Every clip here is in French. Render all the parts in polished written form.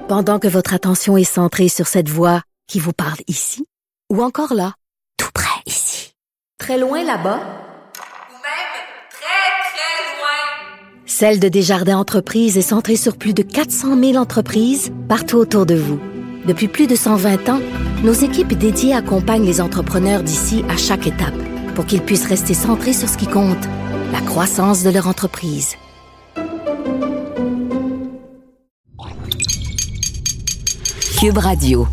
Pendant que votre attention est centrée sur cette voix qui vous parle ici, ou encore là, tout près ici, très loin là-bas, ou même très, très loin. Celle de Desjardins Entreprises est centrée sur plus de 400 000 entreprises partout autour de vous. Depuis plus de 120 ans, nos équipes dédiées accompagnent les entrepreneurs d'ici à chaque étape pour qu'ils puissent rester centrés sur ce qui compte, la croissance de leur entreprise. Cube Radio.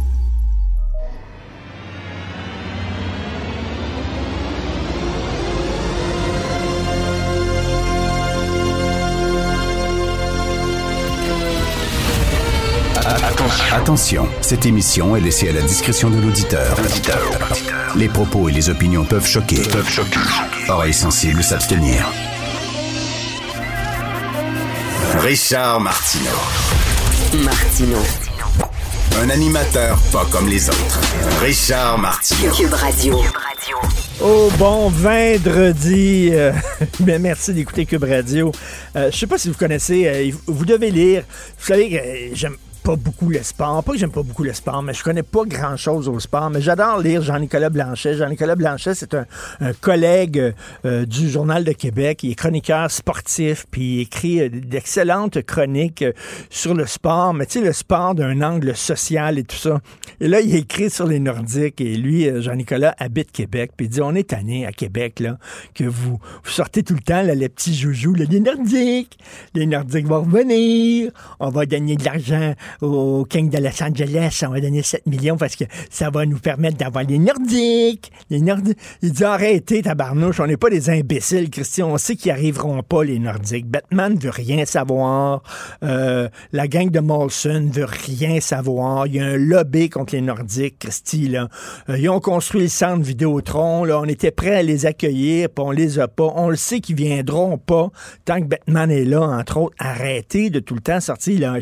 Attention, cette émission est laissée à la discrétion de l'auditeur. Les propos et les opinions peuvent choquer. Oreilles sensibles s'abstenir. Richard Martineau. Un animateur pas comme les autres. Richard Martineau. Cube Radio. Oh, bon vendredi. Merci d'écouter Cube Radio. Je sais pas si vous connaissez, vous devez lire. Vous savez que j'aime pas beaucoup le sport. Pas que j'aime pas beaucoup le sport, mais je connais pas grand-chose au sport. Mais j'adore lire Jean-Nicolas Blanchet. Jean-Nicolas Blanchet, c'est un collègue du Journal de Québec. Il est chroniqueur sportif, puis il écrit d'excellentes chroniques sur le sport, mais tu sais, le sport d'un angle social et tout ça. Et là, il écrit sur les Nordiques, et lui, Jean-Nicolas, habite Québec, puis il dit, on est tanné à Québec, là, que vous sortez tout le temps, là, les petits joujoux, là, les Nordiques vont revenir, on va gagner de l'argent au King de Los Angeles, on va donner 7 millions parce que ça va nous permettre d'avoir les Nordiques. Il dit, arrêtez, tabarnouche, on n'est pas des imbéciles, Christian, on sait qu'ils n'y arriveront pas, les Nordiques. Batman veut rien savoir, la gang de Molson veut rien savoir, il y a un lobby contre les Nordiques, Christy, là. Ils ont construit le centre Vidéotron, là, on était prêts à les accueillir, puis on les a pas. On le sait qu'ils viendront pas tant que Batman est là, entre autres. Arrêtez de tout le temps sortir là,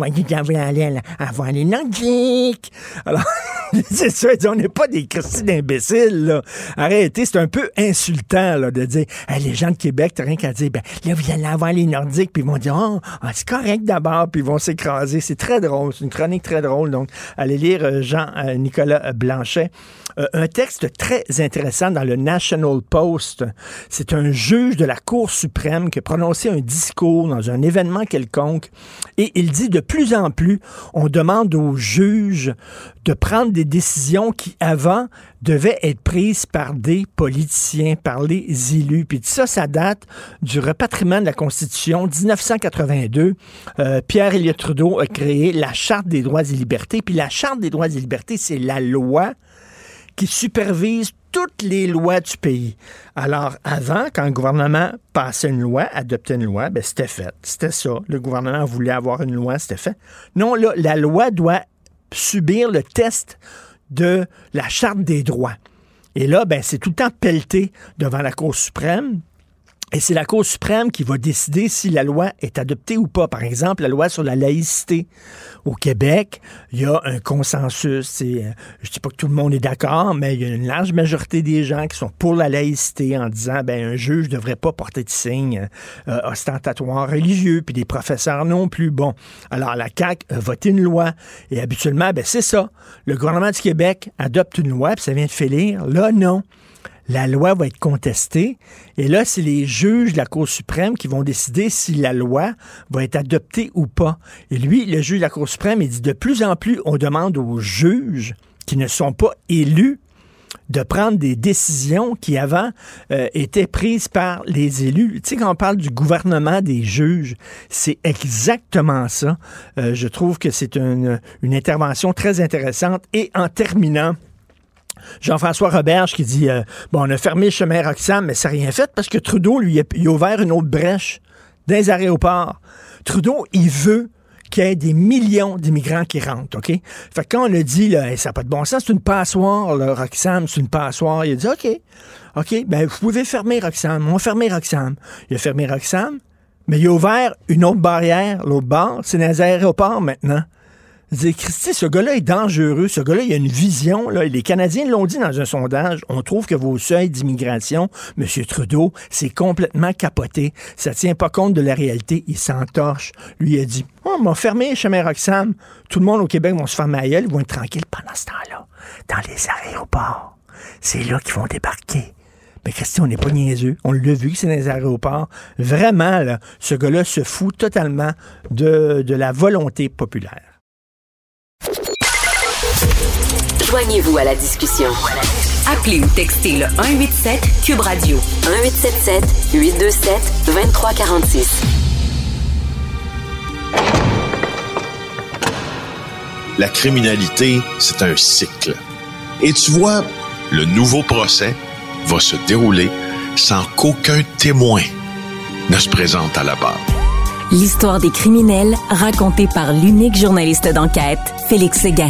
aller avoir les Nordiques. Alors, c'est ça, on n'est pas des Christy d'imbéciles, là. Arrêtez, c'est un peu insultant, là, de dire, hey, les gens de Québec, t'as rien qu'à dire, ben, là, vous allez avoir les Nordiques, puis ils vont dire, c'est correct d'abord, puis ils vont s'écraser. C'est très drôle, c'est une chronique très drôle, donc, allez lire Jean-Nicolas Blanchet. Un texte très intéressant dans le National Post. C'est un juge de la Cour suprême qui a prononcé un discours dans un événement quelconque, et il dit, de plus en plus, on demande aux juges de prendre des décisions qui, avant, devaient être prises par des politiciens, par les élus. Puis ça date du repatriement de la Constitution 1982. Pierre Elliott Trudeau a créé la Charte des droits et libertés. Puis la Charte des droits et libertés, c'est la loi qui supervise toutes les lois du pays. Alors, avant, quand le gouvernement passait une loi, adoptait une loi, ben c'était fait. C'était ça. Le gouvernement voulait avoir une loi, c'était fait. Non, là, la loi doit subir le test de la Charte des droits. Et là, ben, c'est tout le temps pelleté devant la Cour suprême. Et c'est la Cour suprême qui va décider si la loi est adoptée ou pas. Par exemple, la loi sur la laïcité. Au Québec, il y a un consensus. Je ne dis pas que tout le monde est d'accord, mais il y a une large majorité des gens qui sont pour la laïcité en disant ben un juge ne devrait pas porter de signes ostentatoires religieux, puis des professeurs non plus. Bon, alors la CAQ a voté une loi. Et habituellement, ben c'est ça. Le gouvernement du Québec adopte une loi, puis ça vient de finir. Là, non. La loi va être contestée. Et là, c'est les juges de la Cour suprême qui vont décider si la loi va être adoptée ou pas. Et lui, le juge de la Cour suprême, il dit de plus en plus, on demande aux juges qui ne sont pas élus de prendre des décisions qui, avant, étaient prises par les élus. Tu sais, quand on parle du gouvernement des juges, c'est exactement ça. Je trouve que c'est une intervention très intéressante. Et en terminant, Jean-François Roberge qui dit on a fermé le chemin Roxham, mais ça n'a rien fait parce que Trudeau, lui, il a ouvert une autre brèche dans les aéroports. Trudeau, il veut qu'il y ait des millions d'immigrants qui rentrent, OK? Fait que quand on a dit, là, hey, ça n'a pas de bon sens, c'est une passoire, là, Roxham, c'est une passoire, il a dit, OK, ben vous pouvez fermer Roxham. On va fermer Roxham. Il a fermé Roxham, mais il a ouvert une autre barrière, l'autre bord, c'est dans les aéroports maintenant. Christy, ce gars-là est dangereux. Ce gars-là, il a une vision. Là. Les Canadiens l'ont dit dans un sondage. On trouve que vos seuils d'immigration, M. Trudeau, c'est complètement capoté. Ça tient pas compte de la réalité. Il s'entorche. Lui, il a dit, on m'a fermé chemin Roxham. Tout le monde au Québec vont se faire ma gueule. Ils vont être tranquilles pendant ce temps-là. Dans les aéroports. C'est là qu'ils vont débarquer. Mais Christy, on n'est pas niaiseux. On l'a vu que c'est dans les aéroports. Vraiment, là, ce gars-là se fout totalement de la volonté populaire. Joignez-vous à la discussion. Appelez ou textez le 187 Cube Radio 1877 827 2346. La criminalité, c'est un cycle. Et tu vois, le nouveau procès va se dérouler sans qu'aucun témoin ne se présente à la barre. L'histoire des criminels racontée par l'unique journaliste d'enquête, Félix Séguin.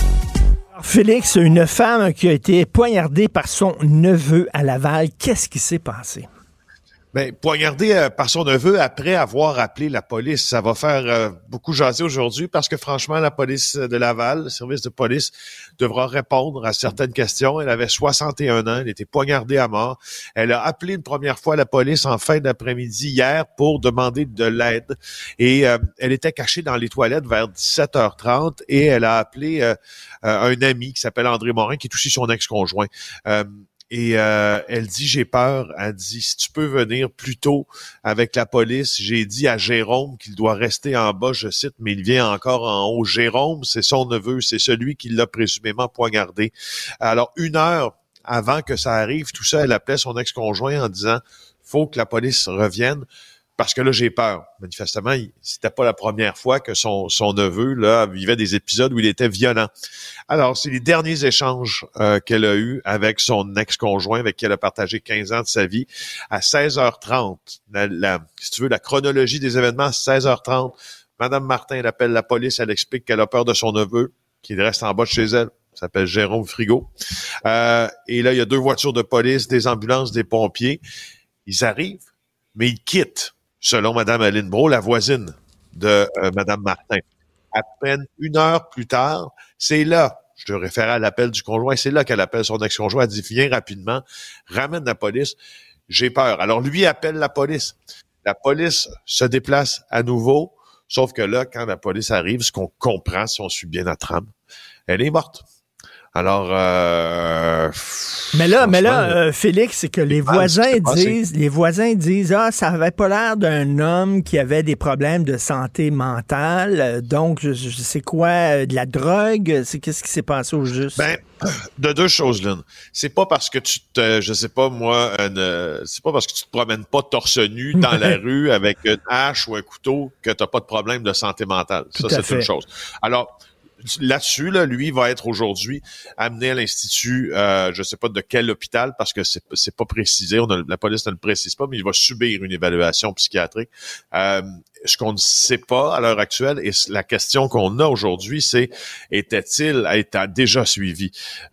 Félix, une femme qui a été poignardée par son neveu à Laval, qu'est-ce qui s'est passé? Ben, poignardé par son neveu après avoir appelé la police. Ça va faire beaucoup jaser aujourd'hui parce que franchement, la police de Laval, le service de police, devra répondre à certaines questions. Elle avait 61 ans, elle était poignardée à mort. Elle a appelé une première fois la police en fin d'après-midi hier pour demander de l'aide. Et elle était cachée dans les toilettes vers 17h30 et elle a appelé un ami qui s'appelle André Morin, qui est aussi son ex-conjoint. Et elle dit, j'ai peur. Elle dit, si tu peux venir plus tôt avec la police. J'ai dit à Jérôme qu'il doit rester en bas, je cite, mais il vient encore en haut. Jérôme, c'est son neveu, c'est celui qui l'a présumément poignardé. Alors, 1 heure avant que ça arrive, tout ça, elle appelait son ex-conjoint en disant, faut que la police revienne. Parce que là, j'ai peur. Manifestement, c'était pas la première fois que son neveu là vivait des épisodes où il était violent. Alors, c'est les derniers échanges qu'elle a eus avec son ex-conjoint, avec qui elle a partagé 15 ans de sa vie. À 16h30, si tu veux, la chronologie des événements, à 16h30, Madame Martin, elle appelle la police, elle explique qu'elle a peur de son neveu, qu'il reste en bas de chez elle. Il s'appelle Jérôme Frigo. Et là, il y a 2 voitures de police, des ambulances, des pompiers. Ils arrivent, mais ils quittent. Selon Mme Aline Brault, la voisine de Mme Martin. À peine 1 heure plus tard, c'est là, je te référais à l'appel du conjoint, c'est là qu'elle appelle son ex-conjoint, elle dit, viens rapidement, ramène la police, j'ai peur. Alors lui appelle la police. La police se déplace à nouveau, sauf que là, quand la police arrive, ce qu'on comprend, si on suit bien la trame, elle est morte. Alors, mais là, Félix, c'est que les voisins disent, ah, ça avait pas l'air d'un homme qui avait des problèmes de santé mentale. Donc, je sais quoi, de la drogue. Qu'est-ce qui s'est passé au juste? Ben, de 2 choses l'une. C'est pas parce que c'est pas parce que tu te promènes pas torse nu dans la rue avec une hache ou un couteau que t'as pas de problème de santé mentale. Ça, c'est une chose. Alors, là-dessus, là, lui va être aujourd'hui amené à l'Institut, je sais pas de quel hôpital, parce que c'est pas précisé, la police ne le précise pas, mais il va subir une évaluation psychiatrique. Ce qu'on ne sait pas à l'heure actuelle, et la question qu'on a aujourd'hui, c'est était-il déjà suivi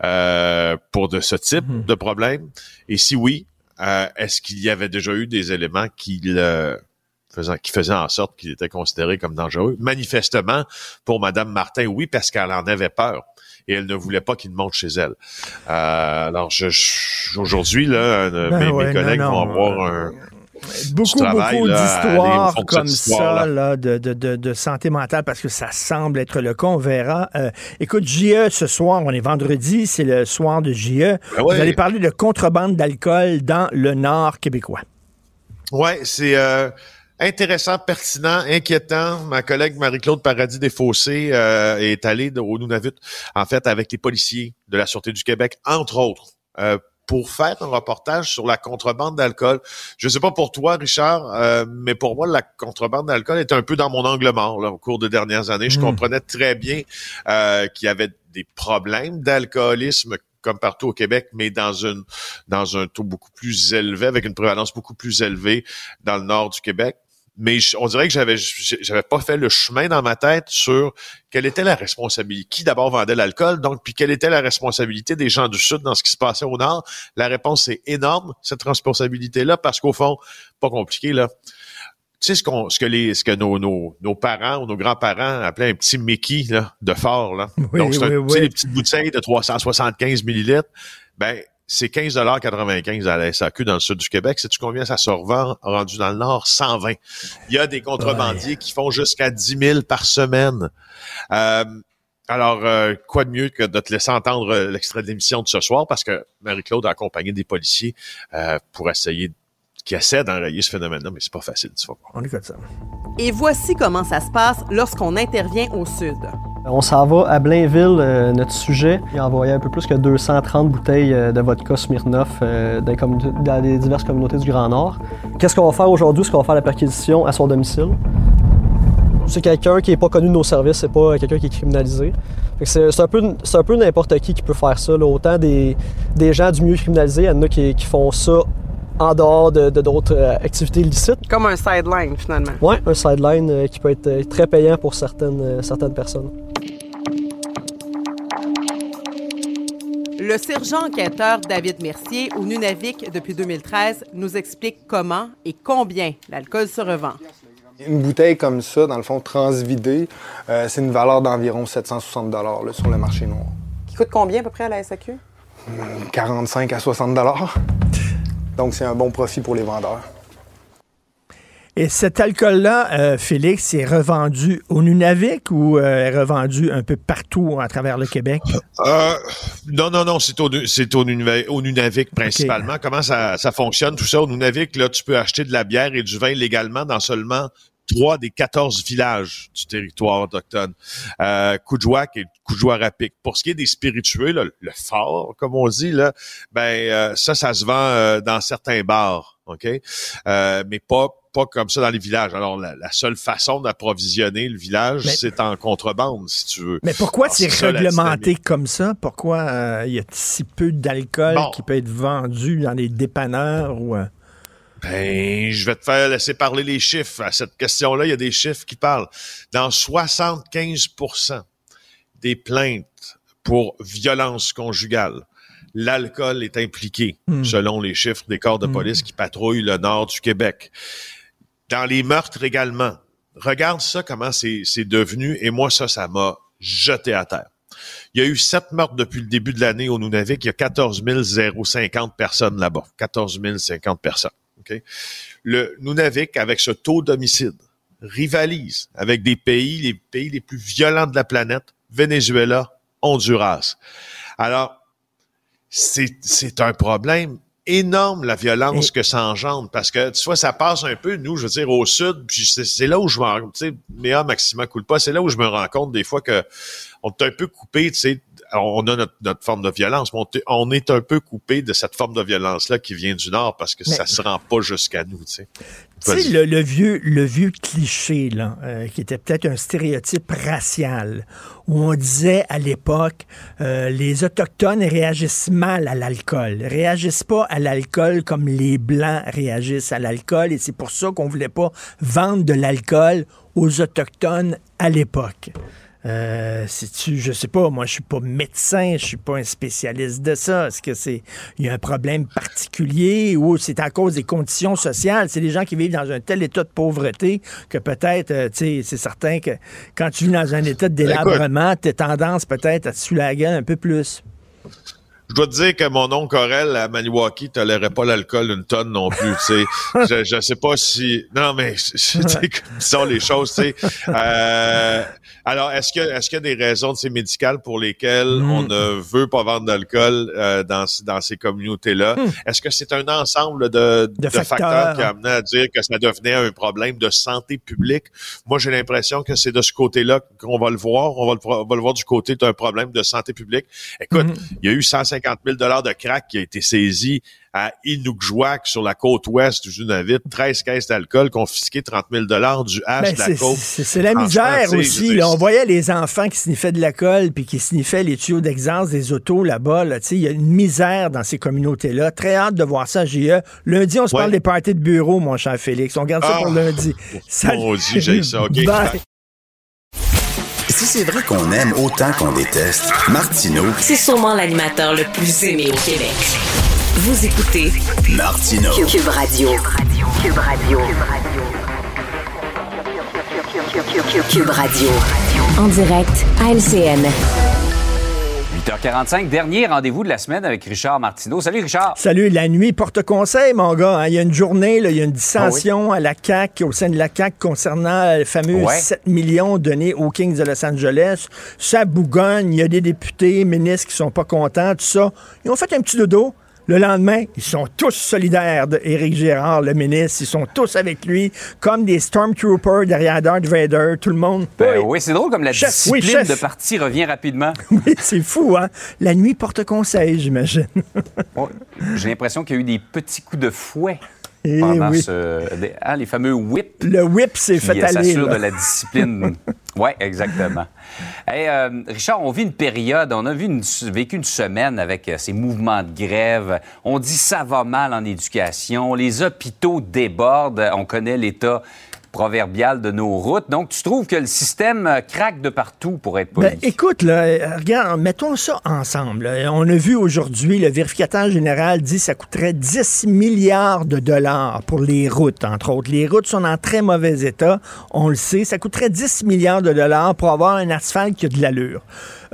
pour de ce type de problème? Et si oui, est-ce qu'il y avait déjà eu des éléments qui faisait en sorte qu'il était considéré comme dangereux. Manifestement, pour Mme Martin, oui, parce qu'elle en avait peur et elle ne voulait pas qu'il monte chez elle. Alors, aujourd'hui, là, mes collègues vont avoir beaucoup d'histoires comme ça là, de santé mentale parce que ça semble être le cas, on verra. Écoute, JE, ce soir, on est vendredi, c'est le soir de JE. Vous allez parler de contrebande d'alcool dans le Nord québécois. Oui, c'est... intéressant, pertinent, inquiétant. Ma collègue Marie-Claude Paradis-Desfossés est allée au Nunavut, en fait, avec les policiers de la Sûreté du Québec, entre autres, pour faire un reportage sur la contrebande d'alcool. Je sais pas pour toi, Richard, mais pour moi, la contrebande d'alcool est un peu dans mon angle mort là, au cours des dernières années. Je comprenais très bien qu'il y avait des problèmes d'alcoolisme comme partout au Québec, mais dans un taux beaucoup plus élevé, avec une prévalence beaucoup plus élevée dans le nord du Québec. Mais on dirait que j'avais pas fait le chemin dans ma tête sur quelle était la responsabilité. Qui d'abord vendait l'alcool, donc, puis quelle était la responsabilité des gens du Sud dans ce qui se passait au Nord. La réponse est énorme, cette responsabilité-là, parce qu'au fond, pas compliqué, là. Tu sais ce que nos parents ou nos grands-parents appelaient un petit Mickey là, de fort, là. Oui, donc, c'est oui. les petites bouteilles de 375 millilitres. Ben, c'est 15,95 $ à la SAQ dans le sud du Québec. Sais-tu combien ça se revend rendu dans le nord? 120. Il y a des contrebandiers qui font jusqu'à 10 000 par semaine. Alors, quoi de mieux que de te laisser entendre l'extrait de l'émission de ce soir, parce que Marie-Claude a accompagné des policiers pour qui essaient d'enrayer ce phénomène-là, mais c'est pas facile, tu vas voir. On écoute ça. Et voici comment ça se passe lorsqu'on intervient au sud. On s'en va à Blainville, notre sujet. Il a envoyé un peu plus que 230 bouteilles de vodka Smirnoff dans les diverses communautés du Grand Nord. Qu'est-ce qu'on va faire aujourd'hui? C'est qu'on va faire la perquisition à son domicile. C'est quelqu'un qui n'est pas connu de nos services, c'est pas quelqu'un qui est criminalisé. C'est un peu n'importe qui peut faire ça. Là. Autant des gens du milieu criminalisé, il y en a qui font ça en dehors d'autres activités illicites. Comme un sideline, finalement. Oui, un sideline qui peut être très payant pour certaines personnes. Le sergent enquêteur David Mercier, au Nunavik depuis 2013, nous explique comment et combien l'alcool se revend. Une bouteille comme ça, dans le fond, transvidée, c'est une valeur d'environ 760 $ là, sur le marché noir. Qui coûte combien à peu près à la SAQ? 45 à 60 $. Donc, c'est un bon profit pour les vendeurs. Et cet alcool-là, Félix, est revendu au Nunavik ou est revendu un peu partout à travers le Québec? Non, c'est au Nunavik principalement. Okay. Comment ça fonctionne tout ça? Au Nunavik, là, tu peux acheter de la bière et du vin légalement dans seulement 3 des 14 villages du territoire autochtone. Kuujjuaq et Kuujjuaq-Rapik. Pour ce qui est des spiritueux, là, le fort, comme on dit, là, ça se vend dans certains bars, OK? Mais pas comme ça dans les villages. Alors, la seule façon d'approvisionner le village, c'est en contrebande, si tu veux. Mais pourquoi c'est réglementé comme ça? Pourquoi il y a si peu d'alcool qui peut être vendu dans les dépanneurs ou... je vais te laisser parler les chiffres. À cette question-là, il y a des chiffres qui parlent. Dans 75% des plaintes pour violence conjugale, l'alcool est impliqué, selon les chiffres des corps de police qui patrouillent le nord du Québec. Dans les meurtres également. Regarde ça, comment c'est devenu, et moi, ça m'a jeté à terre. Il y a eu 7 meurtres depuis le début de l'année au Nunavik. Il y a 14 050 personnes là-bas. 14 050 personnes. Okay? Le Nunavik, avec ce taux d'homicide, rivalise avec les pays les plus violents de la planète, Venezuela, Honduras. Alors, c'est un problème énorme, la violence que ça engendre, parce que, tu vois, ça passe un peu, nous, je veux dire, au sud, puis c'est là où je m'en... Tu sais, mea maxima culpa, c'est là où je me rends compte des fois que on est un peu coupé, tu sais, on a notre forme de violence, mais on est un peu coupé de cette forme de violence-là qui vient du Nord, parce que ça se rend pas jusqu'à nous, tu sais. Tu sais, le vieux cliché, là, qui était peut-être un stéréotype racial, où on disait à l'époque, les Autochtones réagissent mal à l'alcool, réagissent pas à l'alcool comme les Blancs réagissent à l'alcool, et c'est pour ça qu'on voulait pas vendre de l'alcool aux Autochtones à l'époque. Je sais pas, moi je suis pas médecin, je suis pas un spécialiste de ça. Est-ce que il y a un problème particulier ou c'est à cause des conditions sociales? C'est des gens qui vivent dans un tel état de pauvreté que peut-être, c'est certain que quand tu vis dans un état de délabrement, t'as tendance peut-être à te saouler la gueule un peu plus. Je dois te dire que mon oncle Aurel à Maniwaki tolérait pas l'alcool une tonne non plus, tu sais. Je sais pas si... Non, mais disons les choses, tu sais. Alors, est-ce qu'il y a des raisons médicales pour lesquelles on ne veut pas vendre d'alcool dans ces communautés-là? Est-ce que c'est un ensemble de facteurs qui a amené à dire que ça devenait un problème de santé publique? Moi, j'ai l'impression que c'est de ce côté-là qu'on va le voir. On va le voir du côté d'un problème de santé publique. Écoute, il y a eu 150 000 $ de crack qui a été saisi à Inukjuak, sur la côte ouest du Nunavik, 13 caisses d'alcool, confisqué 30 000 $ du hash de la côte. C'est la misère aussi. Là, on voyait les enfants qui sniffaient de l'alcool puis qui sniffaient les tuyaux d'exhaust des autos là-bas. Là, il y a une misère dans ces communautés-là. Très hâte de voir ça à GE. Lundi, on se parle des parties de bureau, mon cher Félix. On garde ça pour lundi. Mon Dieu, j'ai ça. OK. Bye. Si c'est vrai qu'on aime autant qu'on déteste, Martineau, c'est sûrement l'animateur le plus aimé au Québec. Vous écoutez Martineau. Cube Radio. Cube Radio. Cube Radio. En direct à LCN. 8h45, dernier rendez-vous de la semaine avec Richard Martineau. Salut Richard. Salut, la nuit porte conseil, mon gars. Hein. Il y a une journée, là, il y a une dissension à la CAQ, au sein de la CAQ, concernant les fameux 7 millions donnés aux Kings de Los Angeles. Ça bougonne, il y a des députés, ministres qui sont pas contents, tout ça. Ils ont fait un petit dodo. Le lendemain, ils sont tous solidaires d'Éric Girard, le ministre. Ils sont tous avec lui, comme des Stormtroopers derrière Darth Vader, tout le monde. Oui, c'est drôle comme la discipline de parti revient rapidement. Oui, c'est fou, hein? La nuit porte conseil, j'imagine. J'ai l'impression qu'il y a eu des petits coups de fouet. Pendant les fameux whips. Le whip s'est fait aller. S'assure de la discipline. Oui, exactement. Hey, Richard, on vit une période, on a vécu une semaine avec ces mouvements de grève. On dit ça va mal en éducation. Les hôpitaux débordent. On connaît l'état proverbial de nos routes. Donc, tu trouves que le système craque de partout, pour être poli? Écoute, là, regarde, mettons ça ensemble. On a vu aujourd'hui, le vérificateur général dit que ça coûterait 10 milliards de dollars pour les routes, entre autres. Les routes sont en très mauvais état, on le sait. Ça coûterait 10 milliards de dollars pour avoir un asphalte qui a de l'allure.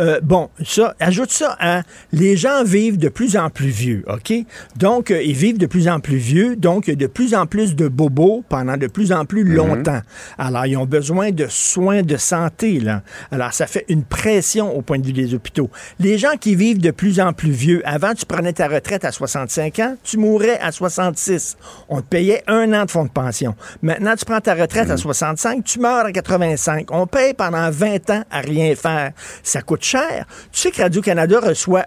Ajoute ça à les gens vivent de plus en plus vieux, OK? Donc, ils vivent de plus en plus vieux, donc il y a de plus en plus de bobos pendant de plus en plus longtemps. Alors, ils ont besoin de soins de santé, là. Alors, ça fait une pression au point de vue des hôpitaux. Les gens qui vivent de plus en plus vieux, avant, tu prenais ta retraite à 65 ans, tu mourrais à 66. On te payait 1 an de fonds de pension. Maintenant, tu prends ta retraite à 65, tu meurs à 85. On paye pendant 20 ans à rien faire. Ça coûte cher. Tu sais que Radio-Canada reçoit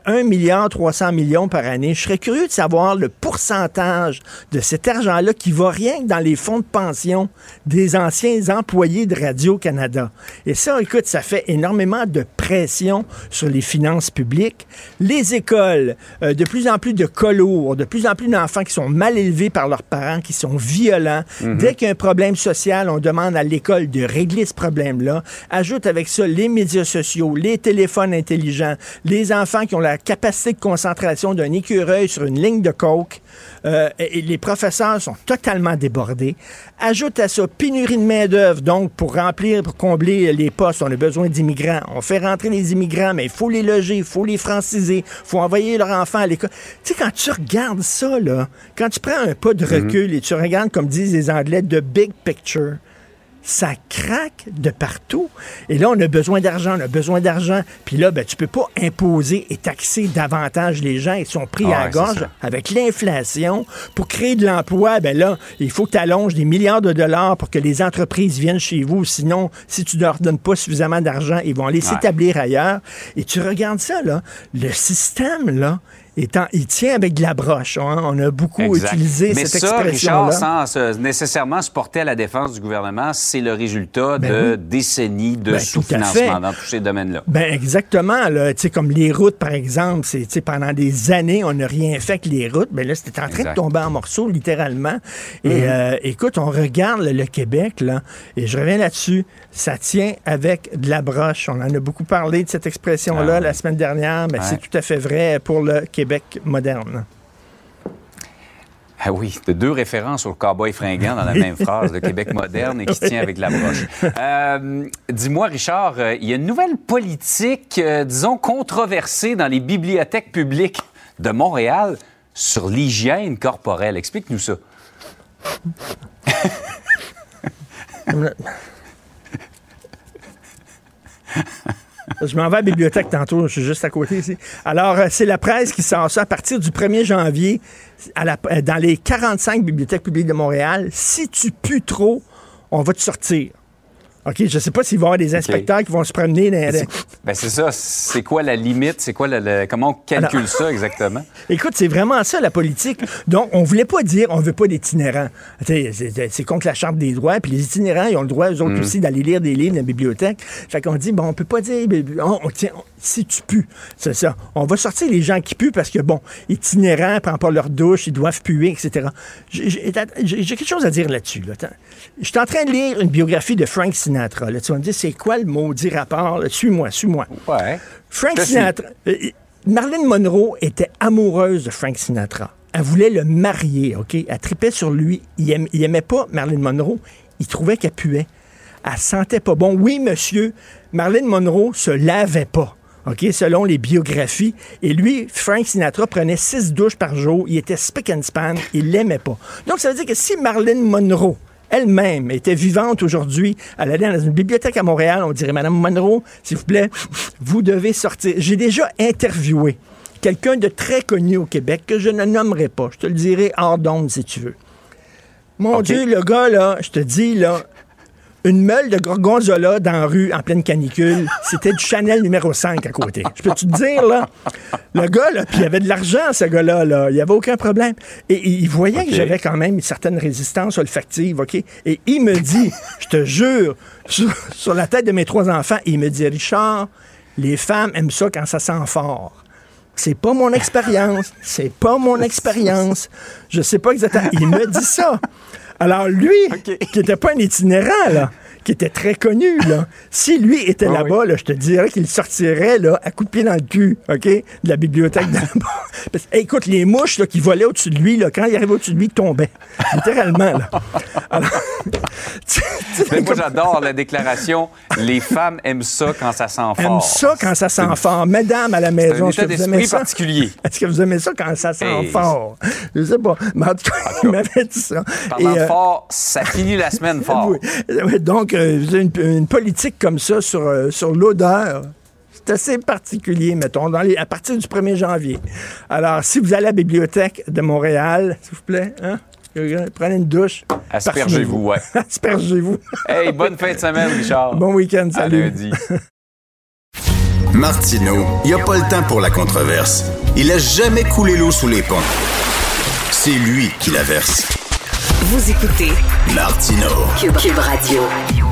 1,3 milliard par année. Je serais curieux de savoir le pourcentage de cet argent-là qui va rien que dans les fonds de pension des anciens employés de Radio-Canada. Et ça, écoute, ça fait énormément de pression sur les finances publiques. Les écoles, de plus en plus de cas lourds, de plus en plus d'enfants qui sont mal élevés par leurs parents, qui sont violents. Dès qu'il y a un problème social, on demande à l'école de régler ce problème-là. Ajoute avec ça les médias sociaux, les téléphones intelligents, les enfants qui ont la capacité de concentration d'un écureuil sur une ligne de coke, et les professeurs sont totalement débordés. Ajoute à ça pénurie de main-d'œuvre, donc pour combler les postes, on a besoin d'immigrants. On fait rentrer les immigrants, mais il faut les loger, il faut les franciser, il faut envoyer leurs enfants à l'école. Tu sais, quand tu regardes ça, là, quand tu prends un pas de recul et tu regardes, comme disent les Anglais, the big picture, ça craque de partout. Et là, on a besoin d'argent. Puis là, tu peux pas imposer et taxer davantage les gens. Ils sont pris à la gorge avec l'inflation. Pour créer de l'emploi, là, il faut que tu allonges des milliards de dollars pour que les entreprises viennent chez vous. Sinon, si tu ne leur donnes pas suffisamment d'argent, ils vont aller s'établir ailleurs. Et tu regardes ça, là, le système, là, il tient avec de la broche. Hein? On a beaucoup utilisé cette expression-là. Mais ça, Richard, sans nécessairement se porter à la défense du gouvernement, c'est le résultat de décennies de sous-financement dans tous ces domaines-là. Exactement. Là, comme les routes, par exemple, pendant des années, on n'a rien fait que les routes. Là, c'était en train de tomber en morceaux, littéralement. Et écoute, on regarde le Québec, là, et je reviens là-dessus, ça tient avec de la broche. On en a beaucoup parlé de cette expression-là la semaine dernière, mais c'est tout à fait vrai pour le Québec moderne. Ah oui, de 2 références au cow-boy fringant dans la même phrase, le Québec moderne et qui se tient avec la broche. Dis-moi, Richard, il y a une nouvelle politique, disons, controversée dans les bibliothèques publiques de Montréal sur l'hygiène corporelle. Explique-nous ça. Je m'en vais à la bibliothèque tantôt, je suis juste à côté ici. Alors, c'est la presse qui sort ça à partir du 1er janvier dans les 45 bibliothèques publiques de Montréal. Si tu pues trop, on va te sortir. OK, je ne sais pas s'il va y avoir des inspecteurs qui vont se promener dans... c'est ça. C'est quoi la limite? C'est quoi comment on calcule ça exactement? Écoute, c'est vraiment ça, la politique. Donc, on ne voulait pas dire on ne veut pas d'itinérants. C'est contre la Charte des droits. Puis les itinérants, ils ont le droit, eux autres aussi, d'aller lire des livres dans la bibliothèque. Fait qu'on dit, on ne peut pas dire... si tu pues, c'est ça. On va sortir les gens qui puent parce que, itinérants, ne prennent pas leur douche, ils doivent puer, etc. J'ai quelque chose à dire là-dessus. Là. Je suis en train de lire une biographie de Frank Sinatra. Là, tu vas me dire, c'est quoi le maudit rapport? Là? Suis-moi. Ouais. Frank Sinatra... Marilyn Monroe était amoureuse de Frank Sinatra. Elle voulait le marier, OK? Elle tripait sur lui. Il aimait pas Marilyn Monroe. Il trouvait qu'elle puait. elle sentait pas bon. Oui, monsieur, Marilyn Monroe se lavait pas. OK, selon les biographies. Et lui, Frank Sinatra, prenait 6 douches par jour. Il était spick and span. Il l'aimait pas. Donc, ça veut dire que si Marilyn Monroe elle-même était vivante aujourd'hui, elle allait dans une bibliothèque à Montréal, on dirait, Madame Monroe, s'il vous plaît, vous devez sortir. J'ai déjà interviewé quelqu'un de très connu au Québec que je ne nommerai pas. Je te le dirai hors d'onde si tu veux. Mon Dieu, le gars, là, je te dis, là, une meule de gorgonzola dans la rue en pleine canicule, c'était du Chanel numéro 5 à côté. Je peux te dire, là, le gars, là, puis il avait de l'argent, ce gars-là, là, il n'y avait aucun problème. Et il voyait que j'avais quand même une certaine résistance olfactive, OK? Et il me dit, je te jure, sur la tête de mes 3 enfants, il me dit, Richard, les femmes aiment ça quand ça sent fort. C'est pas mon expérience. C'est pas mon expérience. Je sais pas exactement. Il me dit ça. Alors, lui, qui n'était pas un itinérant, là, qui était très connu, là, si lui était là-bas, là, je te dirais qu'il sortirait là, à coups de pied dans le cul, OK, de la bibliothèque d'en bas. Parce, écoute, les mouches là, qui volaient au-dessus de lui, là, quand il arrivait au-dessus de lui, ils tombaient. Littéralement, là. Alors, mais moi, j'adore la déclaration « Les femmes aiment ça quand ça sent fort ». Aiment ça quand ça sent fort. Mesdames à la maison, c'est un état d'esprit particulier. Est-ce que vous aimez ça quand ça sent fort? Je sais pas. Mais en tout cas, il m'avait dit ça. Parlant de fort, ça finit la semaine fort. Oui. Donc, une politique comme ça sur l'odeur, c'est assez particulier, mettons, à partir du 1er janvier. Alors, si vous allez à la bibliothèque de Montréal, s'il vous plaît, hein, prenez une douche. Aspergez-vous, ouais. Aspergez-vous. Hey, bonne fin de semaine, Richard. Bon week-end, salut. À lundi. Martineau, il n'y a pas le temps pour la controverse. Il a jamais coulé l'eau sous les ponts. C'est lui qui la verse. Vous écoutez Martineau. Cube Radio.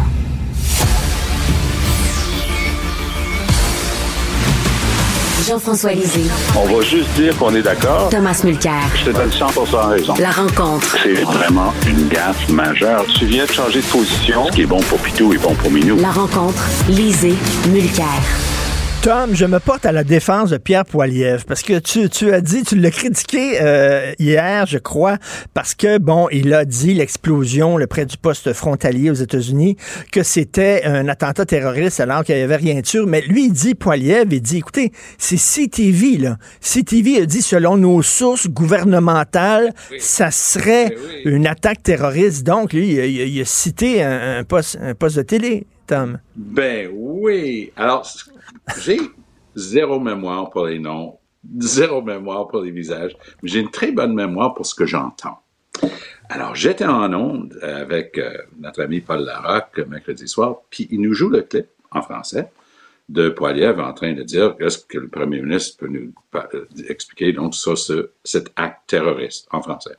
Jean-François Lisée. On va juste dire qu'on est d'accord. Thomas Mulcair. Je te donne 100% raison. La rencontre. C'est vraiment une gaffe majeure. Tu viens de changer de position. Ce qui est bon pour Pitou est bon pour Minou. La rencontre. Lisée. Mulcair. Tom, je me porte à la défense de Pierre Poilievre parce que tu as dit, tu l'as critiqué hier, je crois, parce que, bon, il a dit l'explosion près du poste frontalier aux États-Unis, que c'était un attentat terroriste alors qu'il n'y avait rien de sûr. Mais lui, il dit, Poilievre, il dit, écoutez, c'est CTV, là. CTV a dit, selon nos sources gouvernementales, ça serait une attaque terroriste. Donc, lui, il a cité un poste de télé, Tom. Ben oui. Alors, j'ai zéro mémoire pour les noms, zéro mémoire pour les visages, mais j'ai une très bonne mémoire pour ce que j'entends. Alors, j'étais en onde avec notre ami Paul Larocque mercredi soir, puis il nous joue le clip en français de Poilievre en train de dire est-ce que le premier ministre peut nous expliquer donc sur cet acte terroriste en français.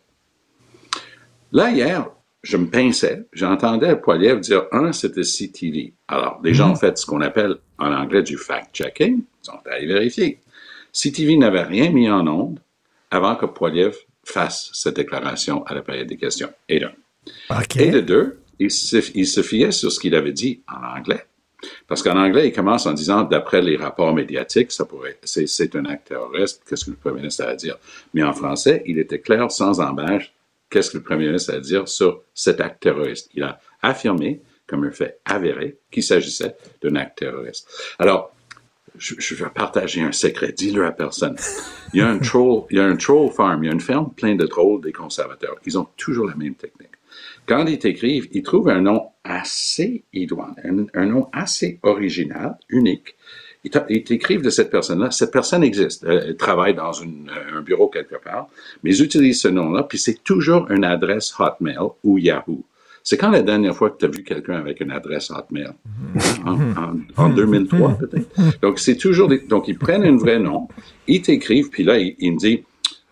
Là, hier, je me pinçais, j'entendais Poilievre dire, c'était CTV. Alors, les gens ont fait ce qu'on appelle en anglais du fact-checking, ils sont allés vérifier. CTV n'avait rien mis en onde avant que Poilievre fasse cette déclaration à la période des questions. Et d'un. Okay. Et de deux, il se fiait sur ce qu'il avait dit en anglais. Parce qu'en anglais, il commence en disant, d'après les rapports médiatiques, c'est un acte terroriste, qu'est-ce que le premier ministre a à dire? Mais en français, il était clair, sans embâche, qu'est-ce que le premier ministre a à dire sur cet acte terroriste. Il a affirmé, comme un fait avéré, qu'il s'agissait d'un acte terroriste. Alors, je vais partager un secret, dis-le à personne. Il y a un troll farm, il y a une ferme pleine de trolls des conservateurs. Ils ont toujours la même technique. Quand ils t'écrivent, ils trouvent un nom assez idoine, un nom assez original, unique. Ils t'écrivent de cette personne-là. Cette personne existe. Elle travaille dans un bureau quelque part, mais ils utilisent ce nom-là, puis c'est toujours une adresse Hotmail ou Yahoo. C'est quand la dernière fois que tu as vu quelqu'un avec une adresse Hotmail? En 2003, peut-être? Donc, c'est toujours donc, ils prennent un vrai nom, ils t'écrivent, puis là, ils me disent,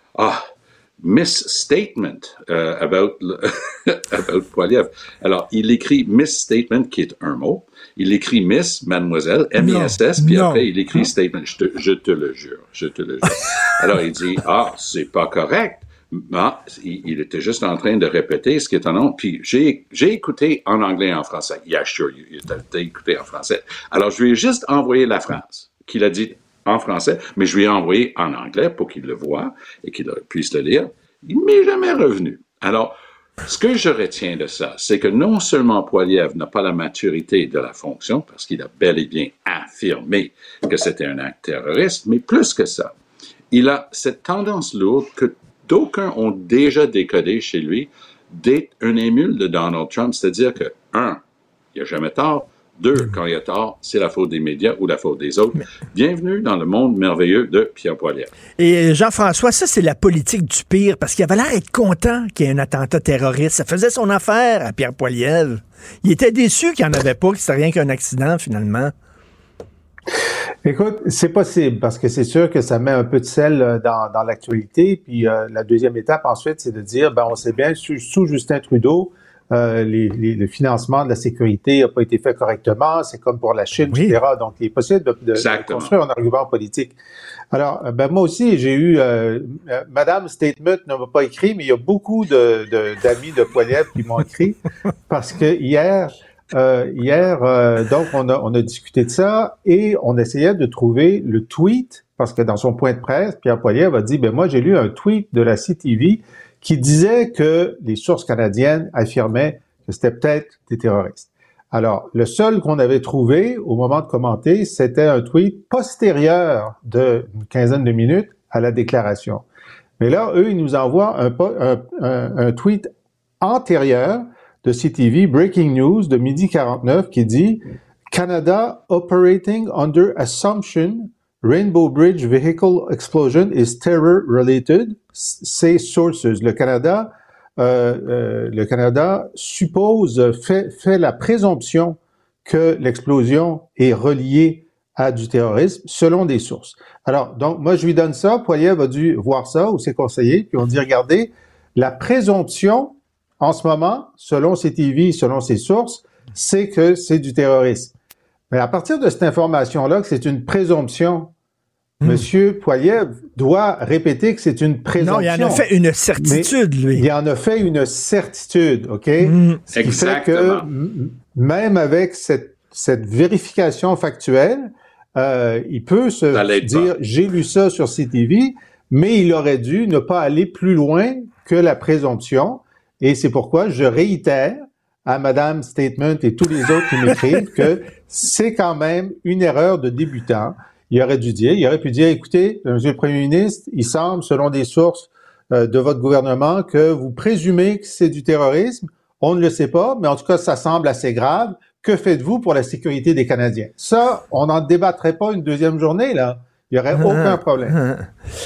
misstatement about Poilievre. Alors, il écrit misstatement, qui est un mot. Il écrit Miss, Mademoiselle, M-I-S-S, puis après, il écrit statement. Je te le jure. Alors, il dit, c'est pas correct. Il était juste en train de répéter ce qui est en nom. Puis, j'ai écouté en anglais et en français. Yeah, sure, t'as écouté en français. Alors, je lui ai juste envoyé la phrase qu'il a dit en français, mais je lui ai envoyé en anglais pour qu'il le voie et qu'il puisse le lire. Il ne m'est jamais revenu. Alors, Ce que je retiens de ça, c'est que non seulement Poilievre n'a pas la maturité de la fonction, parce qu'il a bel et bien affirmé que c'était un acte terroriste, mais plus que ça, il a cette tendance lourde que d'aucuns ont déjà décodé chez lui d'être un émule de Donald Trump, c'est-à-dire que, un, il n'a jamais tort, deux, quand il a tort, c'est la faute des médias ou la faute des autres. Bienvenue dans le monde merveilleux de Pierre Poilievre. Et Jean-François, ça, c'est la politique du pire, parce qu'il avait l'air d'être content qu'il y ait un attentat terroriste. Ça faisait son affaire à Pierre Poilievre. Il était déçu qu'il n'y en avait pas, que c'était rien qu'un accident, finalement. Écoute, c'est possible, parce que c'est sûr que ça met un peu de sel dans l'actualité. Puis la deuxième étape, ensuite, c'est de dire, on sait bien, sous Justin Trudeau, le financement de la sécurité n'a pas été fait correctement. C'est comme pour la Chine, etc. Donc, il est possible de construire un argument politique. Alors, moi aussi, j'ai eu... Madame Statement ne m'a pas écrit, mais il y a beaucoup d'amis de Poilievre qui m'ont écrit, parce que hier, donc, on a discuté de ça et on essayait de trouver le tweet, parce que dans son point de presse, Pierre Poilievre a dit, moi, j'ai lu un tweet de la CTV qui disait que les sources canadiennes affirmaient que c'était peut-être des terroristes. Alors, le seul qu'on avait trouvé au moment de commenter, c'était un tweet postérieur d'une quinzaine de minutes à la déclaration. Mais là, eux, ils nous envoient un tweet antérieur de CTV, Breaking News, de 12h49, qui dit « Canada operating under assumption Rainbow Bridge vehicle explosion is terror-related. Say sources. Le Canada suppose, fait la présomption que l'explosion est reliée à du terrorisme, selon des sources. Alors, donc, moi, je lui donne ça. Poilievre a dû voir ça, ou ses conseillers, puis on dit, regardez, la présomption, en ce moment, selon CTV, selon ses sources, c'est que c'est du terrorisme. Mais à partir de cette information-là, que c'est une présomption, Monsieur Poilievre doit répéter que c'est une présomption. Non, il en a fait une certitude, lui. Il en a fait une certitude, OK? Ce qui fait que même avec cette vérification factuelle, il peut se dire, j'ai lu ça sur CTV, mais il aurait dû ne pas aller plus loin que la présomption. Et c'est pourquoi je réitère à Madame Statement et tous les autres qui m'écrivent que c'est quand même une erreur de débutant. Il aurait pu dire, écoutez, Monsieur le Premier ministre, il semble, selon des sources de votre gouvernement, que vous présumez que c'est du terrorisme. On ne le sait pas, mais en tout cas, ça semble assez grave. Que faites-vous pour la sécurité des Canadiens? Ça, on n'en débattrait pas une deuxième journée, là. Il n'y aurait aucun problème.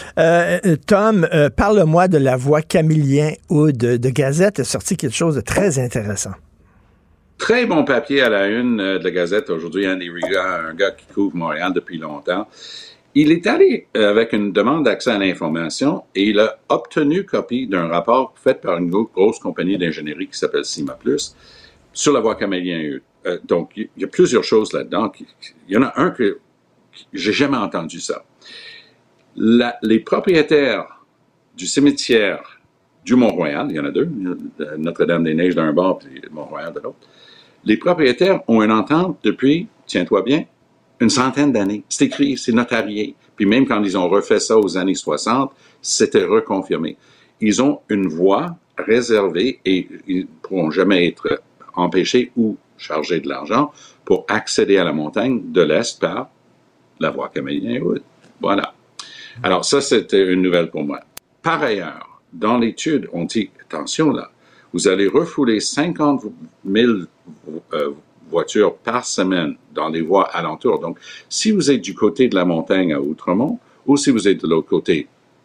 Tom, parle-moi de la voix Camillien Hood de Gazette. A sorti quelque chose de très intéressant. Très bon papier à la une de la Gazette aujourd'hui. Andy Riga, un gars qui couvre Montréal depuis longtemps. Il est allé avec une demande d'accès à l'information et il a obtenu copie d'un rapport fait par une grosse compagnie d'ingénierie qui s'appelle CIMA+, sur la voie Camillien Hood. Donc, il y a plusieurs choses là-dedans. Il y en a un que j'ai jamais entendu ça. Les propriétaires du cimetière du Mont-Royal, il y en a deux, Notre-Dame-des-Neiges d'un bord et Mont-Royal de l'autre, les propriétaires ont une entente depuis, tiens-toi bien, une centaine d'années. C'est écrit, c'est notarié. Puis même quand ils ont refait ça aux années 60, c'était reconfirmé. Ils ont une voie réservée et ils ne pourront jamais être empêchés ou chargés de l'argent pour accéder à la montagne de l'Est par la voie Camillien Hood. Voilà. Alors ça, c'était une nouvelle pour moi. Par ailleurs, dans l'étude, on dit, attention là, vous allez refouler 50 000 voitures par semaine dans les voies alentours. Donc, si vous êtes du côté de la montagne à Outremont, ou si vous êtes de l'autre côté,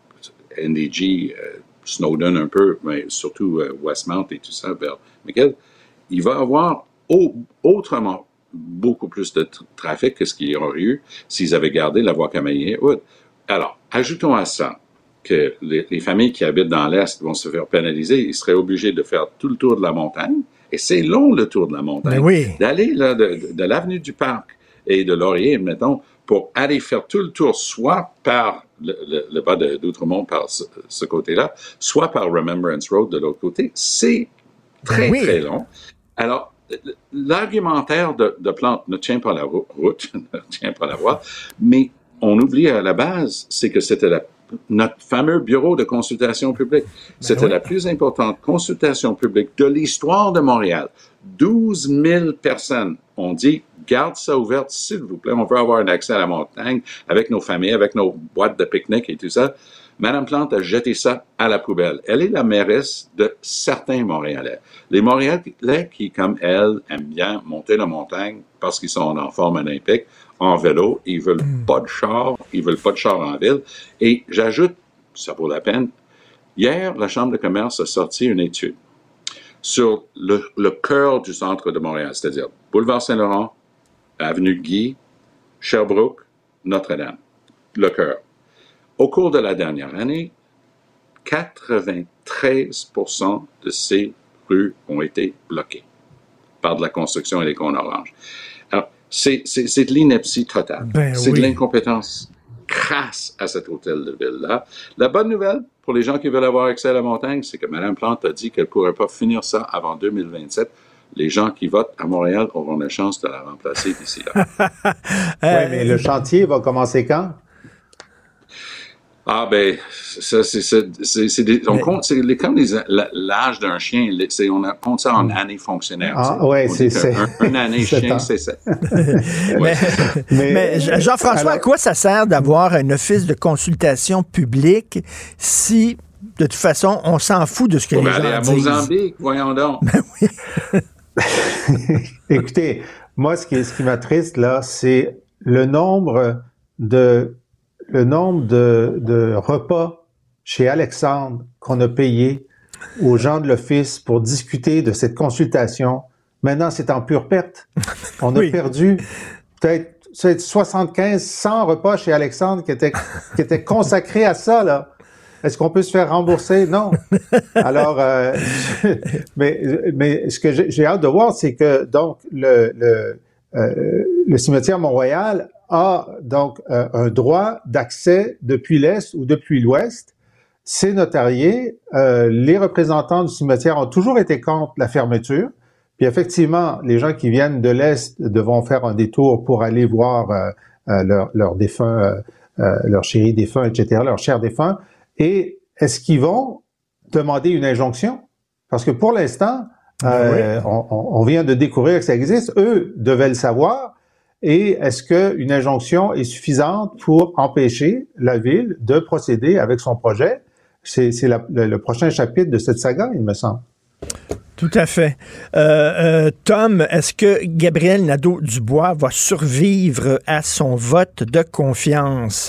NDG, Snowden un peu, mais surtout Westmount et tout ça, vers McGill, il va y avoir autrement beaucoup plus de trafic que ce qu'il y aurait eu s'ils avaient gardé la voie Camillien Hood. Alors, ajoutons à ça que les familles qui habitent dans l'Est vont se faire pénaliser. Ils seraient obligés de faire tout le tour de la montagne. Et c'est long, le tour de la montagne. Oui. D'aller là, de l'avenue du Parc et de Laurier, mettons, pour aller faire tout le tour, soit par le bas d'Outremont, par ce côté-là, soit par Remembrance Road de l'autre côté. C'est très, très long. Alors, l'argumentaire de Plante ne tient pas la route, ne tient pas la voie, mais on oublie à la base, c'est que c'était notre fameux bureau de consultation publique. C'était la plus importante consultation publique de l'histoire de Montréal. 12 000 personnes ont dit, garde ça ouvert, s'il vous plaît, on veut avoir un accès à la montagne avec nos familles, avec nos boîtes de pique-nique et tout ça. Madame Plante a jeté ça à la poubelle. Elle est la mairesse de certains Montréalais. Les Montréalais qui, comme elle, aiment bien monter la montagne parce qu'ils sont en forme olympique, en vélo, ils veulent pas de char, ils veulent pas de char en ville. Et j'ajoute, ça vaut la peine, hier, la Chambre de commerce a sorti une étude sur le cœur du centre de Montréal, c'est-à-dire Boulevard Saint-Laurent, Avenue Guy, Sherbrooke, Notre-Dame, le cœur. Au cours de la dernière année, 93% de ces rues ont été bloquées par de la construction et des cônes oranges. Alors, c'est de l'ineptie totale. C'est de l'incompétence crasse à cet hôtel de ville-là. La bonne nouvelle pour les gens qui veulent avoir accès à la montagne, c'est que Mme Plante a dit qu'elle ne pourrait pas finir ça avant 2027. Les gens qui votent à Montréal auront la chance de la remplacer d'ici là. Oui, mais le chantier va commencer quand? Ah, ben, ça, on compte, c'est comme l'âge d'un chien, on compte ça en années fonctionnaires. Ah, ouais, c'est un année chien, c'est ça. Mais Jean-François, à quoi ça sert d'avoir un office de consultation publique si, de toute façon, on s'en fout de ce que les gens disent? On va aller à Mozambique, voyons donc. Ben oui. Écoutez, moi, ce qui m'attriste, là, c'est le nombre de repas chez Alexandre qu'on a payé aux gens de l'Office pour discuter de cette consultation. Maintenant, c'est en pure perte. On a perdu peut-être 75, 100 repas chez Alexandre qui étaient consacrés à ça, là. Est-ce qu'on peut se faire rembourser? Non. Alors, mais ce que j'ai hâte de voir, c'est que, donc, le cimetière Mont-Royal a donc un droit d'accès depuis l'Est ou depuis l'Ouest. C'est notarié. Les représentants du cimetière ont toujours été contre la fermeture. Puis effectivement, les gens qui viennent de l'Est devront faire un détour pour aller voir leurs défunts, leurs chéris défunts, etc., leurs chers défunts. Et est-ce qu'ils vont demander une injonction? Parce que pour l'instant, on vient de découvrir que ça existe. Eux devaient le savoir. Et est-ce qu'une injonction est suffisante pour empêcher la Ville de procéder avec son projet? C'est le prochain chapitre de cette saga, il me semble. Tout à fait. Tom, est-ce que Gabriel Nadeau-Dubois va survivre à son vote de confiance?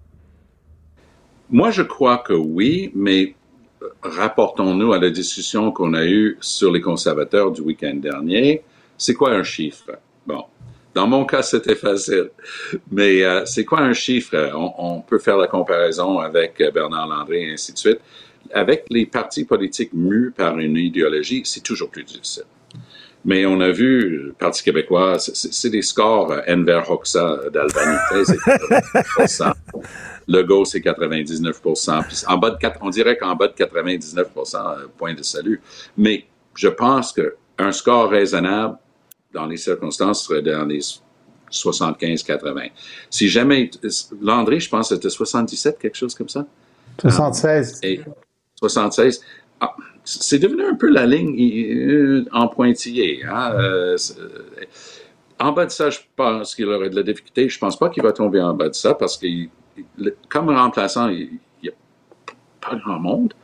Moi, je crois que oui, mais rapportons-nous à la discussion qu'on a eue sur les conservateurs du week-end dernier. C'est quoi un chiffre? Bon. Dans mon cas, c'était facile. Mais c'est quoi un chiffre? On peut faire la comparaison avec Bernard Landry et ainsi de suite. Avec les partis politiques mus par une idéologie, c'est toujours plus difficile. Mais on a vu, le Parti québécois, c'est des scores Enver Hoxha d'Albany, 13%. Legault, c'est 99%. Puis en bas de on dirait qu'en bas de 99%, point de salut. Mais je pense qu'un score raisonnable, dans les circonstances, serait dans les 75-80. Si jamais... Landry, je pense que c'était 77, quelque chose comme ça? 76. 76. Ah, c'est devenu un peu la ligne en pointillé. Hein? En bas de ça, je pense qu'il aurait de la difficulté. Je pense pas qu'il va tomber en bas de ça parce que comme remplaçant, il n'y a pas grand monde.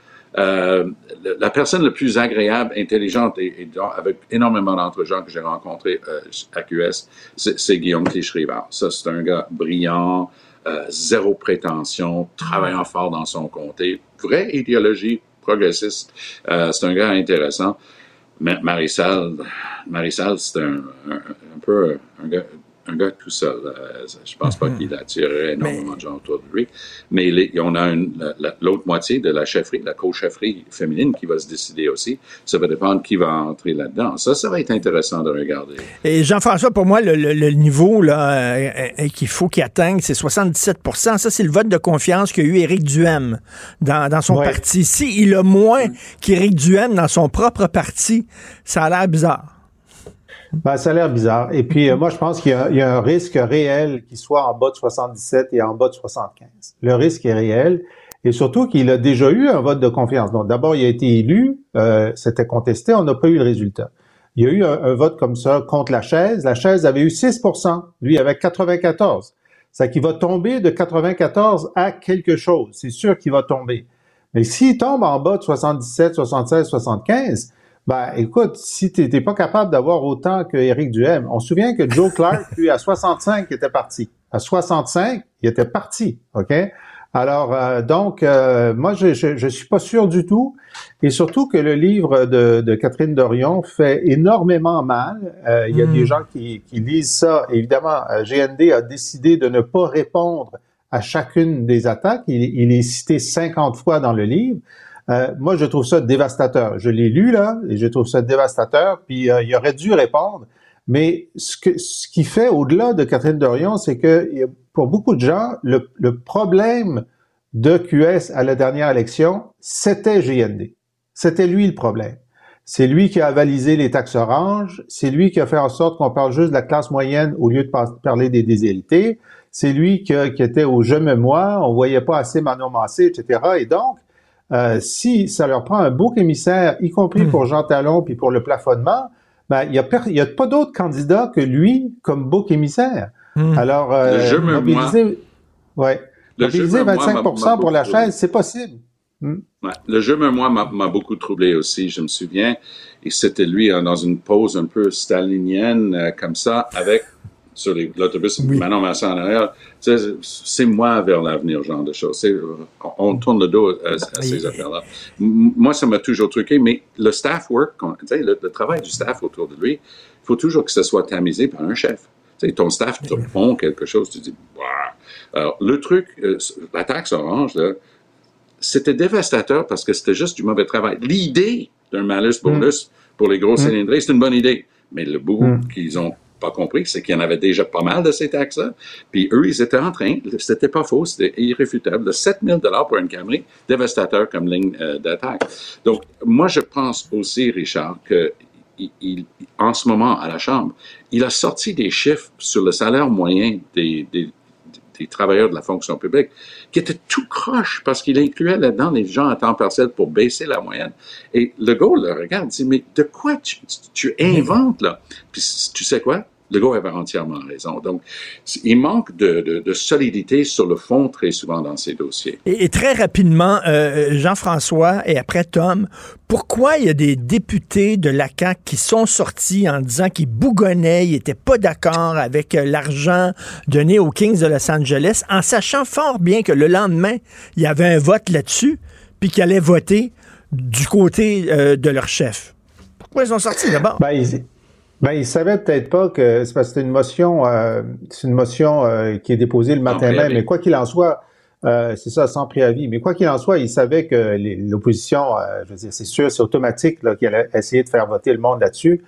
La personne la plus agréable, intelligente et avec énormément d'autres gens que j'ai rencontrés à QS, c'est Guillaume Clichy-Rivard. Ça, c'est un gars brillant, zéro prétention, travaillant fort dans son comté, vraie idéologie progressiste. C'est un gars intéressant. Marisal, c'est un peu un gars tout seul. Je pense pas qu'il attirerait énormément de gens autour de lui. Mais on a l'autre moitié de la chefferie, la co-chefferie féminine qui va se décider aussi. Ça va dépendre qui va entrer là-dedans. Ça va être intéressant de regarder. Et Jean-François, pour moi, le niveau là qu'il faut qu'il atteigne, c'est 77%. Ça, c'est le vote de confiance qu'a eu Éric Duhaime dans son parti. Si il a moins qu'Éric Duhaime dans son propre parti, ça a l'air bizarre. Ben, ça a l'air bizarre. Et puis, moi, je pense qu'il y a un risque réel qu'il soit en bas de 77 et en bas de 75. Le risque est réel. Et surtout qu'il a déjà eu un vote de confiance. Donc, d'abord, il a été élu, c'était contesté, on n'a pas eu le résultat. Il y a eu un vote comme ça contre la chaise. La chaise avait eu 6%, lui avec 94. C'est qu'il va tomber de 94 à quelque chose. C'est sûr qu'il va tomber. Mais s'il tombe en bas de 77, 76, 75, ben, écoute, si t'es pas capable d'avoir autant que Éric Duhem, on se souvient que Joe Clark, lui, à 65, il était parti. À 65, il était parti, OK? Alors, moi, je suis pas sûr du tout. Et surtout que le livre de Catherine Dorion fait énormément mal. Il y a des gens qui lisent ça. Évidemment, GND a décidé de ne pas répondre à chacune des attaques. Il est cité 50 fois dans le livre. Moi, je trouve ça dévastateur. Je l'ai lu, là, et je trouve ça dévastateur. Puis, il aurait dû répondre. Mais ce qui fait, au-delà de Catherine Dorion, c'est que pour beaucoup de gens, le problème de QS à la dernière élection, c'était GND. C'était lui le problème. C'est lui qui a avalisé les taxes oranges. C'est lui qui a fait en sorte qu'on parle juste de la classe moyenne au lieu de parler des déshérités. C'est lui qui était au « je me moi », on voyait pas assez Manon Massé, etc. Et donc, si ça leur prend un bouc émissaire, y compris pour Jean Talon puis pour le plafonnement, ben, il y a pas d'autres candidats que lui comme bouc émissaire. Alors, mobiliser 25% pour la chaise, c'est possible. Ouais. Le jeu m'a beaucoup troublé aussi, je me souviens. Et c'était lui dans une pose un peu stalinienne, comme ça, avec sur l'autobus, Manon Massé en arrière. C'est moi vers l'avenir, genre de choses. On tourne le dos à ces affaires-là. Moi, ça m'a toujours truqué, mais le staff work, le travail du staff autour de lui, il faut toujours que ce soit tamisé par un chef. Ton staff te répond quelque chose, tu dis, bah. Alors, le truc, la taxe orange, là, c'était dévastateur parce que c'était juste du mauvais travail. L'idée d'un malus-bonus pour les gros cylindrés, c'est une bonne idée. Mais le bout qu'ils ont pas compris, c'est qu'il y en avait déjà pas mal de ces taxes-là. Puis eux, ils étaient en train, c'était pas faux, c'était irréfutable, de 7 000 $ pour une Camry, dévastateur comme ligne d'attaque. Donc, moi, je pense aussi, Richard, que en ce moment, à la Chambre, il a sorti des chiffres sur le salaire moyen des travailleurs de la fonction publique, qui étaient tout croche parce qu'il incluait là-dedans les gens à temps partiel pour baisser la moyenne. Et Legault le regarde et dit, mais de quoi tu inventes là? Puis tu sais quoi? Legault avait entièrement raison. Donc, il manque de solidité sur le fond très souvent dans ces dossiers. Et très rapidement, Jean-François et après Tom, pourquoi il y a des députés de la CAQ qui sont sortis en disant qu'ils bougonnaient, ils n'étaient pas d'accord avec l'argent donné aux Kings de Los Angeles, en sachant fort bien que le lendemain, il y avait un vote là-dessus, puis qu'ils allaient voter du côté de leur chef? Pourquoi ils sont sortis d'abord? Ils savaient peut-être pas que c'est parce que c'est une motion qui est déposée le matin même. Mais quoi qu'il en soit, c'est ça, sans préavis. Mais quoi qu'il en soit, ils savaient que l'opposition, je veux dire, c'est sûr, c'est automatique là, qu'ils allaient essayer de faire voter le monde là-dessus.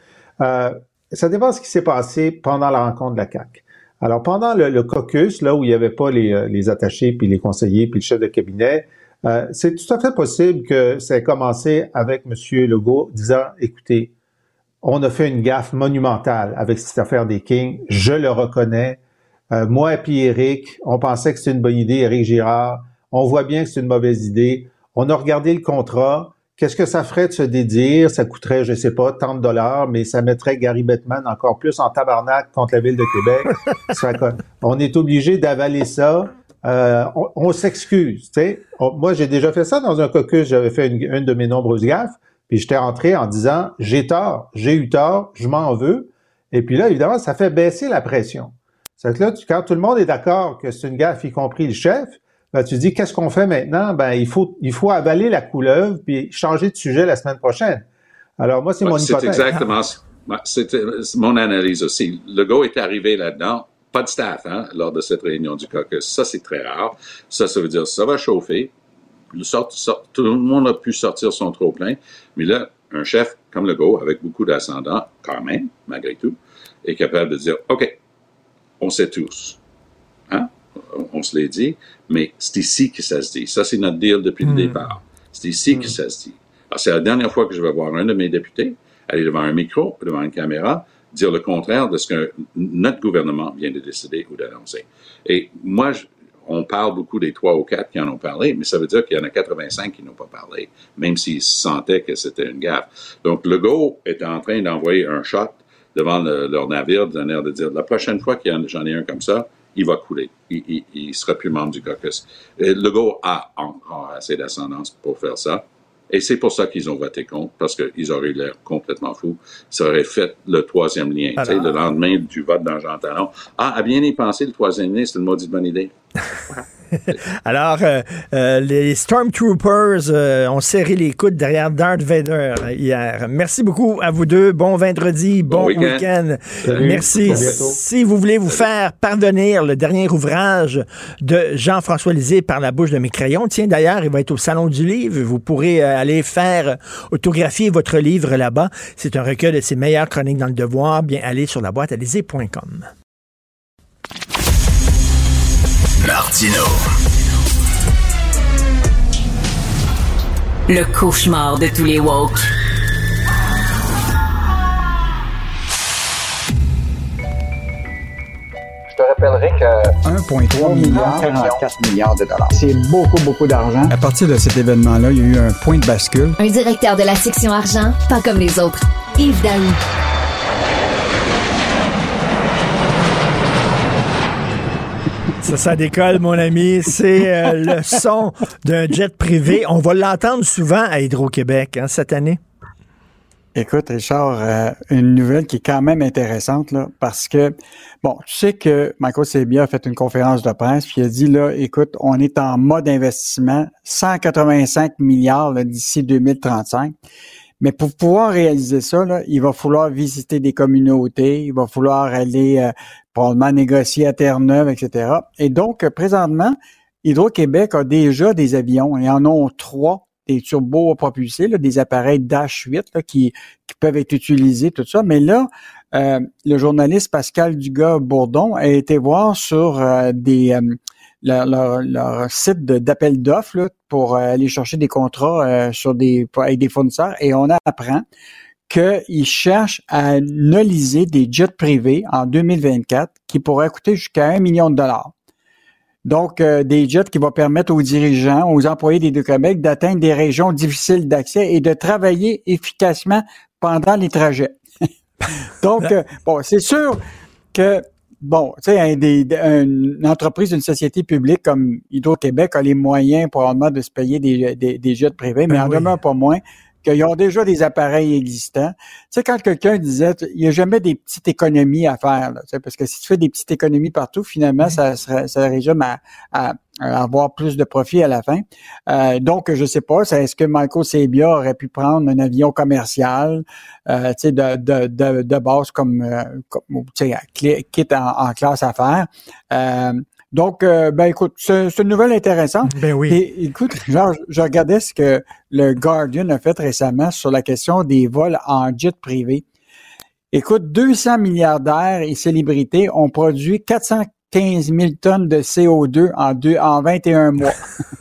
Ça dépend de ce qui s'est passé pendant la rencontre de la CAQ. Alors, pendant le caucus, là où il n'y avait pas les attachés, puis les conseillers, puis le chef de cabinet, c'est tout à fait possible que ça ait commencé avec M. Legault disant, écoutez, on a fait une gaffe monumentale avec cette affaire des Kings. Je le reconnais. Moi et puis Éric, on pensait que c'était une bonne idée, Éric Girard. On voit bien que c'est une mauvaise idée. On a regardé le contrat. Qu'est-ce que ça ferait de se dédire? Ça coûterait, je sais pas, tant de dollars, mais ça mettrait Gary Bettman encore plus en tabarnak contre la Ville de Québec. On est obligé d'avaler ça. On s'excuse, tu sais. Moi, j'ai déjà fait ça dans un caucus. J'avais fait une de mes nombreuses gaffes. Puis j'étais rentré en disant, j'ai tort, j'ai eu tort, je m'en veux. Et puis là, évidemment, ça fait baisser la pression. C'est que là, quand tout le monde est d'accord que c'est une gaffe, y compris le chef, ben, tu dis, qu'est-ce qu'on fait maintenant? Ben, il faut avaler la couleuvre puis changer de sujet la semaine prochaine. Alors, moi, c'est mon hypothèse. C'est exactement ça. C'était mon analyse aussi. Legault est arrivé là-dedans, pas de staff, lors de cette réunion du caucus. Ça, c'est très rare. Ça veut dire, ça va chauffer. Tout le monde a pu sortir son trop-plein, mais là, un chef comme Legault, avec beaucoup d'ascendant, quand même, malgré tout, est capable de dire, OK, on sait tous, on se l'est dit, mais c'est ici que ça se dit. Ça, c'est notre deal depuis le départ. C'est ici que ça se dit. Alors, c'est la dernière fois que je vais voir un de mes députés aller devant un micro, devant une caméra, dire le contraire de ce que notre gouvernement vient de décider ou d'annoncer. Et moi, on parle beaucoup des 3 ou 4 qui en ont parlé, mais ça veut dire qu'il y en a 85 qui n'ont pas parlé, même s'ils sentaient que c'était une gaffe. Donc, Legault est en train d'envoyer un shot devant leur navire, de dire, la prochaine fois j'en ai un comme ça, il va couler. Il sera plus membre du caucus. Legault a encore assez d'ascendance pour faire ça. Et c'est pour ça qu'ils ont voté contre, parce qu'ils auraient l'air complètement fous. Ils auraient fait le 3e lien. Tu sais, le lendemain du vote dans Jean Talon. À bien y penser, le 3e lien, c'est une maudite bonne idée. Alors, les Stormtroopers ont serré les coudes derrière Darth Vader hier. Merci beaucoup à vous deux. Bon vendredi, bon week-end. Merci. Si vous voulez vous faire parvenir le dernier ouvrage de Jean-François Lisée par la bouche de mes crayons, tiens, d'ailleurs, il va être au Salon du Livre. Vous pourrez aller faire autographier votre livre là-bas. C'est un recueil de ses meilleures chroniques dans le devoir. Bien, allez sur la boîte à lisée.com. Martino. Le cauchemar de tous les woke. Je te rappellerai que 1,3 milliard, 44 milliards de dollars. C'est beaucoup d'argent. À partir de cet événement-là, il y a eu un point de bascule. Un directeur de la section argent, pas comme les autres. Yves Daou. Ça décolle, mon ami. C'est le son d'un jet privé. On va l'entendre souvent à Hydro-Québec cette année. Écoute, Richard, une nouvelle qui est quand même intéressante, là, parce que, bon, tu sais que Michael Sabia a fait une conférence de presse, puis il a dit, là, écoute, on est en mode investissement, 185 milliards là, d'ici 2035. Mais pour pouvoir réaliser ça, là, il va falloir visiter des communautés, il va falloir aller probablement négocier à Terre-Neuve, etc. Et donc, présentement, Hydro-Québec a déjà des avions. Ils en ont 3, des turbopropulsés, là, des appareils Dash 8 là, qui peuvent être utilisés, tout ça. Mais là, le journaliste Pascal Dugas-Bourdon a été voir sur leur site d'appel d'offres là, pour aller chercher des contrats avec des fournisseurs, et on apprend qu'ils cherchent à nulliser des jets privés en 2024 qui pourraient coûter jusqu'à 1 million de dollars. Donc, des jets qui vont permettre aux dirigeants, aux employés d'Hydro-Québec d'atteindre des régions difficiles d'accès et de travailler efficacement pendant les trajets. Donc, bon, c'est sûr que bon, tu sais, une entreprise, une société publique comme Hydro-Québec a les moyens probablement de se payer des jets privés, mais en demeure pas moins qu'ils ont déjà des appareils existants. Tu sais, quand quelqu'un disait, il n'y a jamais des petites économies à faire, là, tu sais, parce que si tu fais des petites économies partout, finalement, ça résume à avoir plus de profit à la fin. Donc, je sais pas, est-ce que Michael Sabia aurait pu prendre un avion commercial, tu sais, de base comme tu sais, quitte en classe affaires. Donc, écoute, c'est une nouvelle intéressante. Ben oui. Et écoute, genre, je regardais ce que le Guardian a fait récemment sur la question des vols en jet privé. Écoute, 200 milliardaires et célébrités ont produit 415 000 tonnes de CO2 en 21 mois.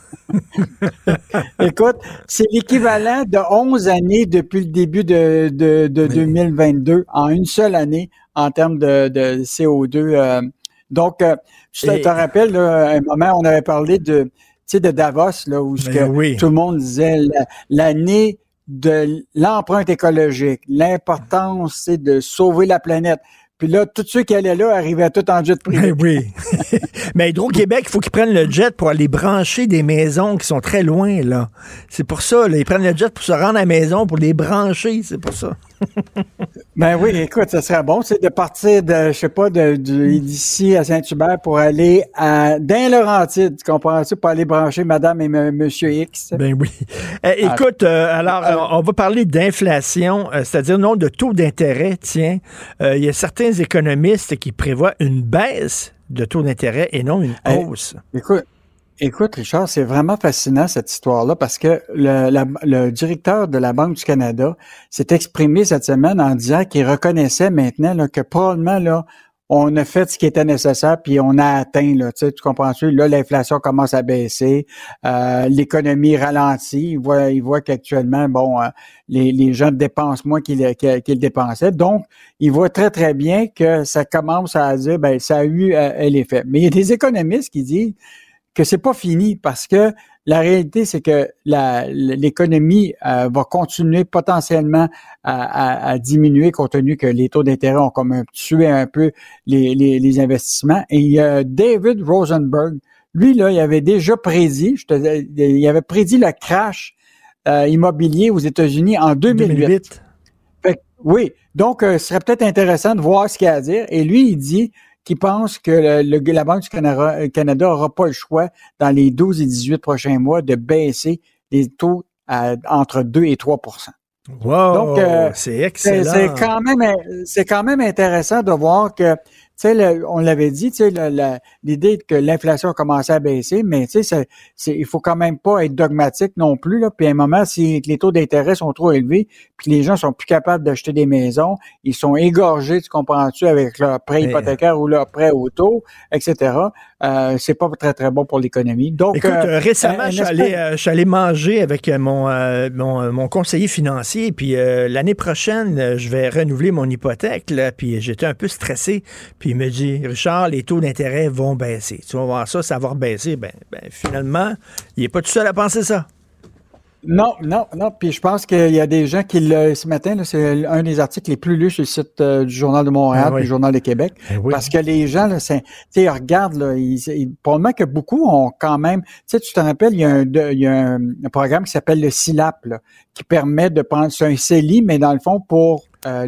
Écoute, c'est l'équivalent de 11 années depuis le début de 2022 en une seule année en termes de CO2. Donc, tu te rappelles, là, à un moment, on avait parlé de Davos, là, où tout le monde disait l'année de l'empreinte écologique, l'importance, c'est de sauver la planète. Puis là, tous ceux qui allaient là arrivaient tout en jet privé. Oui. Mais Hydro-Québec, il faut qu'ils prennent le jet pour aller brancher des maisons qui sont très loin, là. C'est pour ça, là. Ils prennent le jet pour se rendre à la maison, pour les brancher, c'est pour ça. Ben oui, écoute, ça serait bon, c'est de partir d'ici à Saint-Hubert pour aller dans Laurentides, tu comprends-tu, pour aller brancher Madame et Monsieur X. Ben oui. Écoute, alors, on va parler d'inflation, c'est-à-dire non de taux d'intérêt, tiens. Il y a certains économistes qui prévoient une baisse de taux d'intérêt et non une hausse. Écoute, Richard, c'est vraiment fascinant cette histoire-là parce que le directeur de la Banque du Canada s'est exprimé cette semaine en disant qu'il reconnaissait maintenant là, que probablement là, on a fait ce qui était nécessaire puis on a atteint, là, tu comprends-tu? Là, l'inflation commence à baisser, l'économie ralentit. Il voit qu'actuellement, bon, les gens dépensent moins qu'ils dépensaient. Donc, il voit très, très bien que ça commence à dire, ben, ça a eu l'effet. Mais il y a des économistes qui disent, que c'est pas fini parce que la réalité, c'est que l'économie va continuer potentiellement à diminuer compte tenu que les taux d'intérêt ont comme tué un peu les investissements. Et il y a David Rosenberg, lui, là, il avait déjà prédit, il avait prédit le crash immobilier aux États-Unis en 2008. Fait, oui, donc ce serait peut-être intéressant de voir ce qu'il a à dire. Et lui, il dit qu'il pense que la Banque du Canada n'aura pas le choix dans les 12 et 18 prochains mois de baisser les taux entre 2 et 3 %. Wow, donc, c'est excellent. C'est quand même intéressant de voir que, tu sais, on l'avait dit, tu sais, l'idée que l'inflation a commencé à baisser, mais tu sais, il faut quand même pas être dogmatique non plus, là. Puis à un moment, si les taux d'intérêt sont trop élevés, puis les gens sont plus capables d'acheter des maisons, ils sont égorgés, tu comprends-tu, avec leur prêt hypothécaire ou leur prêt auto, etc. C'est pas très, très bon pour l'économie. Donc, écoute, récemment, je suis allé manger avec mon conseiller financier, puis l'année prochaine, je vais renouveler mon hypothèque, là, puis j'étais un peu stressé, puis il me dit, Richard, les taux d'intérêt vont baisser. Tu vas voir ça va rebaisser. Ben, finalement, il n'est pas tout seul à penser ça. Non. Puis je pense qu'il y a des gens qui, ce matin, là, c'est un des articles les plus lus sur le site du Journal de Montréal puis du Journal de Québec. Parce que les gens, là, ils regardent, là, probablement que beaucoup ont quand même, tu te rappelles, il y a un programme qui s'appelle le CILAP, là, qui permet de prendre, c'est un CELI, mais dans le fond, pour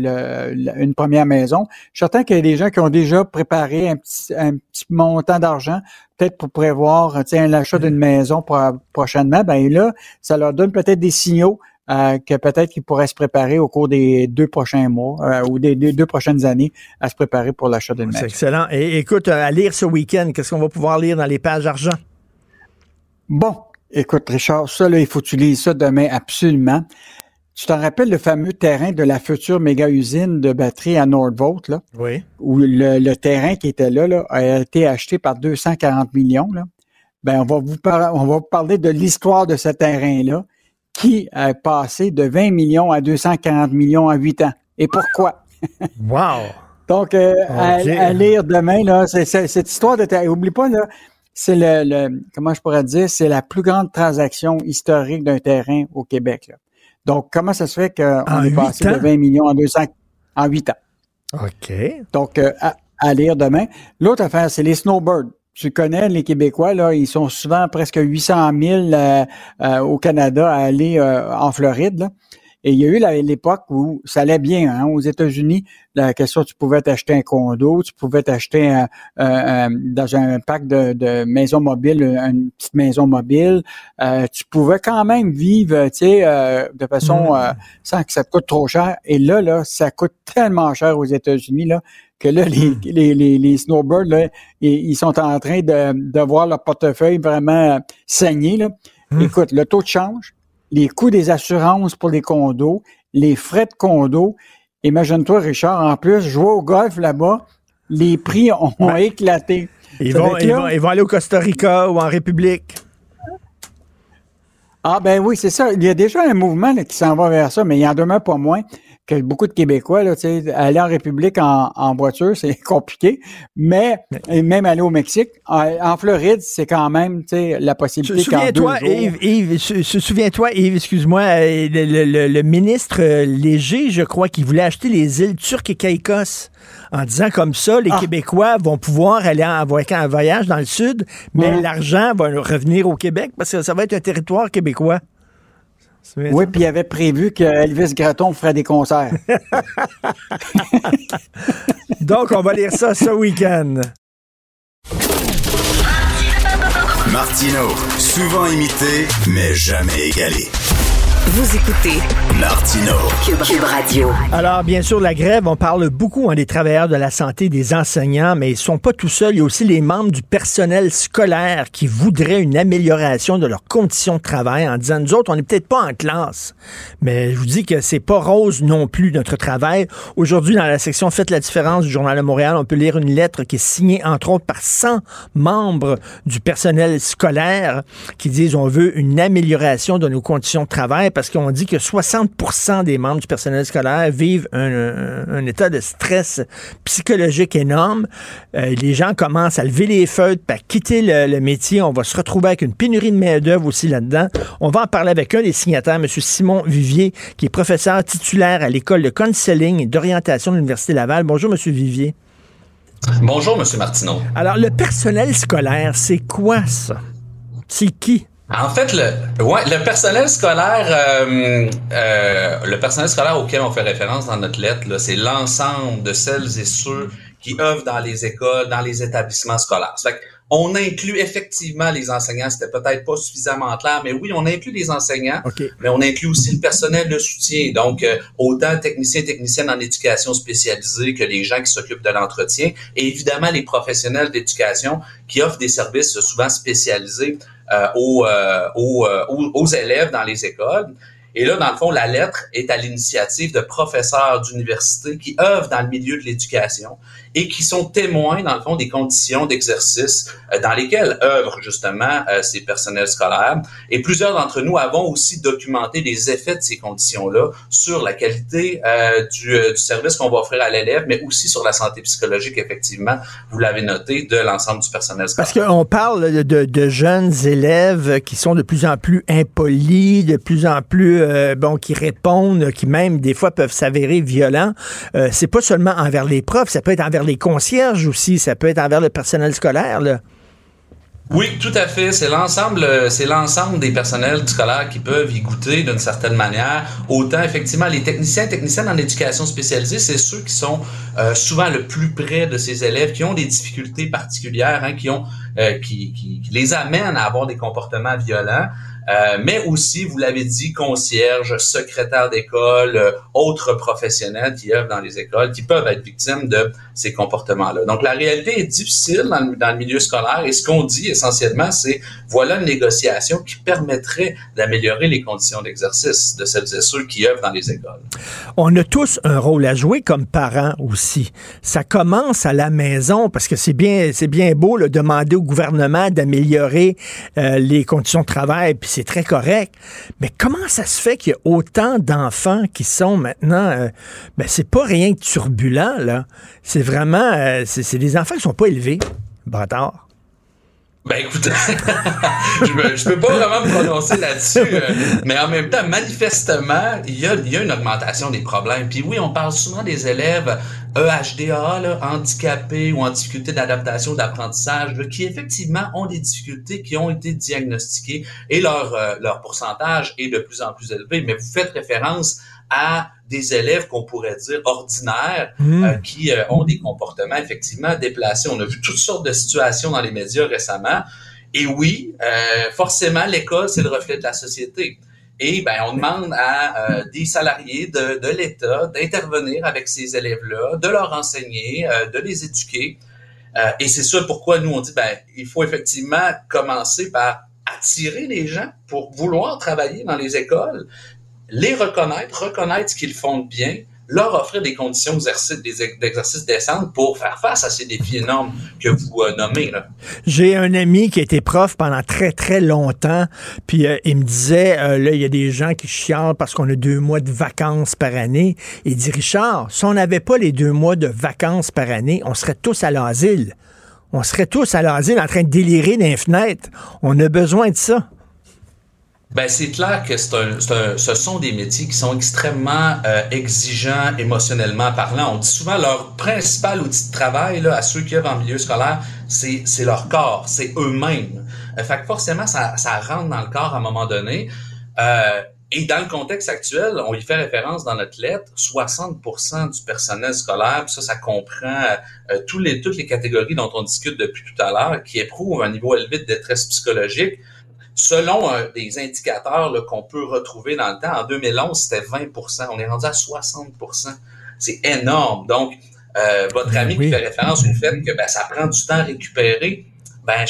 une première maison. Je suis certain qu'il y a des gens qui ont déjà préparé un petit montant d'argent, peut-être pour prévoir l'achat d'une maison prochainement. Ben là, ça leur donne peut-être des signaux que peut-être qu'ils pourraient se préparer au cours des 2 prochains mois ou des 2 prochaines années à se préparer pour l'achat d'une maison. C'est excellent. Et écoute, à lire ce week-end, qu'est-ce qu'on va pouvoir lire dans les pages argent? Bon, écoute, Richard, ça, là, il faut que tu lises ça demain absolument. Tu t'en rappelles le fameux terrain de la future méga-usine de batterie à Nordvolt, là? Oui. Où le terrain qui était là, a été acheté par 240 millions, là. Ben, on va vous parler de l'histoire de ce terrain-là, qui a passé de 20 millions à 240 millions en 8 ans. Et pourquoi? Wow! Donc, à lire demain, là, c'est cette histoire de terrain. Oublie pas, là, c'est comment je pourrais dire, c'est la plus grande transaction historique d'un terrain au Québec, là. Donc, comment ça se fait qu'on est passé de 20 millions en 8 ans? OK. Donc, à lire demain. L'autre affaire, c'est les snowbirds. Tu connais les Québécois, là, ils sont souvent presque 800 000 au Canada à aller en Floride, là. Et il y a eu l'époque où ça allait bien, hein, aux États-Unis, la question, tu pouvais t'acheter un condo, tu pouvais t'acheter dans un pack de maisons mobiles, une petite maison mobile, tu pouvais quand même vivre, tu sais, de façon sans que ça te coûte trop cher. Et là, ça coûte tellement cher aux États-Unis, là, que là, les snowbirds, là, ils sont en train de voir leur portefeuille vraiment saigner, là. Écoute, le taux de change, les coûts des assurances pour les condos, les frais de condo. Imagine-toi, Richard, en plus, jouer au golf là-bas, les prix ont éclaté. Ils vont aller au Costa Rica ou en République. Ah ben oui, c'est ça. Il y a déjà un mouvement là, qui s'en va vers ça, mais il en demeure pas moins que beaucoup de Québécois, là, aller en République en voiture, c'est compliqué, mais même aller au Mexique, en Floride, c'est quand même la possibilité qu'en 2 jours... Souviens-toi, Yves, excuse-moi, le ministre Léger, je crois, qui voulait acheter les îles Turques et Caïcos en disant comme ça, les Québécois vont pouvoir aller en voyage dans le sud, mais l'argent va revenir au Québec parce que ça va être un territoire québécois. Oui, puis il avait prévu que Elvis Gratton ferait des concerts. Donc, on va lire ça ce week-end. Martino, souvent imité, mais jamais égalé. Vous écoutez Martino, Cube Radio. Alors, bien sûr, la grève, on parle beaucoup des travailleurs de la santé, des enseignants, mais ils sont pas tout seuls. Il y a aussi les membres du personnel scolaire qui voudraient une amélioration de leurs conditions de travail en disant, nous autres, on n'est peut-être pas en classe, mais je vous dis que c'est pas rose non plus, notre travail. Aujourd'hui, dans la section Faites la différence du Journal de Montréal, on peut lire une lettre qui est signée, entre autres, par 100 membres du personnel scolaire qui disent, on veut une amélioration de nos conditions de travail. parce qu'on dit que 60% des membres du personnel scolaire vivent un état de stress psychologique énorme. Les gens commencent à lever les feutres, à quitter le métier. On va se retrouver avec une pénurie de main-d'œuvre aussi là-dedans. On va en parler avec un des signataires, M. Simon Vivier, qui est professeur titulaire à l'école de counseling et d'orientation de l'Université Laval. Bonjour, M. Vivier. Bonjour, M. Martineau. Alors, le personnel scolaire, c'est quoi ça? C'est qui? En fait, le personnel scolaire auquel on fait référence dans notre lettre, là, c'est l'ensemble de celles et ceux qui œuvrent dans les écoles, dans les établissements scolaires. Ça fait qu'on inclut effectivement les enseignants, c'était peut-être pas suffisamment clair, mais oui, on inclut les enseignants, mais on inclut aussi le personnel de soutien, donc autant techniciens et techniciennes en éducation spécialisée que les gens qui s'occupent de l'entretien, et évidemment les professionnels d'éducation qui offrent des services souvent spécialisés aux élèves dans les écoles. Et là, dans le fond, la lettre est à l'initiative de professeurs d'université qui œuvrent dans le milieu de l'éducation et qui sont témoins, dans le fond, des conditions d'exercice dans lesquelles œuvrent justement ces personnels scolaires. Et plusieurs d'entre nous avons aussi documenté les effets de ces conditions-là sur la qualité du service qu'on va offrir à l'élève, mais aussi sur la santé psychologique, effectivement, vous l'avez noté, de l'ensemble du personnel scolaire. Parce qu'on parle de jeunes élèves qui sont de plus en plus impolis, de plus en plus qui répondent, qui même des fois peuvent s'avérer violents. C'est pas seulement envers les profs, ça peut être envers les concierges aussi, ça peut être envers le personnel scolaire, là. Oui, tout à fait. C'est l'ensemble des personnels scolaires qui peuvent y goûter d'une certaine manière. Autant, effectivement, les techniciens et techniciennes en éducation spécialisée, c'est ceux qui sont souvent le plus près de ces élèves, qui ont des difficultés particulières, qui les amènent à avoir des comportements violents. Mais aussi, vous l'avez dit, concierges, secrétaires d'école, autres professionnels qui œuvrent dans les écoles, qui peuvent être victimes de ces comportements-là. Donc, la réalité est difficile dans le milieu scolaire et ce qu'on dit essentiellement, c'est voilà une négociation qui permettrait d'améliorer les conditions d'exercice de celles et ceux qui œuvrent dans les écoles. On a tous un rôle à jouer comme parents aussi. Ça commence à la maison parce que c'est bien beau là, demander au gouvernement d'améliorer les conditions de travail, puis c'est très correct. Mais comment ça se fait qu'il y a autant d'enfants qui sont maintenant... c'est pas rien que turbulent, là. C'est vraiment... c'est des enfants qui sont pas élevés. Bâtard. Ben écoute, je peux pas vraiment me prononcer là-dessus, mais en même temps, manifestement, il y a une augmentation des problèmes. Puis oui, on parle souvent des élèves EHDA, là, handicapés ou en difficulté d'adaptation, d'apprentissage, là, qui effectivement ont des difficultés qui ont été diagnostiquées et leur pourcentage est de plus en plus élevé. Mais vous faites référence à des élèves qu'on pourrait dire ordinaires qui ont des comportements effectivement déplacés. On a vu toutes sortes de situations dans les médias récemment. Et oui, forcément, l'école, c'est le reflet de la société. Et on demande à des salariés de l'État d'intervenir avec ces élèves-là, de leur enseigner, de les éduquer. Et c'est ça pourquoi nous, on dit il faut effectivement commencer par attirer les gens pour vouloir travailler dans les écoles, les reconnaître ce qu'ils font de bien, leur offrir des conditions d'exercice décentes pour faire face à ces défis énormes que vous nommez, là. J'ai un ami qui a été prof pendant très, très longtemps, puis il me disait, là, il y a des gens qui chialent parce qu'on a 2 mois de vacances par année. Il dit, Richard, si on n'avait pas les 2 mois de vacances par année, on serait tous à l'asile. On serait tous à l'asile en train de délirer dans les fenêtres. On a besoin de ça. C'est clair que ce sont des métiers qui sont extrêmement exigeants émotionnellement parlant. On dit souvent leur principal outil de travail là, à ceux qui œuvrent en milieu scolaire, c'est leur corps, c'est eux-mêmes. Fait que forcément, ça rentre dans le corps à un moment donné. Et dans le contexte actuel, on y fait référence dans notre lettre, 60% du personnel scolaire, ça comprend toutes les catégories dont on discute depuis tout à l'heure, qui éprouvent un niveau élevé de détresse psychologique. Selon des indicateurs là, qu'on peut retrouver dans le temps, en 2011, c'était 20%. On est rendu à 60%. C'est énorme. Donc, votre ami qui fait référence au fait que ça prend du temps à récupérer,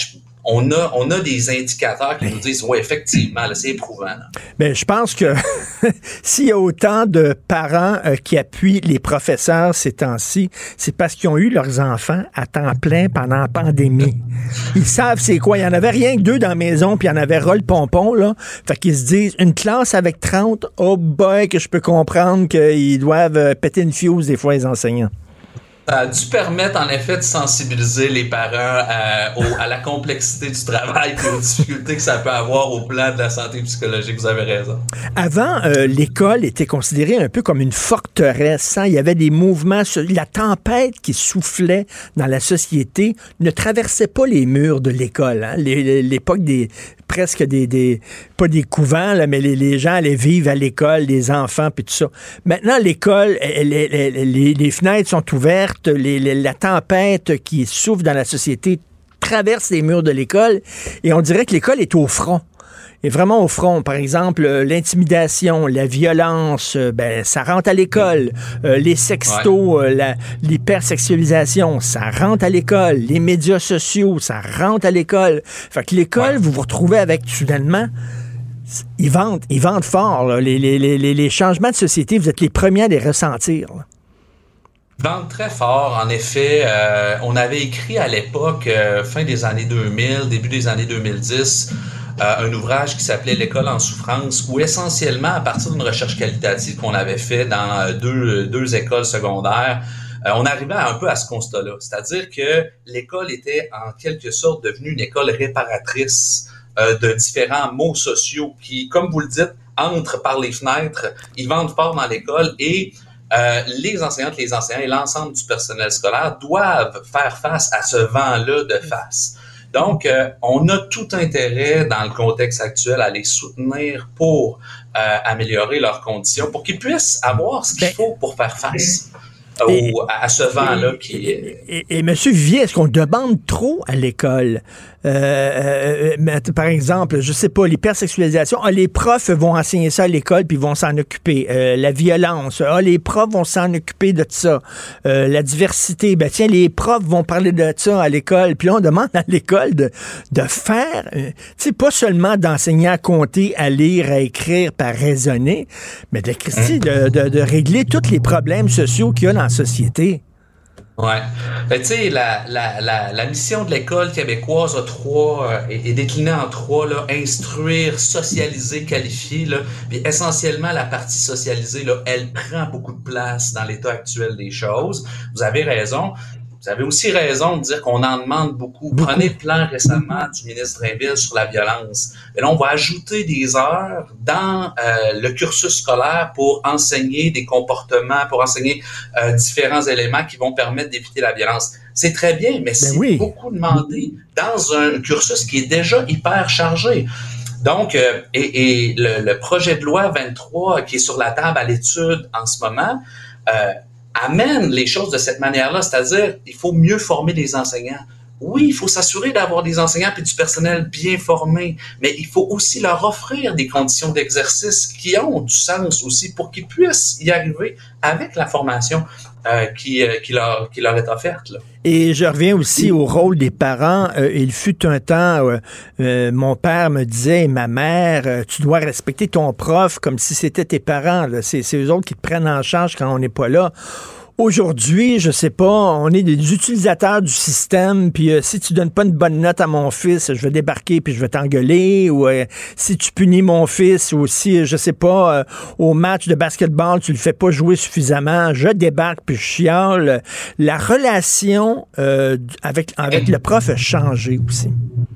on a des indicateurs qui nous disent, ouais, effectivement, là, c'est éprouvant. Là. Ben, je pense que s'il y a autant de parents qui appuient les professeurs ces temps-ci, c'est parce qu'ils ont eu leurs enfants à temps plein pendant la pandémie. Ils savent c'est quoi. Il y en avait rien que 2 dans la maison, puis il y en avait ras le pompon, là. Fait qu'ils se disent, une classe avec 30, oh boy, que je peux comprendre qu'ils doivent péter une fuse des fois, les enseignants. Ça a dû permettre, en effet, de sensibiliser les parents à la complexité du travail et aux difficultés que ça peut avoir au plan de la santé psychologique. Vous avez raison. Avant, l'école était considérée un peu comme une forteresse. Hein? Il y avait des mouvements. La tempête qui soufflait dans la société ne traversait pas les murs de l'école. Hein? L'époque presque pas des couvents, là, mais les gens allaient vivre à l'école, les enfants, puis tout ça. Maintenant, l'école, les fenêtres sont ouvertes, la tempête qui souffle dans la société traverse les murs de l'école, et on dirait que l'école est au front. Et vraiment au front. Par exemple, l'intimidation, la violence, ça rentre à l'école. Les sextos, l'hypersexualisation, ça rentre à l'école. Les médias sociaux, ça rentre à l'école. Fait que l'école, vous vous retrouvez avec, soudainement, ils vendent fort. Là. Les changements de société, vous êtes les premiers à les ressentir. Là. Vendent très fort, en effet. On avait écrit à l'époque, fin des années 2000, début des années 2010, un ouvrage qui s'appelait « L'école en souffrance », où essentiellement, à partir d'une recherche qualitative qu'on avait fait dans deux écoles secondaires, on arrivait un peu à ce constat-là. C'est-à-dire que l'école était en quelque sorte devenue une école réparatrice de différents maux sociaux qui, comme vous le dites, entrent par les fenêtres, ils vendent fort dans l'école et les enseignantes, les enseignants et l'ensemble du personnel scolaire doivent faire face à ce vent-là de face. Donc, on a tout intérêt dans le contexte actuel à les soutenir pour améliorer leurs conditions, pour qu'ils puissent avoir ce qu'il faut pour faire face à ce vent-là qui est... Et M. Vivier, est-ce qu'on demande trop à l'école? Par exemple, je sais pas, l'hypersexualisation, les profs vont enseigner ça à l'école puis vont s'en occuper. La violence, les profs vont s'en occuper de ça. La diversité, les profs vont parler de ça à l'école. Puis là, on demande à l'école de faire, pas seulement d'enseigner à compter, à lire, à écrire, à raisonner, mais de régler tous les problèmes sociaux qu'il y a dans la société. Ouais. Tu sais, la mission de l'école québécoise est déclinée en 3, là, instruire, socialiser, qualifier, là. Puis essentiellement, la partie socialisée, là, elle prend beaucoup de place dans l'état actuel des choses. Vous avez raison. Vous avez aussi raison de dire qu'on en demande beaucoup. Prenez le plan récemment du ministre Drainville sur la violence. Et là, on va ajouter des heures dans le cursus scolaire pour enseigner des comportements, pour enseigner différents éléments qui vont permettre d'éviter la violence. C'est très bien, mais c'est beaucoup demandé dans un cursus qui est déjà hyper chargé. Donc, et le projet de loi 23 qui est sur la table à l'étude en ce moment, amène les choses de cette manière-là, c'est-à-dire il faut mieux former les enseignants. Oui, il faut s'assurer d'avoir des enseignants et du personnel bien formés, mais il faut aussi leur offrir des conditions d'exercice qui ont du sens aussi pour qu'ils puissent y arriver avec la formation qui leur est offerte, là. Et je reviens aussi au rôle des parents. Il fut un temps, mon père me disait, et ma mère, tu dois respecter ton prof comme si c'était tes parents. Là. C'est eux autres qui te prennent en charge quand on n'est pas là. Aujourd'hui, je sais pas, on est des utilisateurs du système, puis si tu donnes pas une bonne note à mon fils, je vais débarquer puis je vais t'engueuler, ou si tu punis mon fils, ou si, je sais pas, au match de basketball, tu le fais pas jouer suffisamment, je débarque puis je chiale. La relation avec le prof a changé aussi.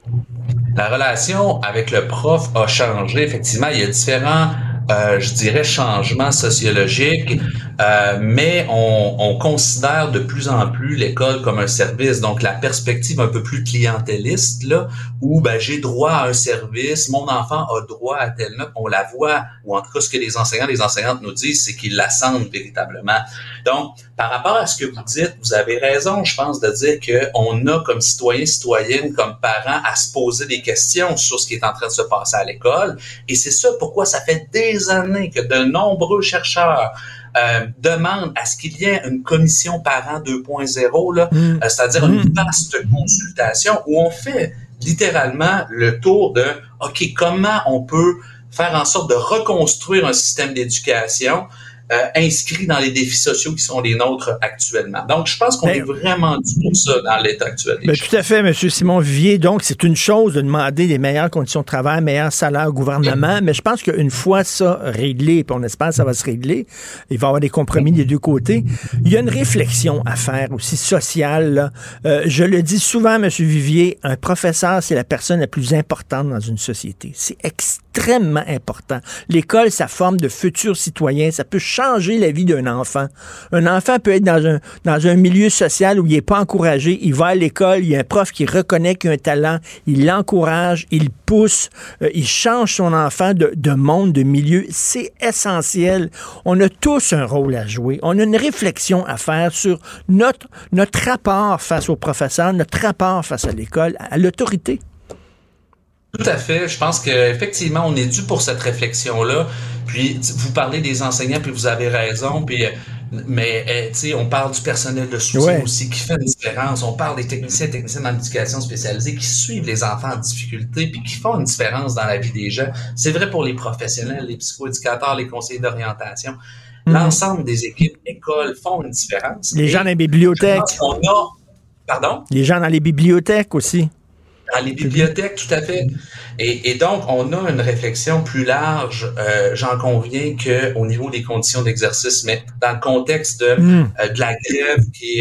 La relation avec le prof a changé, effectivement, il y a différents je dirais changements sociologiques, mais on considère de plus en plus l'école comme un service, donc la perspective un peu plus clientéliste là, où j'ai droit à un service, mon enfant a droit à telle note, on la voit, ou en tout cas ce que les enseignants, les enseignantes nous disent, c'est qu'ils la sentent véritablement. Donc, par rapport à ce que vous dites, vous avez raison, je pense, de dire que on a comme citoyens, citoyennes, comme parents, à se poser des questions sur ce qui est en train de se passer à l'école, et c'est ça pourquoi ça fait des années que de nombreux chercheurs demandent à ce qu'il y ait une commission parents 2.0, là, c'est-à-dire une vaste consultation où on fait littéralement le tour de OK, comment on peut faire en sorte de reconstruire un système d'éducation inscrit dans les défis sociaux qui sont les nôtres actuellement. Donc, je pense qu'on est vraiment dû pour ça dans l'état actuel des choses. Tout à fait, M. Simon Vivier. Donc, c'est une chose de demander des meilleures conditions de travail, meilleurs salaires au gouvernement, mais je pense qu'une fois ça réglé, puis on espère que ça va se régler, il va y avoir des compromis des deux côtés, il y a une réflexion à faire aussi sociale. Je le dis souvent, M. Vivier, un professeur, c'est la personne la plus importante dans une société. C'est extrêmement important. L'école, ça forme de futurs citoyens, ça peut changer la vie d'un enfant. Un enfant peut être dans un milieu social où il n'est pas encouragé, il va à l'école, il y a un prof qui reconnaît qu'il a un talent, il l'encourage, il pousse, il change son enfant de monde, de milieu. C'est essentiel. On a tous un rôle à jouer. On a une réflexion à faire sur notre rapport face aux professeurs, notre rapport face à l'école, à l'autorité. Tout à fait. Je pense qu'effectivement, on est dû pour cette réflexion-là. Puis, vous parlez des enseignants, puis vous avez raison. Puis, mais, tu sais, on parle du personnel de soutien aussi, qui fait une différence. On parle des techniciens dans l'éducation spécialisée qui suivent les enfants en difficulté, puis qui font une différence dans la vie des gens. C'est vrai pour les professionnels, les psychoéducateurs, les conseillers d'orientation. L'ensemble des équipes écoles font une différence. Les gens dans les bibliothèques. Pardon? Les gens dans les bibliothèques aussi. Dans les bibliothèques, tout à fait. Et donc, on a une réflexion plus large, j'en conviens, qu'au niveau des conditions d'exercice, mais dans le contexte de la grève qui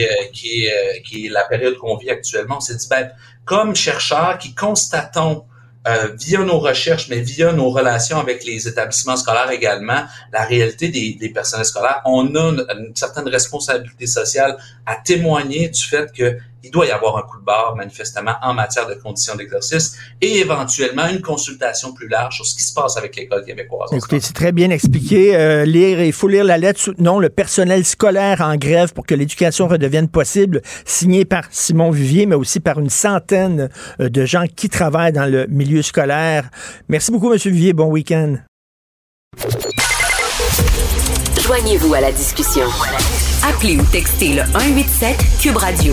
est la période qu'on vit actuellement, on s'est dit, comme chercheurs qui constatons via nos recherches, mais via nos relations avec les établissements scolaires également, la réalité des personnels scolaires, on a une certaine responsabilité sociale à témoigner du fait qu'il doit y avoir un coup de barre, manifestement, en matière de conditions d'exercice et éventuellement une consultation plus large sur ce qui se passe avec l'école québécoise. Écoutez, c'est très bien expliqué. Il faut lire la lettre « Soutenons le personnel scolaire en grève pour que l'éducation redevienne possible », signée par Simon Vivier, mais aussi par une centaine de gens qui travaillent dans le milieu scolaire. Merci beaucoup, M. Vivier. Bon week-end. Joignez-vous à la discussion. Appelez ou textez le 187-CUBE Radio.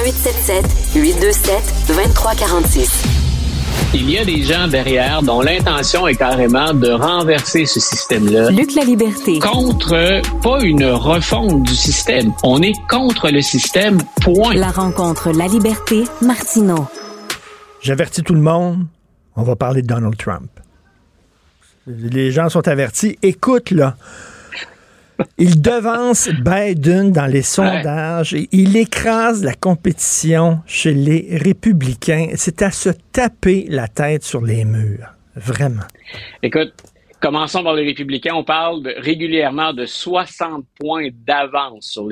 1877-827-2346. Il y a des gens derrière dont l'intention est carrément de renverser ce système-là. Luc Laliberté. Contre, pas une refonte du système. On est contre le système, point. La rencontre La Liberté, Martineau. J'avertis tout le monde, on va parler de Donald Trump. Les gens sont avertis. Écoute, là, il devance Biden dans les sondages et il écrase la compétition chez les républicains. C'est à se taper la tête sur les murs. Vraiment. Écoute, commençons par les républicains. On parle régulièrement de 60 points d'avance sur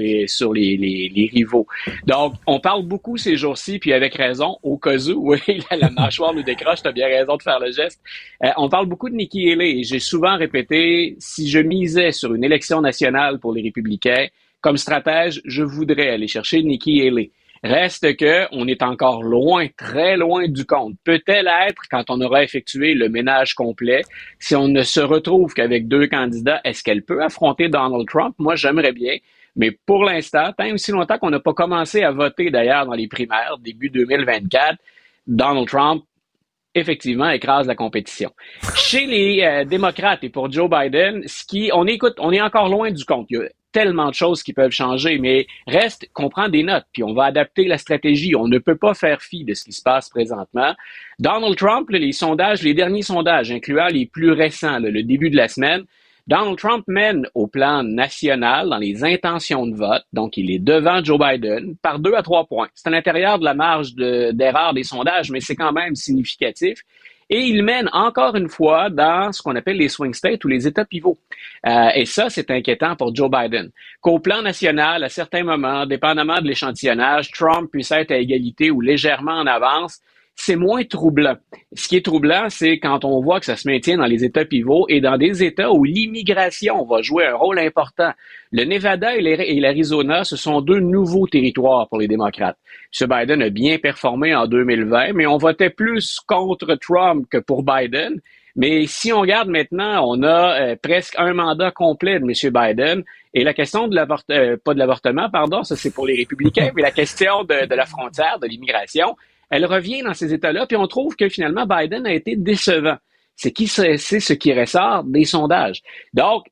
les rivaux. Donc, on parle beaucoup ces jours-ci, puis avec raison, au cas où, oui, la mâchoire nous décroche, t'as bien raison de faire le geste. On parle beaucoup de Nikki Haley, et j'ai souvent répété, si je misais sur une élection nationale pour les républicains, comme stratège, je voudrais aller chercher Nikki Haley. Reste que on est encore loin, très loin du compte. Peut-elle être, quand on aura effectué le ménage complet, si on ne se retrouve qu'avec deux candidats, est-ce qu'elle peut affronter Donald Trump? Moi, j'aimerais bien. Mais pour l'instant, tant aussi longtemps qu'on n'a pas commencé à voter, d'ailleurs, dans les primaires, début 2024, Donald Trump, effectivement, écrase la compétition. Chez les démocrates et pour Joe Biden, on est encore loin du compte. Il y a tellement de choses qui peuvent changer, mais reste qu'on prend des notes, puis on va adapter la stratégie. On ne peut pas faire fi de ce qui se passe présentement. Donald Trump, les derniers sondages, incluant les plus récents, le début de la semaine, Donald Trump mène au plan national dans les intentions de vote, donc il est devant Joe Biden par 2 à 3 points. C'est à l'intérieur de la marge d'erreur des sondages, mais c'est quand même significatif. Et il mène encore une fois dans ce qu'on appelle les swing states ou les États pivots. Et ça, c'est inquiétant pour Joe Biden. Qu'au plan national, à certains moments, dépendamment de l'échantillonnage, Trump puisse être à égalité ou légèrement en avance, c'est moins troublant. Ce qui est troublant, c'est quand on voit que ça se maintient dans les États pivots et dans des États où l'immigration va jouer un rôle important. Le Nevada et l'Arizona, ce sont deux nouveaux territoires pour les démocrates. M. Biden a bien performé en 2020, mais on votait plus contre Trump que pour Biden. Mais si on regarde maintenant, on a presque un mandat complet de M. Biden. Et la question de pas de l'avortement, pardon, ça c'est pour les républicains, mais la question de la frontière, de l'immigration, elle revient dans ces états-là, puis on trouve que finalement Biden a été décevant. C'est ce qui ressort des sondages. Donc,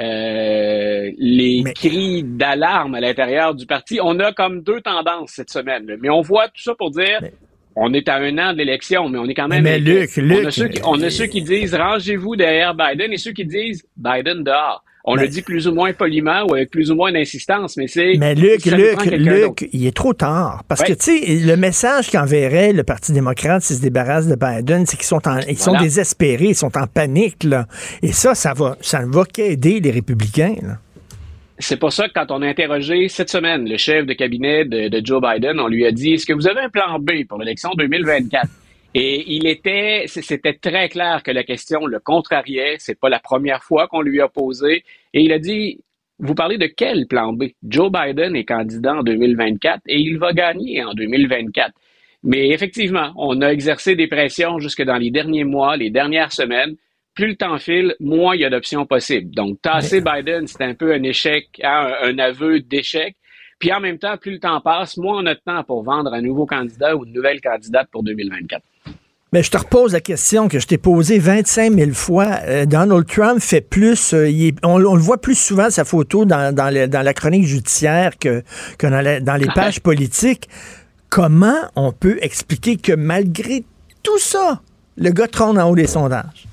les cris d'alarme à l'intérieur du parti, on a comme deux tendances cette semaine. Mais on voit tout ça pour dire, on est à 1 an de l'élection, mais on est quand même... Mais Luc, on a ceux qui disent, rangez-vous derrière Biden, et ceux qui disent, Biden dehors. On le dit plus ou moins poliment ou avec plus ou moins d'insistance, mais c'est... Mais Luc, il est trop tard. Parce que, tu sais, le message qu'enverrait le Parti démocrate s'il se débarrasse de Biden, c'est qu'ils sont désespérés, ils sont en panique, là. Et ça ne va qu'aider les républicains, là. C'est pour ça que quand on a interrogé cette semaine le chef de cabinet de Joe Biden, on lui a dit, est-ce que vous avez un plan B pour l'élection 2024? Et c'était très clair que la question le contrariait. C'est pas la première fois qu'on lui a posé. Et il a dit, vous parlez de quel plan B? Joe Biden est candidat en 2024 et il va gagner en 2024. Mais effectivement, on a exercé des pressions jusque dans les derniers mois, les dernières semaines. Plus le temps file, moins il y a d'options possibles. Donc, tasser Biden, c'est un peu un échec, un aveu d'échec. Puis en même temps, plus le temps passe, moins on a de temps pour vendre un nouveau candidat ou une nouvelle candidate pour 2024. Mais je te repose la question que je t'ai posée 25 000 fois. Donald Trump fait plus, on le voit plus souvent sa photo dans la chronique judiciaire que dans les pages politiques. Comment on peut expliquer que malgré tout ça, le gars trône en haut des sondages?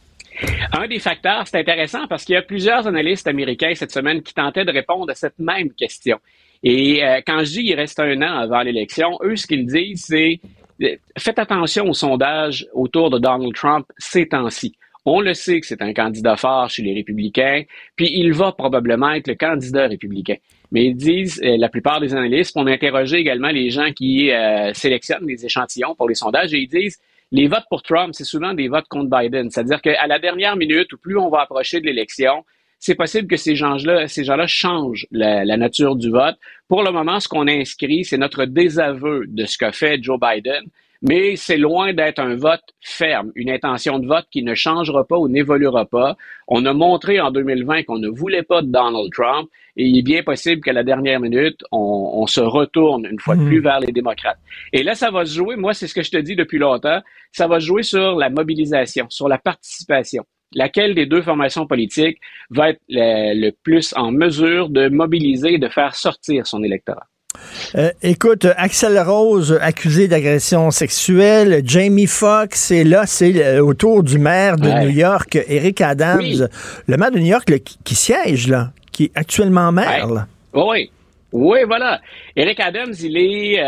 Un des facteurs, c'est intéressant parce qu'il y a plusieurs analystes américains cette semaine qui tentaient de répondre à cette même question. Et quand je dis il reste 1 an avant l'élection, eux, ce qu'ils disent, c'est faites attention aux sondages autour de Donald Trump ces temps-ci. On le sait que c'est un candidat fort chez les républicains, puis il va probablement être le candidat républicain. Mais ils disent, la plupart des analystes, on a interrogé également les gens qui sélectionnent les échantillons pour les sondages, et ils disent, les votes pour Trump, c'est souvent des votes contre Biden. C'est-à-dire qu'à la dernière minute, ou plus on va approcher de l'élection, c'est possible que ces gens-là changent la nature du vote. Pour le moment, ce qu'on a inscrit, c'est notre désaveu de ce qu'a fait Joe Biden, mais c'est loin d'être un vote ferme, une intention de vote qui ne changera pas ou n'évoluera pas. On a montré en 2020 qu'on ne voulait pas de Donald Trump, et il est bien possible qu'à la dernière minute, on se retourne une fois de plus vers les démocrates. Et là, ça va se jouer, moi, c'est ce que je te dis depuis longtemps, ça va se jouer sur la mobilisation, sur la participation. Laquelle des deux formations politiques va être le plus en mesure de mobiliser et de faire sortir son électorat? Écoute, Axl Rose accusé d'agression sexuelle, Jamie Foxx, et là, c'est autour du maire de New York, Eric Adams, le maire de New York qui siège, là, qui est actuellement maire. Là. Oui, voilà. Eric Adams, il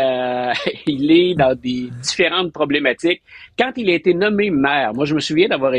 est dans des différentes problématiques. Quand il a été nommé maire, moi, je me souviens d'avoir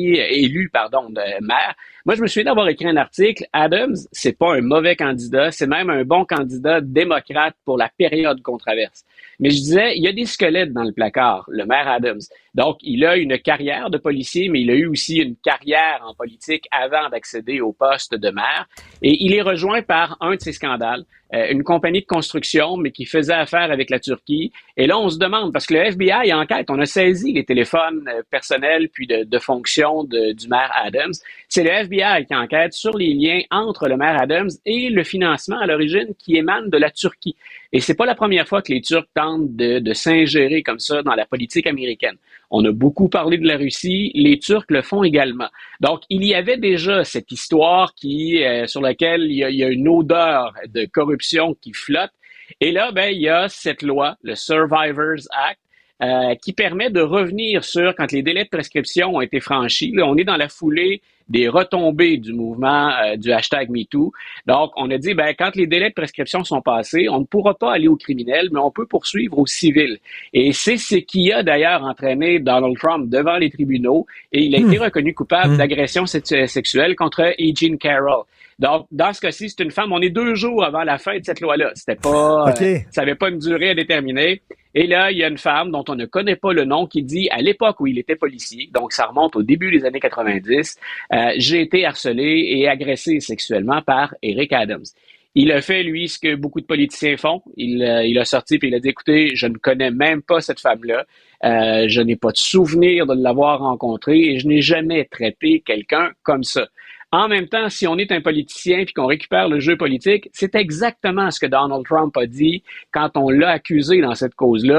élu maire. Moi, je me souviens d'avoir écrit un article. Adams, c'est pas un mauvais candidat, c'est même un bon candidat démocrate pour la période controverse. Mais je disais, il y a des squelettes dans le placard, le maire Adams. Donc, il a une carrière de policier, mais il a eu aussi une carrière en politique avant d'accéder au poste de maire. Et il est rejoint par un de ces scandales, une compagnie de construction, mais qui faisait affaire avec la Turquie. Et là, on se demande, parce que le FBI enquête, on a saisi les téléphones personnels puis de fonction du maire Adams. C'est le FBI qui enquête sur les liens entre le maire Adams et le financement à l'origine qui émane de la Turquie. Et c'est pas la première fois que les Turcs tentent de s'ingérer comme ça dans la politique américaine. On a beaucoup parlé de la Russie, les Turcs le font également. Donc, il y avait déjà cette histoire sur laquelle il y a une odeur de corruption qui flotte. Et là, il y a cette loi, le Survivors Act, qui permet de revenir sur quand les délais de prescription ont été franchis. Là, on est dans la foulée des retombées du mouvement du hashtag MeToo. Donc, on a dit, quand les délais de prescription sont passés, on ne pourra pas aller au criminel, mais on peut poursuivre au civil. Et c'est ce qui a d'ailleurs entraîné Donald Trump devant les tribunaux, et il a été reconnu coupable d'agression sexuelle contre E. Jean Carroll. Donc, dans ce cas-ci, c'est une femme. On est 2 jours avant la fin de cette loi-là. C'était pas, ça n'avait pas une durée à déterminer. Et là, il y a une femme dont on ne connaît pas le nom qui dit, à l'époque où il était policier, donc ça remonte au début des années 90, j'ai été harcelé et agressé sexuellement par Eric Adams. Il a fait, lui, ce que beaucoup de politiciens font. Il a sorti puis il a dit, écoutez, je ne connais même pas cette femme-là. Je n'ai pas de souvenir de l'avoir rencontrée et je n'ai jamais traité quelqu'un comme ça. En même temps, si on est un politicien puis qu'on récupère le jeu politique, c'est exactement ce que Donald Trump a dit quand on l'a accusé dans cette cause-là.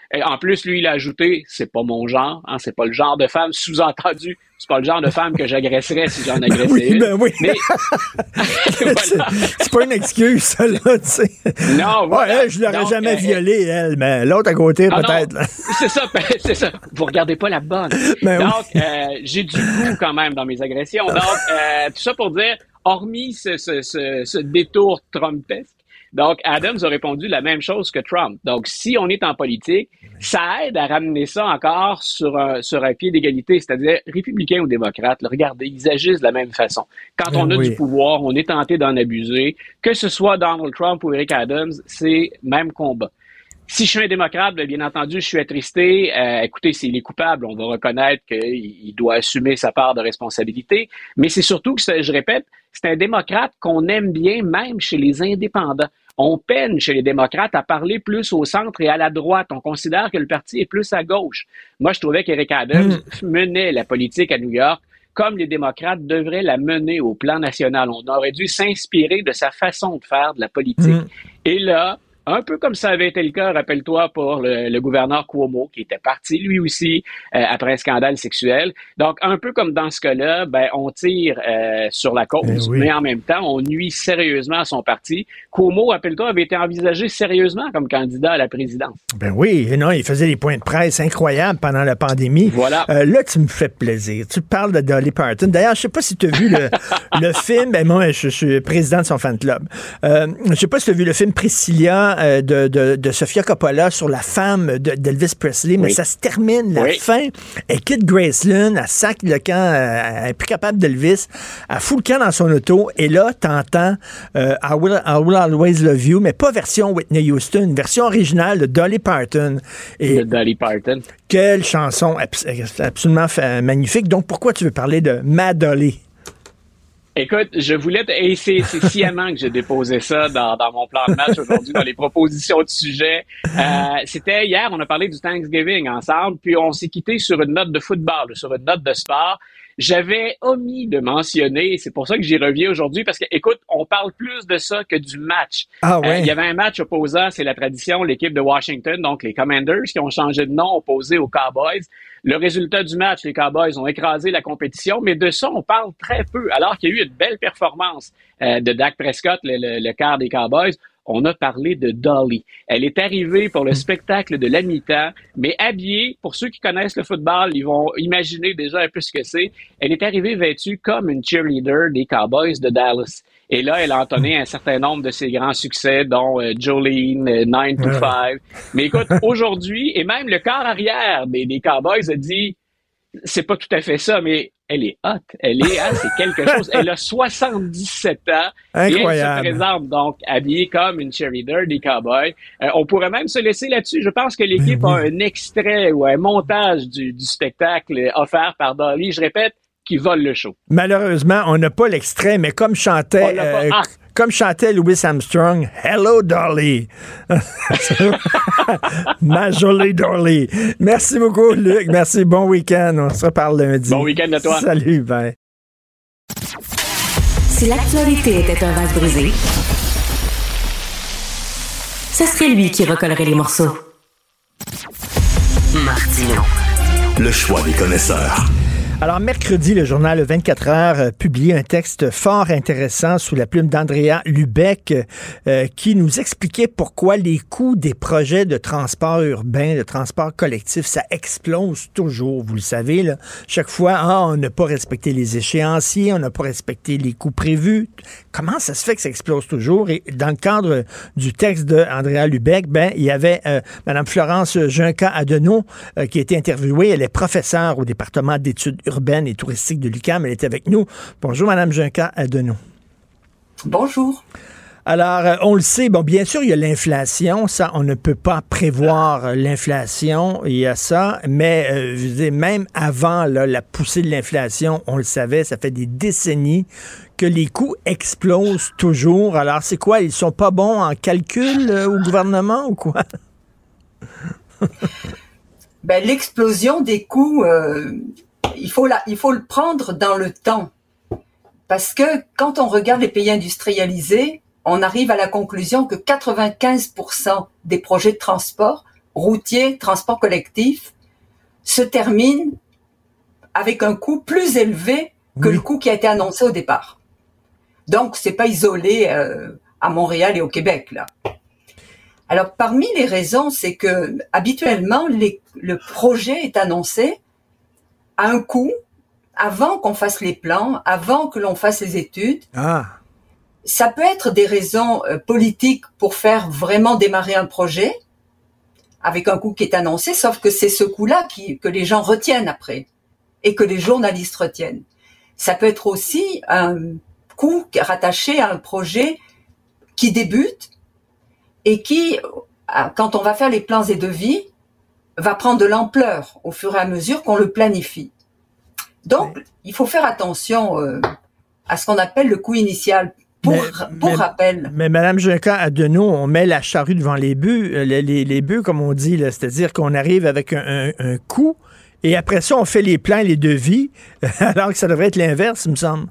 Et en plus, lui, il a ajouté, c'est pas mon genre, hein, c'est pas le genre de femme, sous-entendu, c'est pas le genre de femme que j'agresserais si j'en agressais une. Oui. Mais voilà. C'est pas une excuse, ça, là, tu sais. Non, voilà. Elle, je l'aurais jamais violée, elle, mais l'autre à côté, peut-être. Non, c'est ça. Vous regardez pas la bonne. Ben donc, j'ai du goût quand même dans mes agressions. Donc, tout ça pour dire, hormis ce détour trumpesque, donc Adams a répondu la même chose que Trump. Donc, si on est en politique, ça aide à ramener ça encore sur un pied d'égalité, c'est-à-dire républicains ou démocrates. Là, regardez, ils agissent de la même façon. Quand on a du pouvoir, on est tenté d'en abuser. Que ce soit Donald Trump ou Eric Adams, c'est même combat. Si je suis un démocrate, bien entendu, je suis attristé. Écoutez, s'il est coupable, on va reconnaître qu'il doit assumer sa part de responsabilité. Mais c'est surtout que, je répète, c'est un démocrate qu'on aime bien, même chez les indépendants. On peine chez les démocrates à parler plus au centre et à la droite. On considère que le parti est plus à gauche. Moi, je trouvais qu'Eric Adams menait la politique à New York comme les démocrates devraient la mener au plan national. On aurait dû s'inspirer de sa façon de faire de la politique. Et là, un peu comme ça avait été le cas, rappelle-toi, pour le gouverneur Cuomo, qui était parti lui aussi après un scandale sexuel. Donc, un peu comme dans ce cas-là, on tire sur la cause, mais en même temps, on nuit sérieusement à son parti. Cuomo, rappelle-toi, avait été envisagé sérieusement comme candidat à la présidence. Ben oui, non, il faisait des points de presse incroyables pendant la pandémie. Voilà. Là, tu me fais plaisir. Tu parles de Dolly Parton. D'ailleurs, je sais pas si tu as vu le film. Ben moi, je suis président de son fan club. Je sais pas si tu as vu le film Priscilla de Sofia Coppola sur la femme d'Elvis Presley, mais ça se termine, la fin. Elle quitte Graceland, elle sac le camp, elle est plus capable d'Elvis, elle fout le camp dans son auto, et là, t'entends I will Always Love You, mais pas version Whitney Houston, version originale de Dolly Parton. De Dolly Parton. Quelle chanson absolument magnifique. Donc, pourquoi tu veux parler de Ma Dolly? Écoute, je voulais... Et c'est sciemment que j'ai déposé ça dans mon plan de match aujourd'hui, dans les propositions de sujet. C'était hier, on a parlé du Thanksgiving ensemble, puis on s'est quitté sur une note de football, sur une note de sport. J'avais omis de mentionner, c'est pour ça que j'y reviens aujourd'hui, parce que, écoute, on parle plus de ça que du match. Ah ouais. Il y avait un match opposant, c'est la tradition, l'équipe de Washington, donc les Commanders, qui ont changé de nom, opposé aux Cowboys. Le résultat du match, les Cowboys ont écrasé la compétition, mais de ça, on parle très peu. Alors qu'il y a eu une belle performance de Dak Prescott, le quart des Cowboys. On a parlé de Dolly. Elle est arrivée pour le spectacle de la mi-temps, mais habillée, pour ceux qui connaissent le football, ils vont imaginer déjà un peu ce que c'est. Elle est arrivée vêtue comme une cheerleader des Cowboys de Dallas. Et là, elle a entonné un certain nombre de ses grands succès, dont Jolene, 9 to 5. Mais écoute, aujourd'hui, et même le quart arrière des Cowboys a dit, c'est pas tout à fait ça, mais elle est hot. C'est quelque chose. Elle a 77 ans. Incroyable. Et elle se présente donc habillée comme une cheerleader des Cowboys. On pourrait même se laisser là-dessus. Je pense que l'équipe a un extrait ou un montage du spectacle offert par Dolly. Je répète, qui vole le show. Malheureusement, on n'a pas l'extrait, mais comme chantait Louis Armstrong, Hello Dolly. Ma jolie Dolly. Merci beaucoup, Luc. Merci. Bon week-end. On se reparle lundi. Bon week-end à toi. Salut, bye. Si l'actualité était un vase brisé, ce serait lui qui recollerait les morceaux. Martino. Le choix des connaisseurs. Alors, mercredi, le journal 24 heures publie un texte fort intéressant sous la plume d'Andrea Lubeck qui nous expliquait pourquoi les coûts des projets de transport urbain, de transport collectif, ça explose toujours. Vous le savez, là. Chaque fois, on n'a pas respecté les échéanciers, on n'a pas respecté les coûts prévus. Comment ça se fait que ça explose toujours? Et dans le cadre du texte d'Andrea Lubeck, il y avait Mme Florence Junca-Adenau qui a été interviewée. Elle est professeure au département d'études urbaine et touristique de l'UQAM. Elle est avec nous. Bonjour, Mme Junca-Adenau. Bonjour. Alors, on le sait, bien sûr, il y a l'inflation. Ça, on ne peut pas prévoir l'inflation. Il y a ça. Mais, je veux dire, même avant la poussée de l'inflation, on le savait, ça fait des décennies que les coûts explosent toujours. Alors, c'est quoi? Ils sont pas bons en calcul au gouvernement ou quoi? L'explosion des coûts... Il faut le prendre dans le temps. Parce que quand on regarde les pays industrialisés, on arrive à la conclusion que 95% des projets de transport routier, transport collectif, se termine avec un coût plus élevé que le coût qui a été annoncé au départ. Donc, c'est pas isolé à Montréal et au Québec, là. Alors, parmi les raisons, c'est que habituellement, le projet est annoncé à un coût avant qu'on fasse les plans, avant que l'on fasse les études. Ça peut être des raisons politiques pour faire vraiment démarrer un projet avec un coût qui est annoncé, sauf que c'est ce coût-là que les gens retiennent après et que les journalistes retiennent. Ça peut être aussi un coût rattaché à un projet qui débute et qui, quand on va faire les plans et devis, va prendre de l'ampleur au fur et à mesure qu'on le planifie. Donc, il faut faire attention à ce qu'on appelle le coût initial. Pour rappel. Mais Mme Juncker, à Deneau, on met la charrue devant les bœufs, les bœufs, comme on dit, là, c'est-à-dire qu'on arrive avec un coût et après ça, on fait les plans et les devis, alors que ça devrait être l'inverse, il me semble.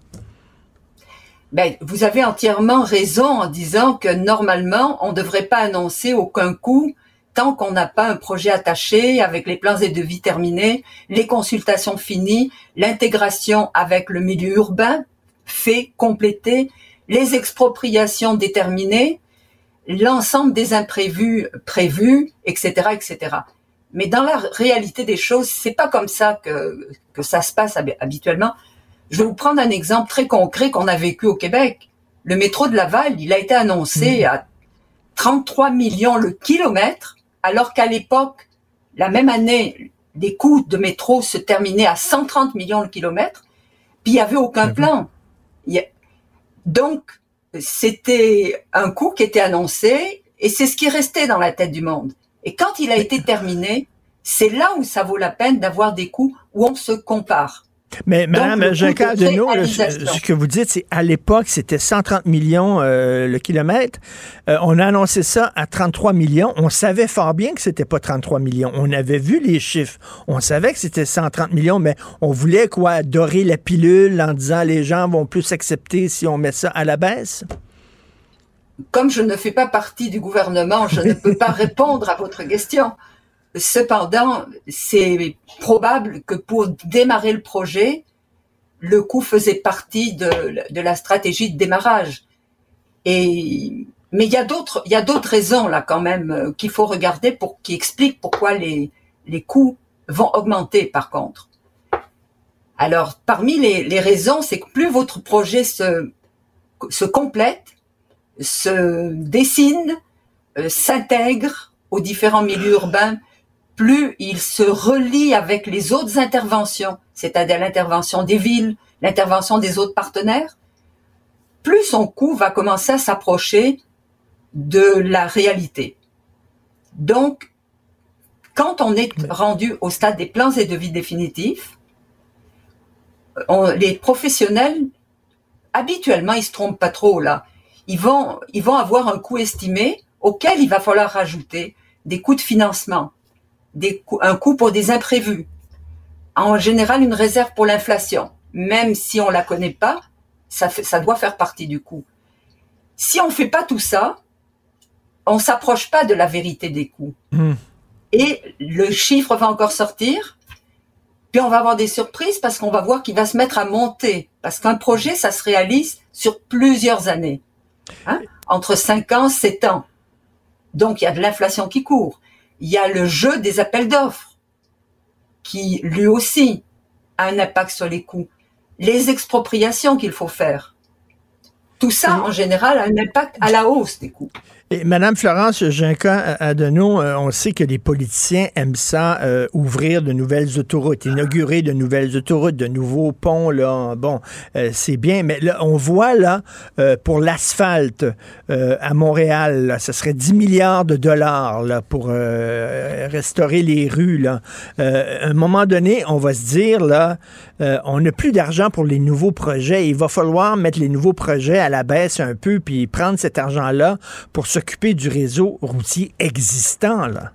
Ben, vous avez entièrement raison en disant que normalement, on ne devrait pas annoncer aucun coût tant qu'on n'a pas un projet attaché avec les plans et devis terminés, les consultations finies, l'intégration avec le milieu urbain fait, complété, les expropriations déterminées, l'ensemble des imprévus prévus, etc., etc. Mais dans la réalité des choses, c'est pas comme ça que ça se passe habituellement. Je vais vous prendre un exemple très concret qu'on a vécu au Québec. Le métro de Laval, il a été annoncé à 33 millions le kilomètre, alors qu'à l'époque, la même année, les coûts de métro se terminaient à 130 millions le kilomètre, puis il n'y avait aucun plan. Donc, c'était un coût qui était annoncé et c'est ce qui restait dans la tête du monde. Et quand il a été terminé, c'est là où ça vaut la peine d'avoir des coûts où on se compare. Mais Mme Juncker, ce que vous dites, c'est à l'époque, c'était 130 millions le kilomètre. On a annoncé ça à 33 millions. On savait fort bien que c'était pas 33 millions. On avait vu les chiffres. On savait que c'était 130 millions, mais on voulait dorer la pilule en disant les gens vont plus accepter si on met ça à la baisse? Comme je ne fais pas partie du gouvernement, je ne peux pas répondre à votre question. Cependant, c'est probable que pour démarrer le projet, le coût faisait partie de la stratégie de démarrage. Mais il y a d'autres raisons là quand même qu'il faut regarder qui expliquent pourquoi les coûts vont augmenter par contre. Alors, parmi les raisons, c'est que plus votre projet se complète, se dessine, s'intègre aux différents milieux urbains, plus il se relie avec les autres interventions, c'est-à-dire l'intervention des villes, l'intervention des autres partenaires, plus son coût va commencer à s'approcher de la réalité. Donc, quand on est rendu au stade des plans et devis définitifs, les professionnels, habituellement, ils se trompent pas trop là. Ils vont avoir un coût estimé auquel il va falloir rajouter des coûts de financement, un coût pour des imprévus. En général, une réserve pour l'inflation. Même si on la connaît pas, ça doit faire partie du coût. Si on fait pas tout ça, on s'approche pas de la vérité des coûts. Et le chiffre va encore sortir, puis on va avoir des surprises parce qu'on va voir qu'il va se mettre à monter. Parce qu'un projet, ça se réalise sur plusieurs années. Entre 5 ans, 7 ans. Donc, il y a de l'inflation qui court. Il y a le jeu des appels d'offres qui, lui aussi, a un impact sur les coûts. Les expropriations qu'il faut faire. Tout ça, en général, a un impact à la hausse des coûts. Et Mme Florence Juncker à Deneau, on sait que les politiciens aiment ça, ouvrir de nouvelles autoroutes, inaugurer de nouvelles autoroutes, de nouveaux ponts, là. Bon, c'est bien, mais là, on voit, là, pour l'asphalte à Montréal, là, ce serait 10 milliards de dollars, là, pour restaurer les rues, là. À un moment donné, on va se dire, là, on n'a plus d'argent pour les nouveaux projets. Il va falloir mettre les nouveaux projets à la baisse un peu, puis prendre cet argent-là pour s'occuper du réseau routier existant, là.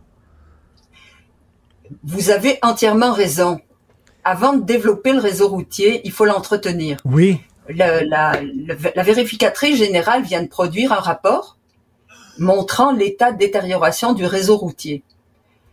Vous avez entièrement raison. Avant de développer le réseau routier, il faut l'entretenir. Oui. La vérificatrice générale vient de produire un rapport montrant l'état de détérioration du réseau routier.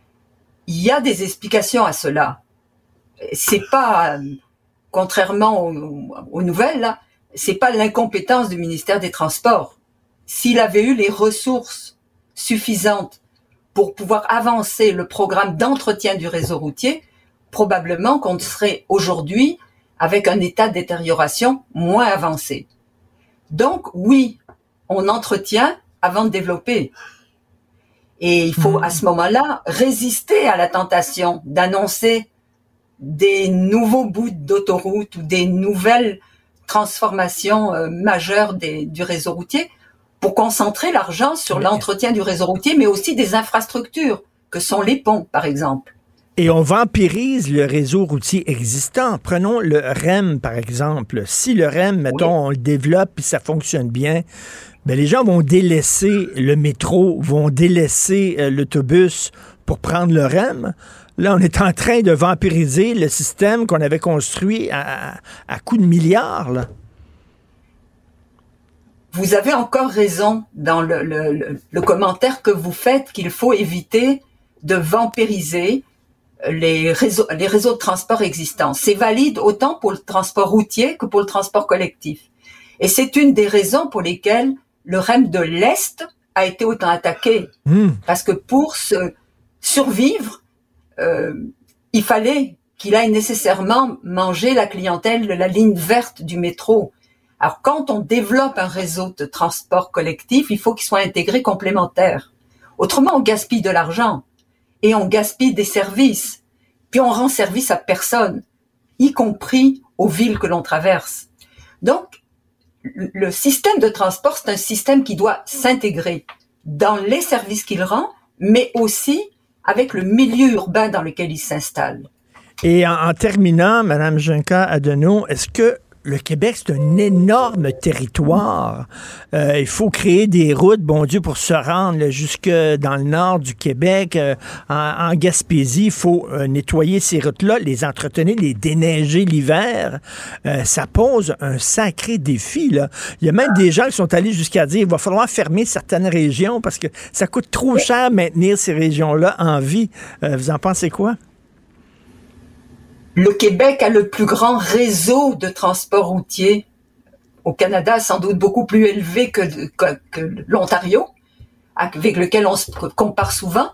il y a des explications à cela. C'est pas, contrairement aux nouvelles, là, c'est pas l'incompétence du ministère des Transports. S'il avait eu les ressources suffisantes pour pouvoir avancer le programme d'entretien du réseau routier, probablement qu'on serait aujourd'hui avec un état de détérioration moins avancé. Donc, oui, on entretient avant de développer. Et il faut, à ce moment-là, résister à la tentation d'annoncer des nouveaux bouts d'autoroute ou des nouvelles transformations majeures du réseau routier pour concentrer l'argent sur l'entretien du réseau routier, mais aussi des infrastructures, que sont les ponts, par exemple. Et on vampirise le réseau routier existant. Prenons le REM, par exemple. Si le REM, mettons, on le développe et ça fonctionne bien, ben les gens vont délaisser le métro, vont délaisser l'autobus pour prendre le REM. Là, on est en train de vampiriser le système qu'on avait construit à coups de milliards, là. Vous avez encore raison dans le commentaire que vous faites qu'il faut éviter de vampiriser les réseaux de transport existants. C'est valide autant pour le transport routier que pour le transport collectif. Et c'est une des raisons pour lesquelles le REM de l'Est a été autant attaqué. Parce que pour survivre, il fallait qu'il aille nécessairement manger la clientèle de la ligne verte du métro. Alors, quand on développe un réseau de transport collectif, il faut qu'il soit intégré complémentaire. Autrement, on gaspille de l'argent et on gaspille des services. Puis on rend service à personne, y compris aux villes que l'on traverse. Donc, le système de transport, c'est un système qui doit s'intégrer dans les services qu'il rend, mais aussi avec le milieu urbain dans lequel il s'installe. Et en terminant, Mme Juncker-Adenau, est-ce que le Québec, c'est un énorme territoire. Il faut créer des routes, bon Dieu, pour se rendre là, jusque dans le nord du Québec. En Gaspésie, il faut nettoyer ces routes-là, les entretenir, les déneiger l'hiver. Ça pose un sacré défi, là. Il y a même des gens qui sont allés jusqu'à dire qu'il va falloir fermer certaines régions parce que ça coûte trop cher maintenir ces régions-là en vie. Vous en pensez quoi? Le Québec a le plus grand réseau de transport routier au Canada, sans doute beaucoup plus élevé que l'Ontario, avec lequel on se compare souvent.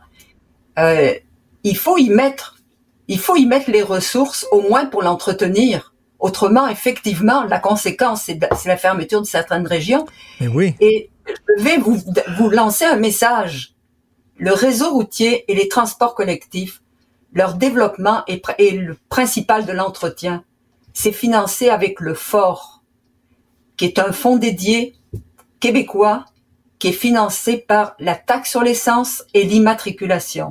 Il faut y mettre les ressources, au moins pour l'entretenir. Autrement, effectivement, la conséquence, c'est la fermeture de certaines régions. Mais oui. Et je vais vous lancer un message. Le réseau routier et les transports collectifs, leur développement est le principal de l'entretien. C'est financé avec le FOR, qui est un fonds dédié québécois qui est financé par la taxe sur l'essence et l'immatriculation.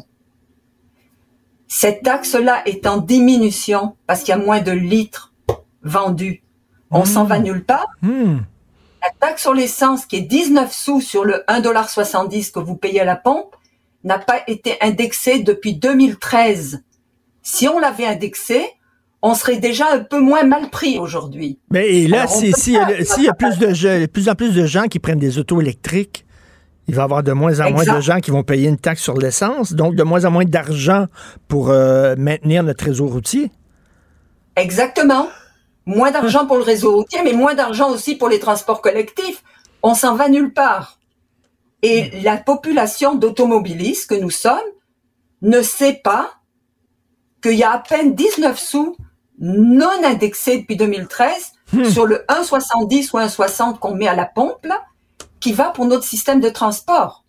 Cette taxe-là est en diminution parce qu'il y a moins de litres vendus. On s'en va nulle part. La taxe sur l'essence, qui est 19 sous sur le 1,70 $ que vous payez à la pompe, n'a pas été indexé depuis 2013. Si on l'avait indexé, on serait déjà un peu moins mal pris aujourd'hui. Mais là, s'il y a de plus en plus de gens qui prennent des autos électriques, il va y avoir de moins en moins de gens qui vont payer une taxe sur l'essence, donc de moins en moins d'argent pour maintenir notre réseau routier. Exactement. Moins d'argent pour le réseau routier, mais moins d'argent aussi pour les transports collectifs. On s'en va nulle part. Et la population d'automobilistes que nous sommes ne sait pas qu'il y a à peine 19 sous non indexés depuis 2013 sur le 1,70 ou 1,60 qu'on met à la pompe, là, qui va pour notre système de transport.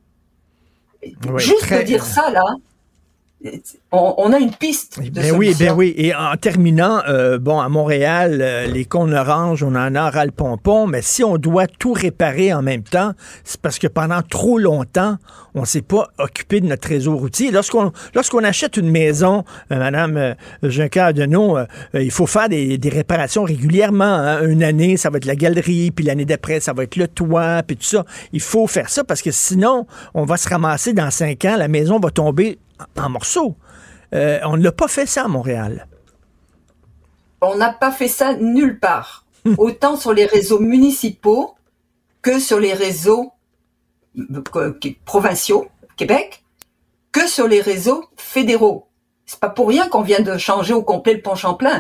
Oui, juste de dire ça, là, on a une piste de solution. Oui. Et en terminant, à Montréal, les cônes oranges, on en a ras le pompon, mais si on doit tout réparer en même temps, c'est parce que pendant trop longtemps, on ne s'est pas occupé de notre réseau routier. Lorsqu'on achète une maison, Madame Juncker-Adenau, il faut faire des réparations régulièrement. Hein. Une année, ça va être la galerie, puis l'année d'après, ça va être le toit, puis tout ça. Il faut faire ça parce que sinon, on va se ramasser dans 5 ans, la maison va tomber en morceaux. On n'a pas fait ça à Montréal. On n'a pas fait ça nulle part. Autant sur les réseaux municipaux que sur les réseaux provinciaux, Québec, que que sur les réseaux fédéraux. C'est pas pour rien qu'on vient de changer au complet le pont Champlain.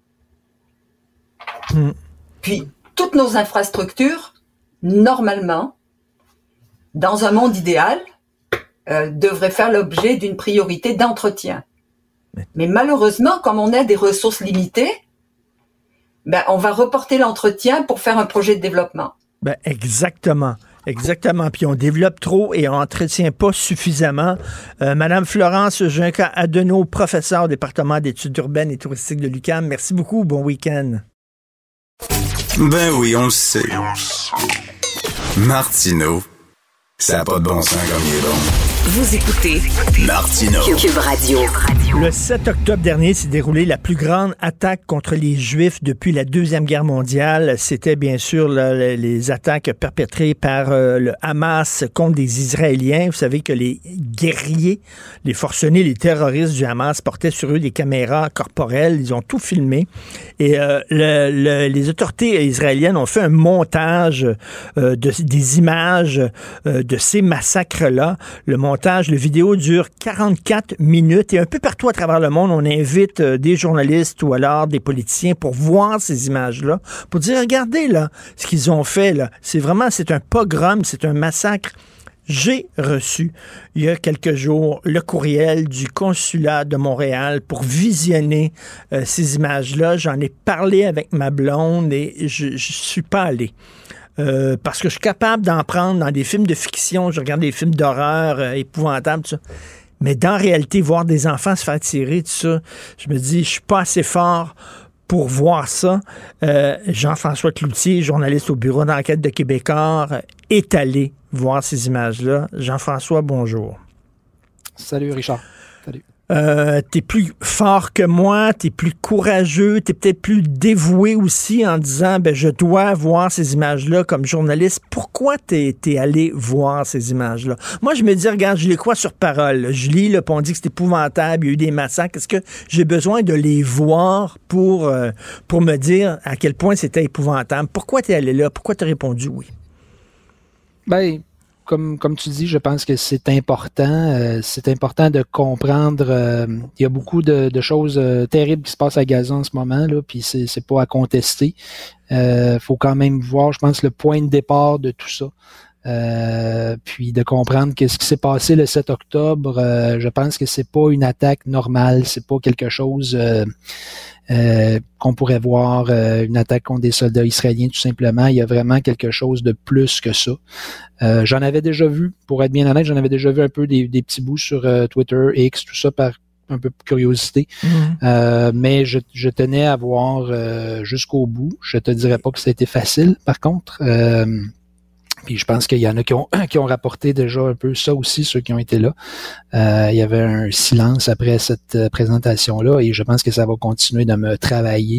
Puis, toutes nos infrastructures, normalement, dans un monde idéal, devraient faire l'objet d'une priorité d'entretien. Mais malheureusement, comme on a des ressources limitées, on va reporter l'entretien pour faire un projet de développement. Exactement. Exactement. Puis on développe trop et on n'entretient pas suffisamment. Madame Florence Junca-Adenau, professeure au département d'études urbaines et touristiques de l'UQAM. Merci beaucoup. Bon week-end. Ben oui, on le sait. Martineau, ça n'a pas de bon sens comme il est bon. Vous écoutez Martineau. Cube Radio. Le 7 octobre dernier s'est déroulée la plus grande attaque contre les Juifs depuis la Deuxième Guerre mondiale. C'était bien sûr les attaques perpétrées par le Hamas contre des Israéliens. Vous savez que les guerriers, les forcenés, les terroristes du Hamas portaient sur eux des caméras corporelles. Ils ont tout filmé. Et les autorités israéliennes ont fait un montage des images de ces massacres-là. Le vidéo dure 44 minutes et un peu partout à travers le monde, on invite des journalistes ou alors des politiciens pour voir ces images-là, pour dire, regardez là, ce qu'ils ont fait là. C'est un pogrom, c'est un massacre. J'ai reçu, il y a quelques jours, le courriel du consulat de Montréal pour visionner ces images-là. J'en ai parlé avec ma blonde et je suis pas allé. Parce que je suis capable d'en prendre dans des films de fiction, je regarde des films d'horreur épouvantables, tout ça. Mais dans la réalité, voir des enfants se faire tirer, tout ça, je me dis, je suis pas assez fort pour voir ça. Jean-François Cloutier, journaliste au bureau d'enquête de Québécois, est allé voir ces images-là. Jean-François, bonjour. Salut Richard. Salut. T'es plus fort que moi, t'es plus courageux, t'es peut-être plus dévoué aussi en disant, je dois voir ces images-là comme journaliste. Pourquoi t'es allé voir ces images-là? Moi, je me dis, regarde, je les crois sur parole. Je lis, là, on dit que c'est épouvantable, il y a eu des massacres. Est-ce que j'ai besoin de les voir pour me dire à quel point c'était épouvantable? Pourquoi t'es allé là? Pourquoi t'as répondu oui? Comme tu dis, je pense que c'est important. C'est important de comprendre. Il y a beaucoup de choses terribles qui se passent à Gaza en ce moment, là, puis c'est pas à contester. Faut quand même voir, je pense, le point de départ de tout ça. Puis de comprendre que ce qui s'est passé le 7 octobre, je pense que c'est pas une attaque normale, c'est pas quelque chose qu'on pourrait voir, une attaque contre des soldats israéliens tout simplement. Il y a vraiment quelque chose de plus que ça. J'en avais déjà vu, pour être bien honnête, un peu des petits bouts sur Twitter, X, tout ça par un peu de curiosité. Mais je tenais à voir jusqu'au bout. Je te dirais pas que ça a été facile, par contre. Puis je pense qu'il y en a qui ont rapporté déjà un peu ça aussi, ceux qui ont été là. Il y avait un silence après cette présentation-là et je pense que ça va continuer de me travailler.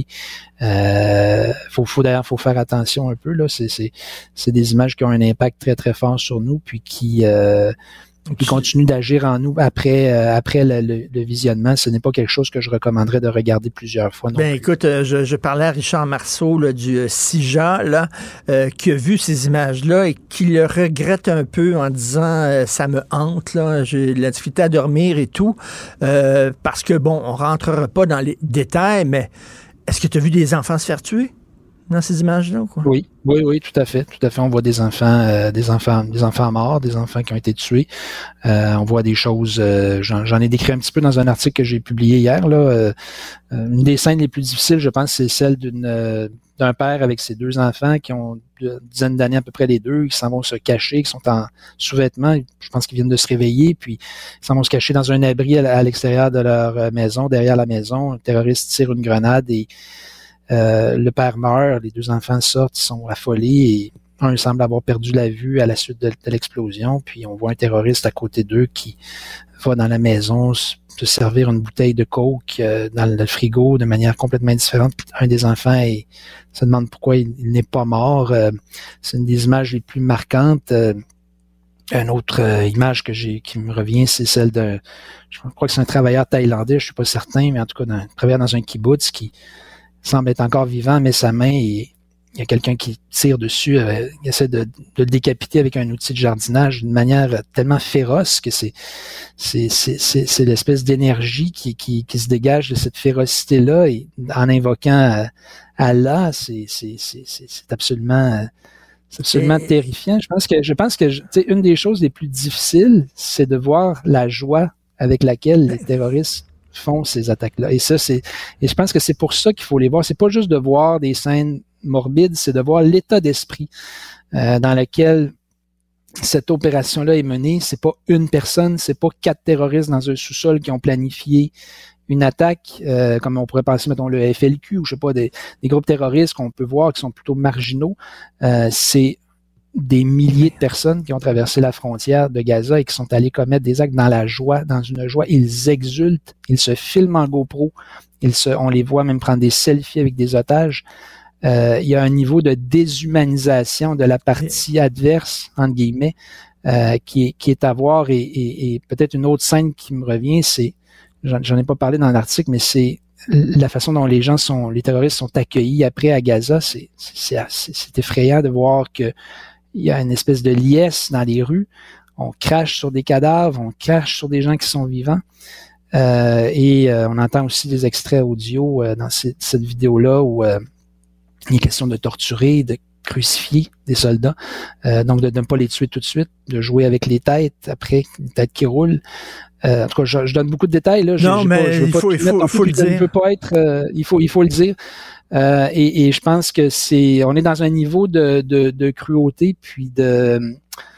D'ailleurs, faut faire attention un peu, là. C'est des images qui ont un impact très, très fort sur nous puis qui continue d'agir en nous après le visionnement. Ce n'est pas quelque chose que je recommanderais de regarder plusieurs fois. Écoute, je parlais à Richard Marceau là, du CIJA, là, qui a vu ces images-là et qui le regrette un peu en disant ça me hante, là, j'ai de la difficulté à dormir et tout. Parce que, on rentrera pas dans les détails, mais est-ce que tu as vu des enfants se faire tuer dans ces images-là ou quoi? Oui, tout à fait. On voit des enfants morts, des enfants qui ont été tués. On voit des choses, j'en ai décrit un petit peu dans un article que j'ai publié hier, là. Une des scènes les plus difficiles, je pense, c'est celle d'un père avec ses deux enfants qui ont une dizaine d'années à peu près les deux, qui s'en vont se cacher, qui sont en sous-vêtements, je pense qu'ils viennent de se réveiller, puis ils s'en vont se cacher dans un abri à l'extérieur de leur maison, derrière la maison. Un terroriste tire une grenade et le père meurt, les deux enfants sortent, ils sont affolés et un semble avoir perdu la vue à la suite de l'explosion, puis on voit un terroriste à côté d'eux qui va dans la maison se servir une bouteille de coke dans le frigo de manière complètement différente. Puis un des enfants se demande pourquoi il n'est pas mort. C'est une des images les plus marquantes. Une autre image qui me revient, c'est celle je crois que c'est un travailleur thaïlandais, je suis pas certain, mais en tout cas, un travailleur dans un kibbutz qui semble être encore vivant, mais sa main y a quelqu'un qui tire dessus, il essaie de le décapiter avec un outil de jardinage d'une manière tellement féroce que c'est l'espèce d'énergie qui se dégage de cette férocité-là, et en invoquant Allah, c'est absolument terrifiant. Je pense que une des choses les plus difficiles, c'est de voir la joie avec laquelle les terroristes font ces attaques-là. Et je pense que c'est pour ça qu'il faut les voir. C'est pas juste de voir des scènes morbides, c'est de voir l'état d'esprit dans lequel cette opération-là est menée. C'est pas une personne, c'est pas 4 terroristes dans un sous-sol qui ont planifié une attaque, comme on pourrait penser, mettons, le FLQ, ou je sais pas, des groupes terroristes qu'on peut voir qui sont plutôt marginaux. C'est des milliers de personnes qui ont traversé la frontière de Gaza et qui sont allés commettre des actes dans la joie, dans une joie. Ils exultent, ils se filment en GoPro, on les voit même prendre des selfies avec des otages. Il y a un niveau de déshumanisation de la partie adverse, entre guillemets, qui est à voir. Et peut-être une autre scène qui me revient, c'est, j'en ai pas parlé dans l'article, mais c'est la façon dont les terroristes sont accueillis après à Gaza. C'est effrayant de voir que il y a une espèce de liesse dans les rues. On crache sur des cadavres, on crache sur des gens qui sont vivants. Et on entend aussi des extraits audio dans cette vidéo-là où il est question de torturer, de crucifier des soldats. Donc de ne pas les tuer tout de suite, de jouer avec les têtes après, les têtes qui roulent. En tout cas, je donne beaucoup de détails là. Non, mais il faut le dire. Il faut le dire. Et je pense que on est dans un niveau de cruauté puis de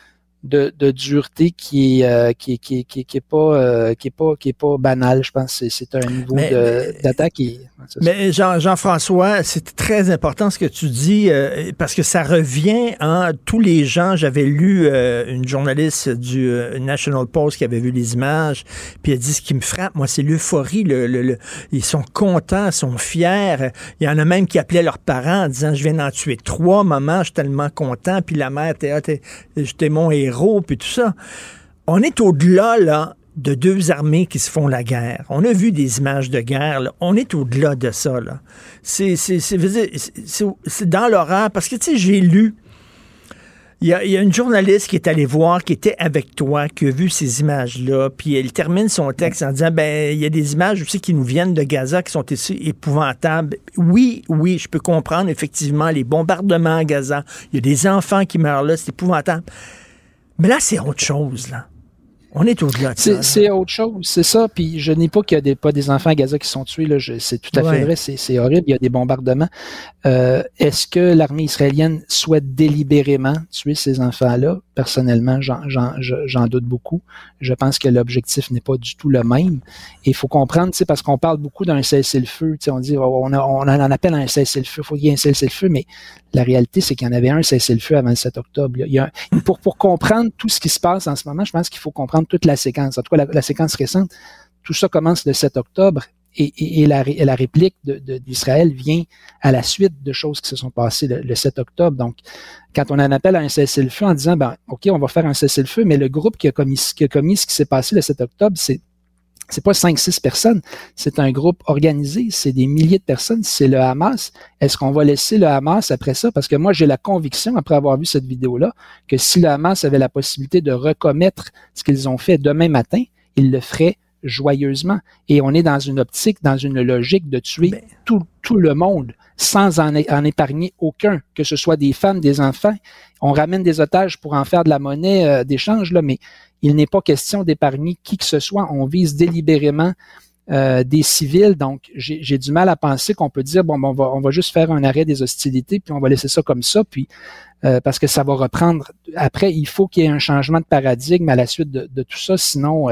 dureté qui est pas banal. Je pense que c'est un niveau d'attaque. Mais Jean-François, c'est très important ce que tu dis parce que ça revient tous les gens. J'avais lu une journaliste du National Post qui avait vu les images, puis elle dit ce qui me frappe, moi, c'est l'euphorie. Ils sont contents, ils sont fiers. Il y en a même qui appelaient leurs parents en disant je viens d'en tuer 3, maman, je suis tellement content. Puis la mère, t'es mon héros, puis tout ça. On est au-delà, là, de 2 armées qui se font la guerre. On a vu des images de guerre, là. On est au-delà de ça, là. C'est dans l'horreur, parce que, tu sais, j'ai lu, il y a une journaliste qui est allée voir, qui était avec toi, qui a vu ces images-là, puis elle termine son texte en disant, il y a des images aussi qui nous viennent de Gaza qui sont ici épouvantables. Oui, je peux comprendre, effectivement, les bombardements à Gaza. Il y a des enfants qui meurent là, c'est épouvantable. Mais là, c'est autre chose, là. On est au-delà de ça. C'est autre chose, c'est ça. Puis je n'ai pas qu'il y a pas des enfants à Gaza qui sont tués. Là. C'est tout à fait vrai, c'est horrible. Il y a des bombardements. Est-ce que l'armée israélienne souhaite délibérément tuer ces enfants-là? Personnellement, j'en doute beaucoup. Je pense que l'objectif n'est pas du tout le même. Et il faut comprendre, parce qu'on parle beaucoup d'un cessez-le-feu. On dit on en appelle un cessez-le-feu. Il faut qu'il y ait un cessez-le-feu, mais la réalité, c'est qu'il y en avait un cessez-le-feu avant le 7 octobre. Pour comprendre tout ce qui se passe en ce moment, je pense qu'il faut comprendre toute la séquence. En tout cas, la séquence récente, tout ça commence le 7 octobre et la réplique d'Israël vient à la suite de choses qui se sont passées le 7 octobre. Donc, quand on en appelle à un cessez-le-feu en disant, OK, on va faire un cessez-le-feu, mais le groupe qui a commis ce qui s'est passé le 7 octobre, c'est pas 5-6 personnes, c'est un groupe organisé, c'est des milliers de personnes, c'est le Hamas. Est-ce qu'on va laisser le Hamas après ça? Parce que moi, j'ai la conviction, après avoir vu cette vidéo-là, que si le Hamas avait la possibilité de recommettre ce qu'ils ont fait demain matin, ils le feraient joyeusement. Et on est dans une optique, dans une logique de tuer tout le monde sans en épargner aucun, que ce soit des femmes, des enfants. On ramène des otages pour en faire de la monnaie d'échange, là, mais il n'est pas question d'épargner qui que ce soit. On vise délibérément des civils. Donc, j'ai du mal à penser qu'on peut dire, on va juste faire un arrêt des hostilités, puis on va laisser ça comme ça, puis parce que ça va reprendre. Après, il faut qu'il y ait un changement de paradigme à la suite de tout ça, sinon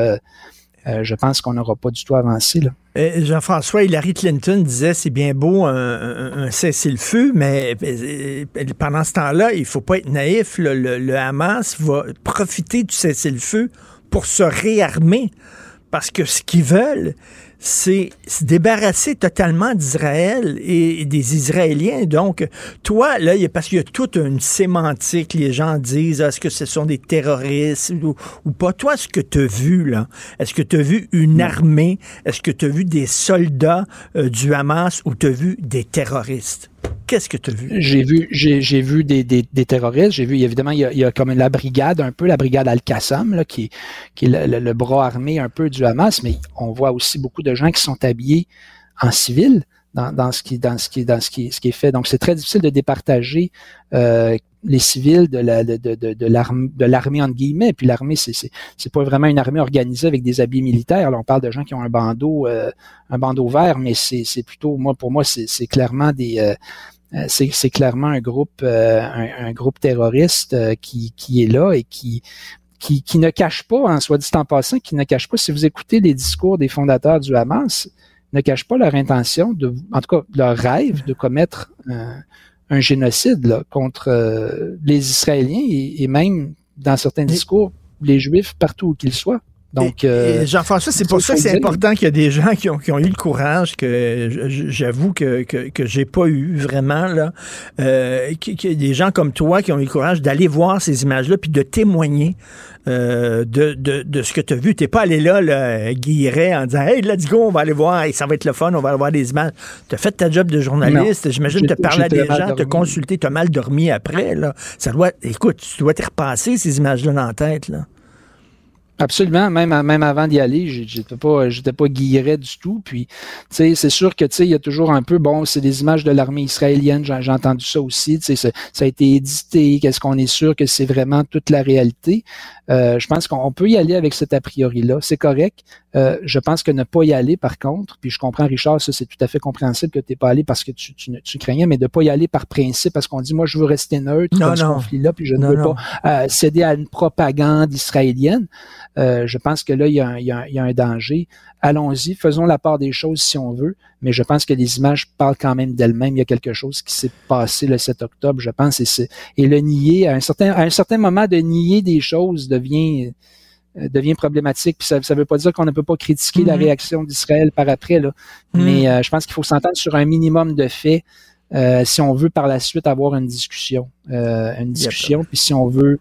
je pense qu'on n'aura pas du tout avancé, là. Jean-François, Hillary Clinton disait c'est bien beau un cessez-le-feu, mais pendant ce temps-là, il ne faut pas être naïf. Le Hamas va profiter du cessez-le-feu pour se réarmer. Parce que ce qu'ils veulent, c'est se débarrasser totalement d'Israël et des Israéliens. Donc, toi, là, parce qu'il y a toute une sémantique, les gens disent, est-ce que ce sont des terroristes ou pas? Toi, ce que tu as vu, là, est-ce que tu as vu une armée? Est-ce que tu as vu des soldats du Hamas ou tu as vu des terroristes? Qu'est-ce que tu as vu? J'ai vu des terroristes. Évidemment, il y a comme la brigade Al-Qassam, là, qui est le bras armé un peu du Hamas, mais on voit aussi beaucoup de gens qui sont habillés en civil dans ce qui est fait. Donc, c'est très difficile de départager les civils de l'armée entre guillemets. Puis l'armée, c'est pas vraiment une armée organisée avec des habits militaires. Là, on parle de gens qui ont un bandeau vert, mais c'est plutôt, pour moi, c'est clairement c'est clairement un groupe terroriste qui est là et qui ne cache pas, hein, soit dit en passant, qui ne cache pas, si vous écoutez les discours des fondateurs du Hamas, ne cachent pas leur intention, en tout cas leur rêve de commettre un génocide là, contre les Israéliens et même, dans certains discours, les Juifs partout où qu'ils soient. Donc, et Jean-François, c'est pour ça que c'est important qu'il y a des gens qui ont eu le courage que j'avoue que j'ai pas eu vraiment là, qu'il y a des gens comme toi qui ont eu le courage d'aller voir ces images-là puis de témoigner de ce que tu as vu. T'es pas allé là, Guilleret, en disant hey, let's go, on va aller voir, et ça va être le fun, on va aller voir des images. T'as fait ta job de journaliste, j'imagine que t'as parlé à des gens, t'as consulté, t'as mal dormi après là. Écoute, tu dois te repasser ces images-là dans la tête là. Absolument, même avant d'y aller, j'étais pas Guilleret du tout. Puis, tu sais, c'est sûr que il y a toujours un peu, c'est des images de l'armée israélienne. J'ai entendu ça aussi. Tu sais, ça a été édité. Qu'est-ce qu'on est sûr que c'est vraiment toute la réalité? Je pense qu'on peut y aller avec cet a priori-là. C'est correct. Je pense que ne pas y aller, par contre, puis je comprends, Richard, ça c'est tout à fait compréhensible que t'es pas allé parce que tu craignais, mais de pas y aller par principe parce qu'on dit, moi, je veux rester neutre dans ce conflit-là, puis je ne veux pas céder à une propagande israélienne. Je pense que là, il y a un danger. Allons-y, faisons la part des choses si on veut, mais je pense que les images parlent quand même d'elles-mêmes. Il y a quelque chose qui s'est passé le 7 octobre, je pense, et le nier, à un certain moment, de nier des choses devient problématique. Puis ça veut pas dire qu'on ne peut pas critiquer la réaction d'Israël par après, là. Mais je pense qu'il faut s'entendre sur un minimum de faits si on veut par la suite avoir une discussion. Puis si on veut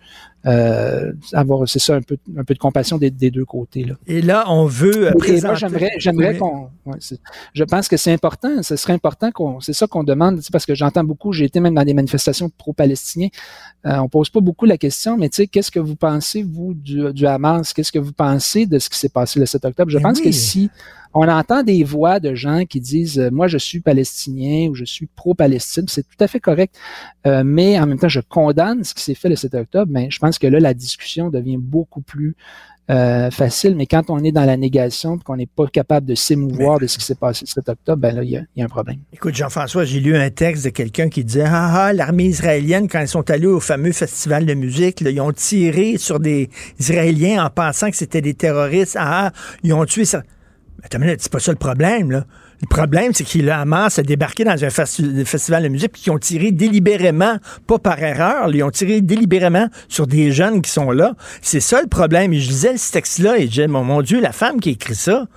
avoir, c'est ça, un peu de compassion des deux côtés, là. Et là, on veut présenter... Moi, j'aimerais qu'on... je pense que c'est important, ce serait important c'est ça qu'on demande, parce que j'entends beaucoup, j'ai été même dans des manifestations pro-palestiniens, on pose pas beaucoup la question, mais tu sais, qu'est-ce que vous pensez, vous, du Hamas? Qu'est-ce que vous pensez de ce qui s'est passé le 7 octobre? Je pense que si on entend des voix de gens qui disent moi je suis palestinien ou je suis pro-Palestine, c'est tout à fait correct, mais en même temps je condamne ce qui s'est fait le 7 octobre, mais je pense que là la discussion devient beaucoup plus facile, mais quand on est dans la négation et qu'on n'est pas capable de s'émouvoir de ce qui s'est passé le 7 octobre, ben là il y a un problème. Écoute Jean-François, j'ai lu un texte de quelqu'un qui disait l'armée israélienne, quand ils sont allés au fameux festival de musique, là, ils ont tiré sur des Israéliens en pensant que c'était des terroristes, ils ont tué ça. Mais c'est pas ça le problème, là. Le problème, c'est que le Hamas a débarqué dans un festival de musique qui ont tiré délibérément, pas par erreur, ils ont tiré délibérément sur des jeunes qui sont là. C'est ça le problème. Et je lisais ce texte-là et je disais, mon Dieu, la femme qui a écrit ça,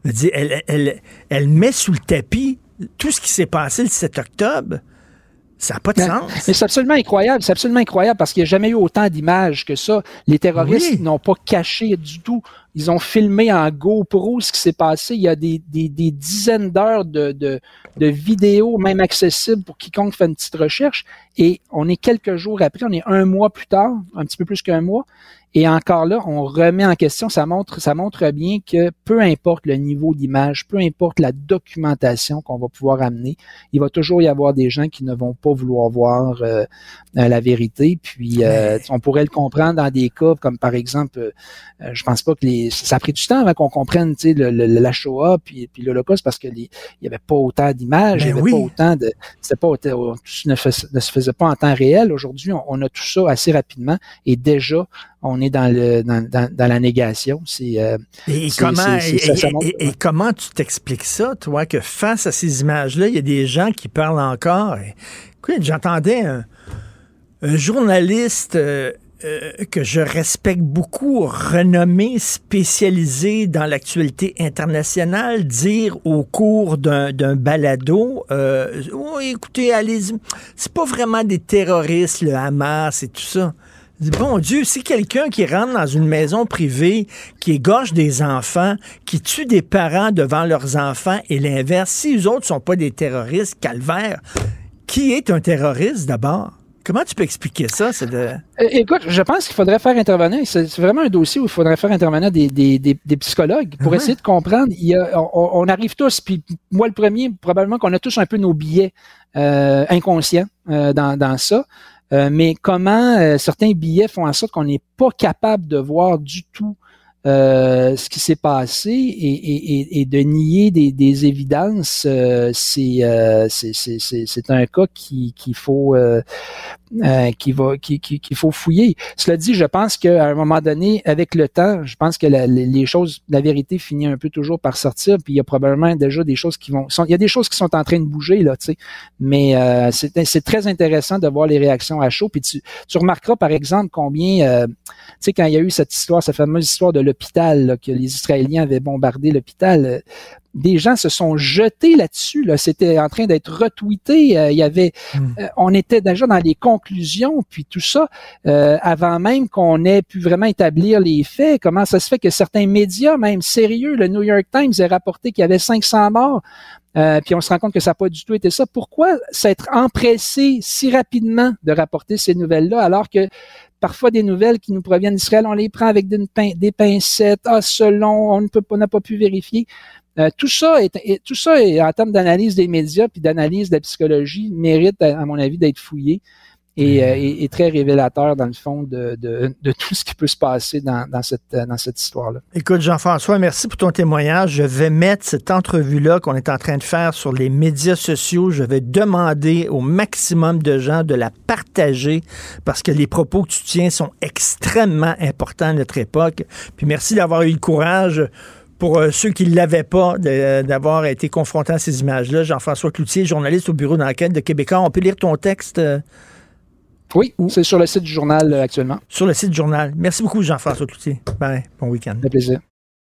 elle met sous le tapis tout ce qui s'est passé le 7 octobre. Ça n'a pas de sens. Mais c'est absolument incroyable. C'est absolument incroyable parce qu'il n'y a jamais eu autant d'images que ça. Les terroristes n'ont pas caché du tout. Ils ont filmé en GoPro ce qui s'est passé. Il y a des dizaines d'heures de vidéos, même accessibles pour quiconque fait une petite recherche. Et on est quelques jours après, on est un mois plus tard, un petit peu plus qu'un mois. Et encore là, on remet en question, ça montre bien que peu importe le niveau d'image, peu importe la documentation qu'on va pouvoir amener, il va toujours y avoir des gens qui ne vont pas vouloir voir la vérité. Puis on pourrait le comprendre dans des cas comme par exemple, je pense pas que ça a pris du temps avant qu'on comprenne, tu sais, la Shoah puis l'Holocauste parce que il y avait pas autant d'images, il y avait pas autant de, tout ne se faisait pas en temps réel. Aujourd'hui, on a tout ça assez rapidement et déjà on est dans la négation. Comment tu t'expliques ça, toi, que face à ces images-là, il y a des gens qui parlent encore. Écoute, j'entendais un journaliste que je respecte beaucoup, renommé, spécialisé dans l'actualité internationale, dire au cours d'un balado, écoutez, allez-y, c'est pas vraiment des terroristes, le Hamas et tout ça. Bon Dieu, si quelqu'un qui rentre dans une maison privée, qui égorge des enfants, qui tue des parents devant leurs enfants et l'inverse, si eux autres sont pas des terroristes, calvaire, qui est un terroriste d'abord? Comment tu peux expliquer ça? Écoute, je pense qu'il faudrait faire intervenir, c'est vraiment un dossier où il faudrait faire intervenir des psychologues pour essayer de comprendre. On arrive tous, puis moi le premier, probablement qu'on a tous un peu nos biais inconscients dans ça. Mais comment certains billets font en sorte qu'on n'est pas capable de voir du tout ce qui s'est passé et de nier des évidences, c'est un cas qu'il faut fouiller. Cela dit, je pense qu'à un moment donné, avec le temps, je pense que les choses, la vérité finit un peu toujours par sortir, puis il y a probablement déjà des choses il y a des choses qui sont en train de bouger, là, tu sais. Mais c'est très intéressant de voir les réactions à chaud. Puis tu remarqueras, par exemple, combien, tu sais, quand il y a eu cette fameuse histoire de l'hôpital, là, que les Israéliens avaient bombardé l'hôpital, des gens se sont jetés là-dessus. Là. C'était en train d'être retweeté. Il y avait, on était déjà dans les conclusions, puis tout ça, avant même qu'on ait pu vraiment établir les faits. Comment ça se fait que certains médias, même sérieux, le New York Times a rapporté qu'il y avait 500 morts, puis on se rend compte que ça n'a pas du tout été ça. Pourquoi s'être empressé si rapidement de rapporter ces nouvelles-là, alors que parfois des nouvelles qui nous proviennent d'Israël, on les prend avec des pincettes, selon, on n'a pas pu vérifier. Tout ça est en termes d'analyse des médias puis d'analyse de la psychologie, mérite, à mon avis, d'être fouillé et très révélateur, dans le fond, de tout ce qui peut se passer dans cette histoire-là. Écoute, Jean-François, merci pour ton témoignage. Je vais mettre cette entrevue-là qu'on est en train de faire sur les médias sociaux. Je vais demander au maximum de gens de la partager parce que les propos que tu tiens sont extrêmement importants à notre époque. Puis merci d'avoir eu le courage, pour ceux qui ne l'avaient pas, d'avoir été confrontés à ces images-là. Jean-François Cloutier, journaliste au bureau d'enquête de Québécois. On peut lire ton texte? Oui, c'est sur le site du journal actuellement. Sur le site du journal. Merci beaucoup, Jean-François Cloutier. Bye. Bon week-end. Un plaisir.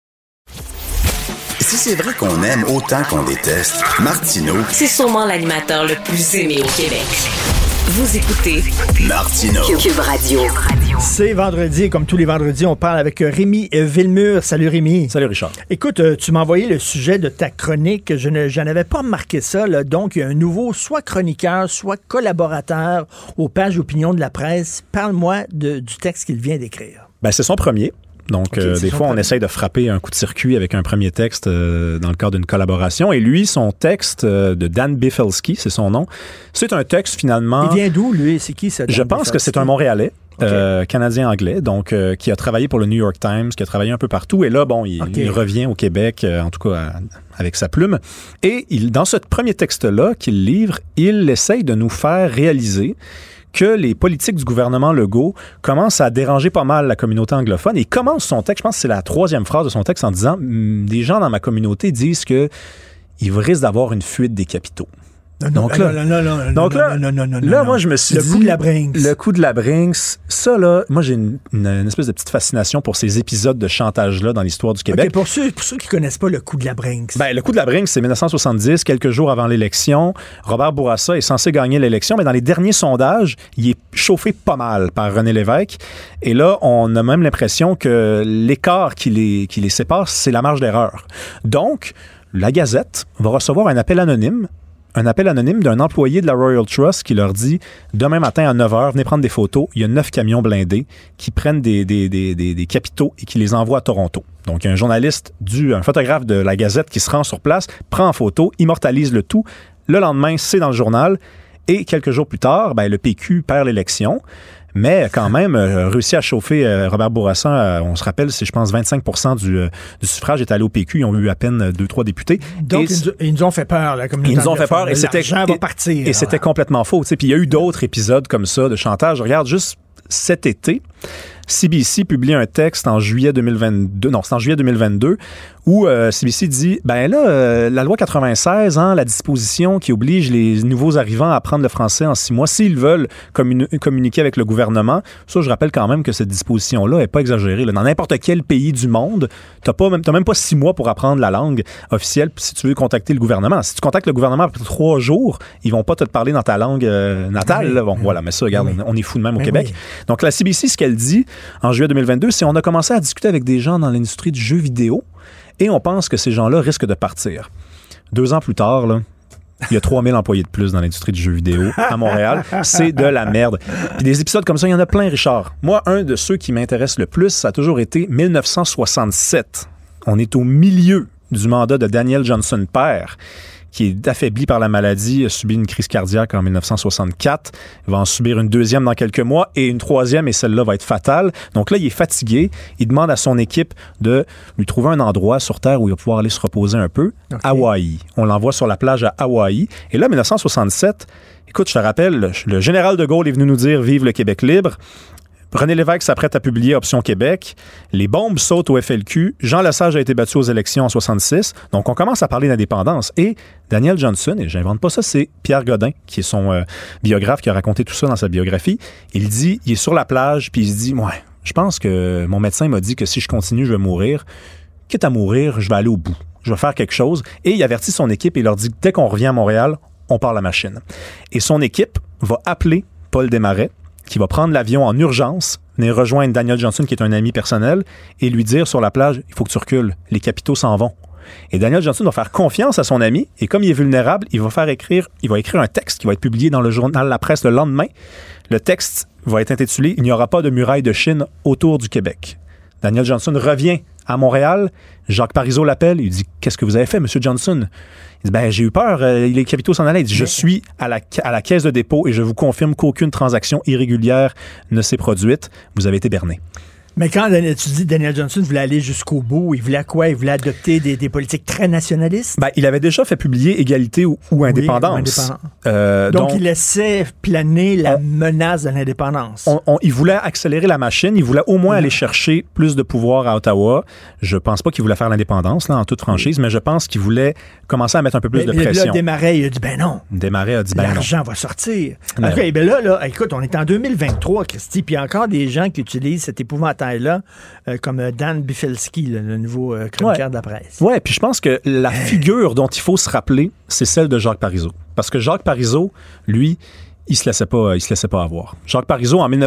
Si c'est vrai qu'on aime autant qu'on déteste, Martineau, c'est sûrement l'animateur le plus aimé au Québec. Vous écoutez Martineau. Cube Radio. C'est vendredi, et comme tous les vendredis, on parle avec Rémi Villemur. Salut Rémi. Salut Richard. Écoute, tu m'as envoyé le sujet de ta chronique. Je n'avais pas remarqué ça. Là. Donc, il y a un nouveau, soit chroniqueur, soit collaborateur aux pages opinion de la presse. Parle-moi du texte qu'il vient d'écrire. Ben, c'est son premier. Donc, des fois, on essaye de frapper un coup de circuit avec un premier texte dans le cadre d'une collaboration. Et lui, son texte de Dan Bifelski, c'est son nom, c'est un texte finalement... Il vient d'où, lui? C'est qui, ça? Je pense que c'est un Montréalais. Canadien-anglais, donc qui a travaillé pour le New York Times, qui a travaillé un peu partout. Et là, bon, il revient au Québec, en tout cas avec sa plume. Et dans ce premier texte-là qu'il livre, il essaye de nous faire réaliser que les politiques du gouvernement Legault commencent à déranger pas mal la communauté anglophone. Et il commence son texte, je pense que c'est la 3e phrase de son texte, en disant « Des gens dans ma communauté disent qu'il risque d'avoir une fuite des capitaux. » Donc là, moi, je me suis dit... Le coup de la Brinks. Le coup de la Brinks. Ça, là, moi, j'ai une espèce de petite fascination pour ces épisodes de chantage-là dans l'histoire du Québec. Okay, pour ceux qui connaissent pas le coup de la Brinks. Ben, le coup de la Brinks, c'est 1970, quelques jours avant l'élection. Robert Bourassa est censé gagner l'élection, mais dans les derniers sondages, il est chauffé pas mal par René Lévesque. Et là, on a même l'impression que l'écart qui les sépare, c'est la marge d'erreur. Donc, la Gazette va recevoir un appel anonyme d'un employé de la Royal Trust qui leur dit « Demain matin à 9h, venez prendre des photos. Il y a 9 camions blindés qui prennent des capitaux et qui les envoient à Toronto. » Donc, il y a un journaliste, un photographe de la Gazette qui se rend sur place, prend en photo, immortalise le tout. Le lendemain, c'est dans le journal. Et quelques jours plus tard, ben, le PQ perd l'élection. Mais quand même, réussi à chauffer Robert Bourassa, on se rappelle, c'est je pense 25% du suffrage est allé au PQ, ils ont eu à peine 2-3 députés. Donc, ils nous ont fait peur. Là, comme ils nous ont fait peur et l'argent va partir. Et c'était complètement faux. Puis il y a eu d'autres épisodes comme ça de chantage. Regarde, juste cet été, CBC publie un texte en juillet 2022, où CBC dit, ben là, la loi 96, la disposition qui oblige les nouveaux arrivants à apprendre le français en 6 mois, s'ils veulent communiquer avec le gouvernement, ça, je rappelle quand même que cette disposition-là n'est pas exagérée. Là. Dans n'importe quel pays du monde, t'as même pas 6 mois pour apprendre la langue officielle si tu veux contacter le gouvernement. Si tu contactes le gouvernement après 3 jours, ils vont pas te parler dans ta langue natale. Là. Bon, voilà, mais ça, regarde, on est fou de même au Québec. Oui. Donc, la CBC, ce qu'elle dit en juillet 2022, c'est qu'on a commencé à discuter avec des gens dans l'industrie du jeu vidéo et on pense que ces gens-là risquent de partir. 2 ans plus tard, là, Il y a 3000 employés de plus dans l'industrie du jeu vidéo à Montréal. C'est de la merde. Puis des épisodes comme ça, il y en a plein, Richard. Moi, un de ceux qui m'intéresse le plus, ça a toujours été 1967. On est au milieu du mandat de Daniel Johnson père, qui est affaibli par la maladie, a subi une crise cardiaque en 1964. Il va en subir une deuxième dans quelques mois et une troisième, et celle-là va être fatale. Donc là, il est fatigué. Il demande à son équipe de lui trouver un endroit sur Terre où il va pouvoir aller se reposer un peu. Okay. Hawaï. On l'envoie sur la plage à Hawaï. Et là, 1967, écoute, je te rappelle, le général de Gaulle est venu nous dire « Vive le Québec libre ». René Lévesque s'apprête à publier Option Québec. Les bombes sautent au FLQ. Jean Lesage a été battu aux élections en 66. Donc, on commence à parler d'indépendance. Et Daniel Johnson, et j'invente pas ça, c'est Pierre Godin, qui est son biographe, qui a raconté tout ça dans sa biographie. Il dit, il est sur la plage, puis il se dit, ouais, je pense que mon médecin m'a dit que si je continue, je vais mourir. Quitte à mourir, je vais aller au bout. Je vais faire quelque chose. Et il avertit son équipe et il leur dit, dès qu'on revient à Montréal, on part la machine. Et son équipe va appeler Paul Desmarais, qui va prendre l'avion en urgence, venir rejoindre Daniel Johnson, qui est un ami personnel, et lui dire sur la plage, il faut que tu recules, les capitaux s'en vont. Et Daniel Johnson va faire confiance à son ami, et comme il est vulnérable, il va écrire un texte qui va être publié dans le journal La Presse le lendemain. Le texte va être intitulé « Il n'y aura pas de muraille de Chine autour du Québec ». Daniel Johnson revient à Montréal, Jacques Parizeau l'appelle, il dit « Qu'est-ce que vous avez fait, M. Johnson ?» Il dit, ben, j'ai eu peur, les capitaux s'en allaient. Il dit, je suis à la caisse de dépôt et je vous confirme qu'aucune transaction irrégulière ne s'est produite. Vous avez été berné. Mais quand tu dis Daniel Johnson voulait aller jusqu'au bout, il voulait quoi? Il voulait adopter des politiques très nationalistes? Ben, il avait déjà fait publier Égalité ou Indépendance. Donc, il laissait planer la menace de l'indépendance. Il voulait accélérer la machine. Il voulait au moins aller chercher plus de pouvoir à Ottawa. Je pense pas qu'il voulait faire l'indépendance, là, en toute franchise, mais je pense qu'il voulait commencer à mettre un peu plus de pression. Là, Desmarais, il a dit, ben non. Desmarais a dit, ben non. L'argent va sortir. Okay, ben là, écoute, on est en 2023, Christy, puis il y a encore des gens qui utilisent cet épouvantail là, comme Dan Bifelski, le nouveau chroniqueur de la presse. Oui, puis je pense que la figure dont il faut se rappeler, c'est celle de Jacques Parizeau. Parce que Jacques Parizeau, lui, il se laissait pas avoir. Jacques Parizeau, en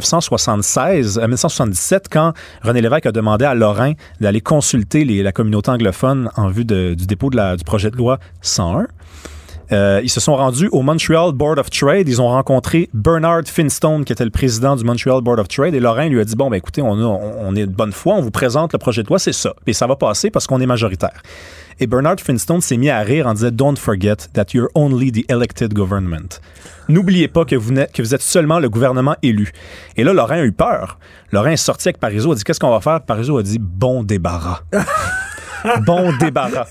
1977, quand René Lévesque a demandé à Lorrain d'aller consulter la communauté anglophone en vue du dépôt du projet de loi 101, ils se sont rendus au Montreal Board of Trade. Ils ont rencontré Bernard Finstone, qui était le président du Montreal Board of Trade. Et Lorrain lui a dit, bon, ben écoutez, on est de bonne foi, on vous présente le projet de loi, c'est ça. Et ça va passer parce qu'on est majoritaire. Et Bernard Finstone s'est mis à rire en disant, don't forget that you're only the elected government. N'oubliez pas que vous êtes seulement le gouvernement élu. Et là, Lorrain a eu peur. Lorrain est sorti avec Parizeau, a dit, qu'est-ce qu'on va faire? Parizeau a dit, bon débarras. Bon débarras.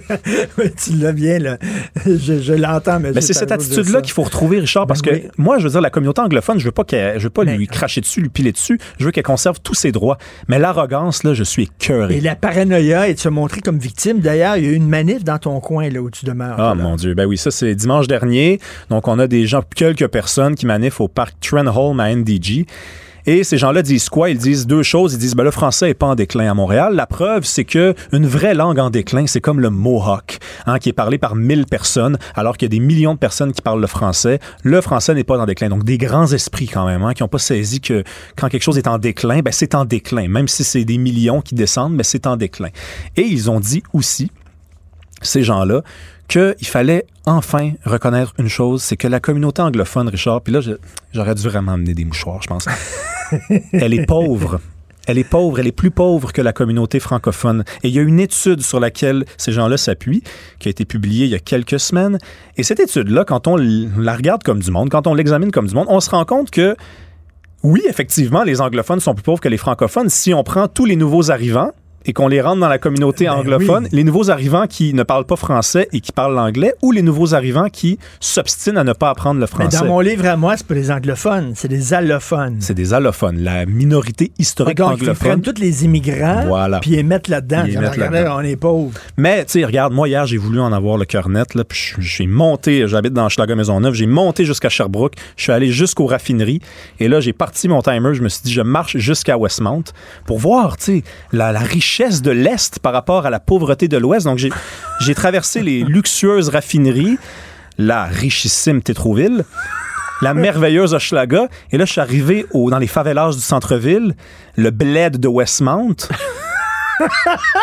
Tu l'as bien, là. Je l'entends, mais c'est cette attitude-là qu'il faut retrouver, Richard, parce que moi, je veux dire, la communauté anglophone, je veux pas lui cracher dessus, lui piler dessus. Je veux qu'elle conserve tous ses droits. Mais l'arrogance, là, je suis écœuré. Et la paranoïa et de se montrer comme victime. D'ailleurs, il y a eu une manif dans ton coin, là, où tu demeures. Ah, mon Dieu. Ben oui, ça, c'est dimanche dernier. Donc, on a quelques personnes qui manifent au parc Trenholm à NDG. Et ces gens-là disent quoi? Ils disent deux choses. Ils disent, ben, le français n'est pas en déclin à Montréal. La preuve, c'est que une vraie langue en déclin, c'est comme le Mohawk, qui est parlé par 1000 personnes, alors qu'il y a des millions de personnes qui parlent le français. Le français n'est pas en déclin. Donc, des grands esprits, quand même, qui n'ont pas saisi que quand quelque chose est en déclin, ben, c'est en déclin. Même si c'est des millions qui descendent, ben, c'est en déclin. Et ils ont dit aussi, ces gens-là, qu'il fallait enfin reconnaître une chose, c'est que la communauté anglophone, Richard, puis là, j'aurais dû vraiment amener des mouchoirs, je pense. Elle est pauvre. Elle est pauvre, elle est plus pauvre que la communauté francophone. Et il y a une étude sur laquelle ces gens-là s'appuient, qui a été publiée il y a quelques semaines. Et cette étude-là, quand on la regarde comme du monde, quand on l'examine comme du monde, on se rend compte que, oui, effectivement, les anglophones sont plus pauvres que les francophones. Si on prend tous les nouveaux arrivants, et qu'on les rentre dans la communauté anglophone, oui. Les nouveaux arrivants qui ne parlent pas français et qui parlent l'anglais, ou les nouveaux arrivants qui s'obstinent à ne pas apprendre le français. Mais dans mon livre à moi, c'est pas les anglophones, c'est des allophones. C'est des allophones, la minorité historique anglophone. Ils prennent tous les immigrants, puis ils mettent là-dedans. On est pauvres. Mais, tu sais, regarde, moi, hier, j'ai voulu en avoir le cœur net, là, puis j'ai monté, j'habite dans Hochelaga-Maisonneuve, j'ai monté jusqu'à Sherbrooke, je suis allé jusqu'aux raffineries, et là, j'ai parti mon timer, je me suis dit, je marche jusqu'à Westmount pour voir, tu sais, la richesse de l'Est par rapport à la pauvreté de l'Ouest. Donc, j'ai traversé les luxueuses raffineries, la richissime Tétroville, la merveilleuse Hochelaga, et là, je suis arrivé dans les favelas du centre-ville, le bled de Westmount.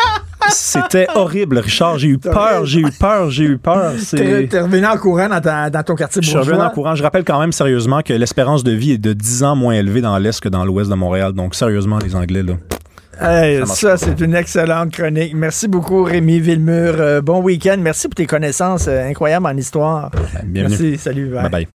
C'était horrible, Richard. J'ai eu peur. T'es revenu en courant dans ton quartier bourgeois. Je suis revenu en courant. Je rappelle quand même sérieusement que l'espérance de vie est de 10 ans moins élevée dans l'Est que dans l'Ouest de Montréal. Donc, sérieusement, les Anglais, là... Hey, ça, c'est une excellente chronique. Merci beaucoup, Rémi Villemur. Bon week-end. Merci pour tes connaissances incroyables en histoire. Bienvenue. Merci. Salut. Bye bye.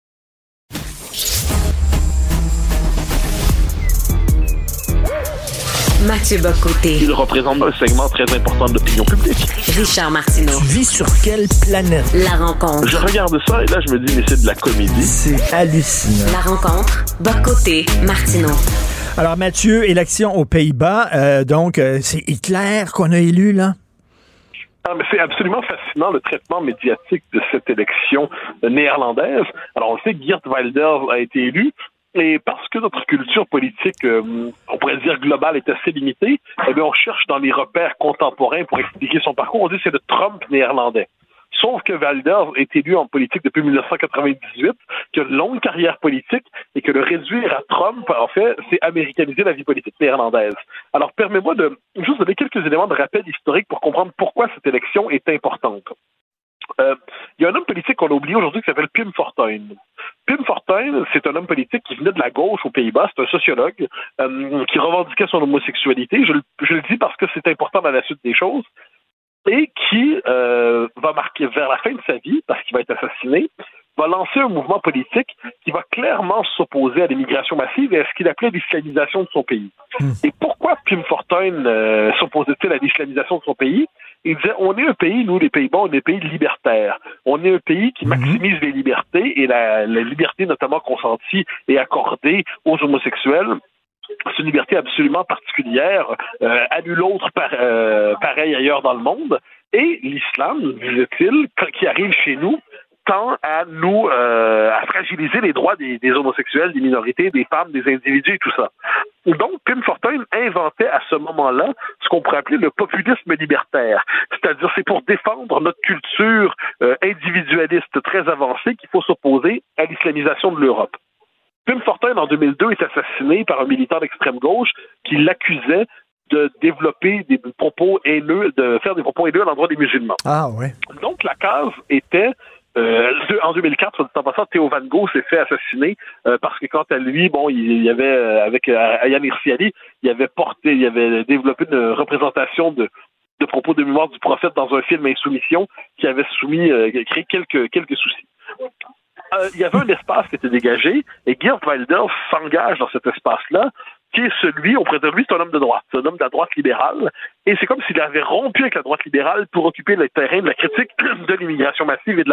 Mathieu Bock-Côté. Il représente un segment très important de l'opinion publique. Richard Martineau. Tu vis sur quelle planète? La rencontre. Je regarde ça et là, je me dis, mais c'est de la comédie. C'est hallucinant. La rencontre. Bock-Côté. Martineau. Alors, Mathieu, élection aux Pays-Bas. Donc, c'est Hitler qu'on a élu, là? Ah, mais c'est absolument fascinant le traitement médiatique de cette élection néerlandaise. Alors, on le sait, Geert Wilders a été élu. Et parce que notre culture politique, on pourrait dire globale, est assez limitée, eh bien, on cherche dans les repères contemporains pour expliquer son parcours. On dit que c'est le Trump néerlandais. Sauf que Wilders est élu en politique depuis 1998, qui a une longue carrière politique, et que le réduire à Trump, en fait, c'est américaniser la vie politique néerlandaise. Alors, permets-moi de juste donner quelques éléments de rappel historique pour comprendre pourquoi cette élection est importante. Il y a un homme politique qu'on a oublié aujourd'hui qui s'appelle Pim Fortuyn. Pim Fortuyn, c'est un homme politique qui venait de la gauche aux Pays-Bas, c'est un sociologue qui revendiquait son homosexualité. Je le dis parce que c'est important dans la suite des choses. Et qui va marquer vers la fin de sa vie, parce qu'il va être assassiné, va lancer un mouvement politique qui va clairement s'opposer à l'immigration massive et à ce qu'il appelait l'islamisation de son pays. Et pourquoi Pim Fortuyn s'opposait-il à l'islamisation de son pays? Il disait, on est un pays, nous les Pays-Bas, on est un pays libertaire. On est un pays qui maximise les libertés et la liberté notamment consentie et accordée aux homosexuels. C'est une liberté absolument particulière, à nulle autre pareil ailleurs dans le monde. Et l'islam, disait-il, qui arrive chez nous, tend à nous à fragiliser les droits des homosexuels, des minorités, des femmes, des individus et tout ça. Donc, Pim Fortuyn inventait à ce moment-là ce qu'on pourrait appeler le populisme libertaire. C'est-à-dire, c'est pour défendre notre culture individualiste très avancée qu'il faut s'opposer à l'islamisation de l'Europe. Pim Fortuyn, en 2002, est assassiné par un militant d'extrême gauche qui l'accusait de développer des propos haineux, de faire des propos haineux à l'endroit des musulmans. Ah ouais. Donc, la case était... en 2004, en passant, Theo Van Gogh s'est fait assassiner parce que quant à lui, bon, il y avait avec Ayaan Hirsi Ali, il avait développé une représentation de propos de mémoire du prophète dans un film Insoumission qui avait créé quelques soucis. Il y avait un espace qui était dégagé et Geert Wilders s'engage dans cet espace-là, qui est celui, auprès de lui, c'est un homme de droite. C'est un homme de la droite libérale. Et c'est comme s'il avait rompu avec la droite libérale pour occuper le terrain de la critique de l'immigration massive et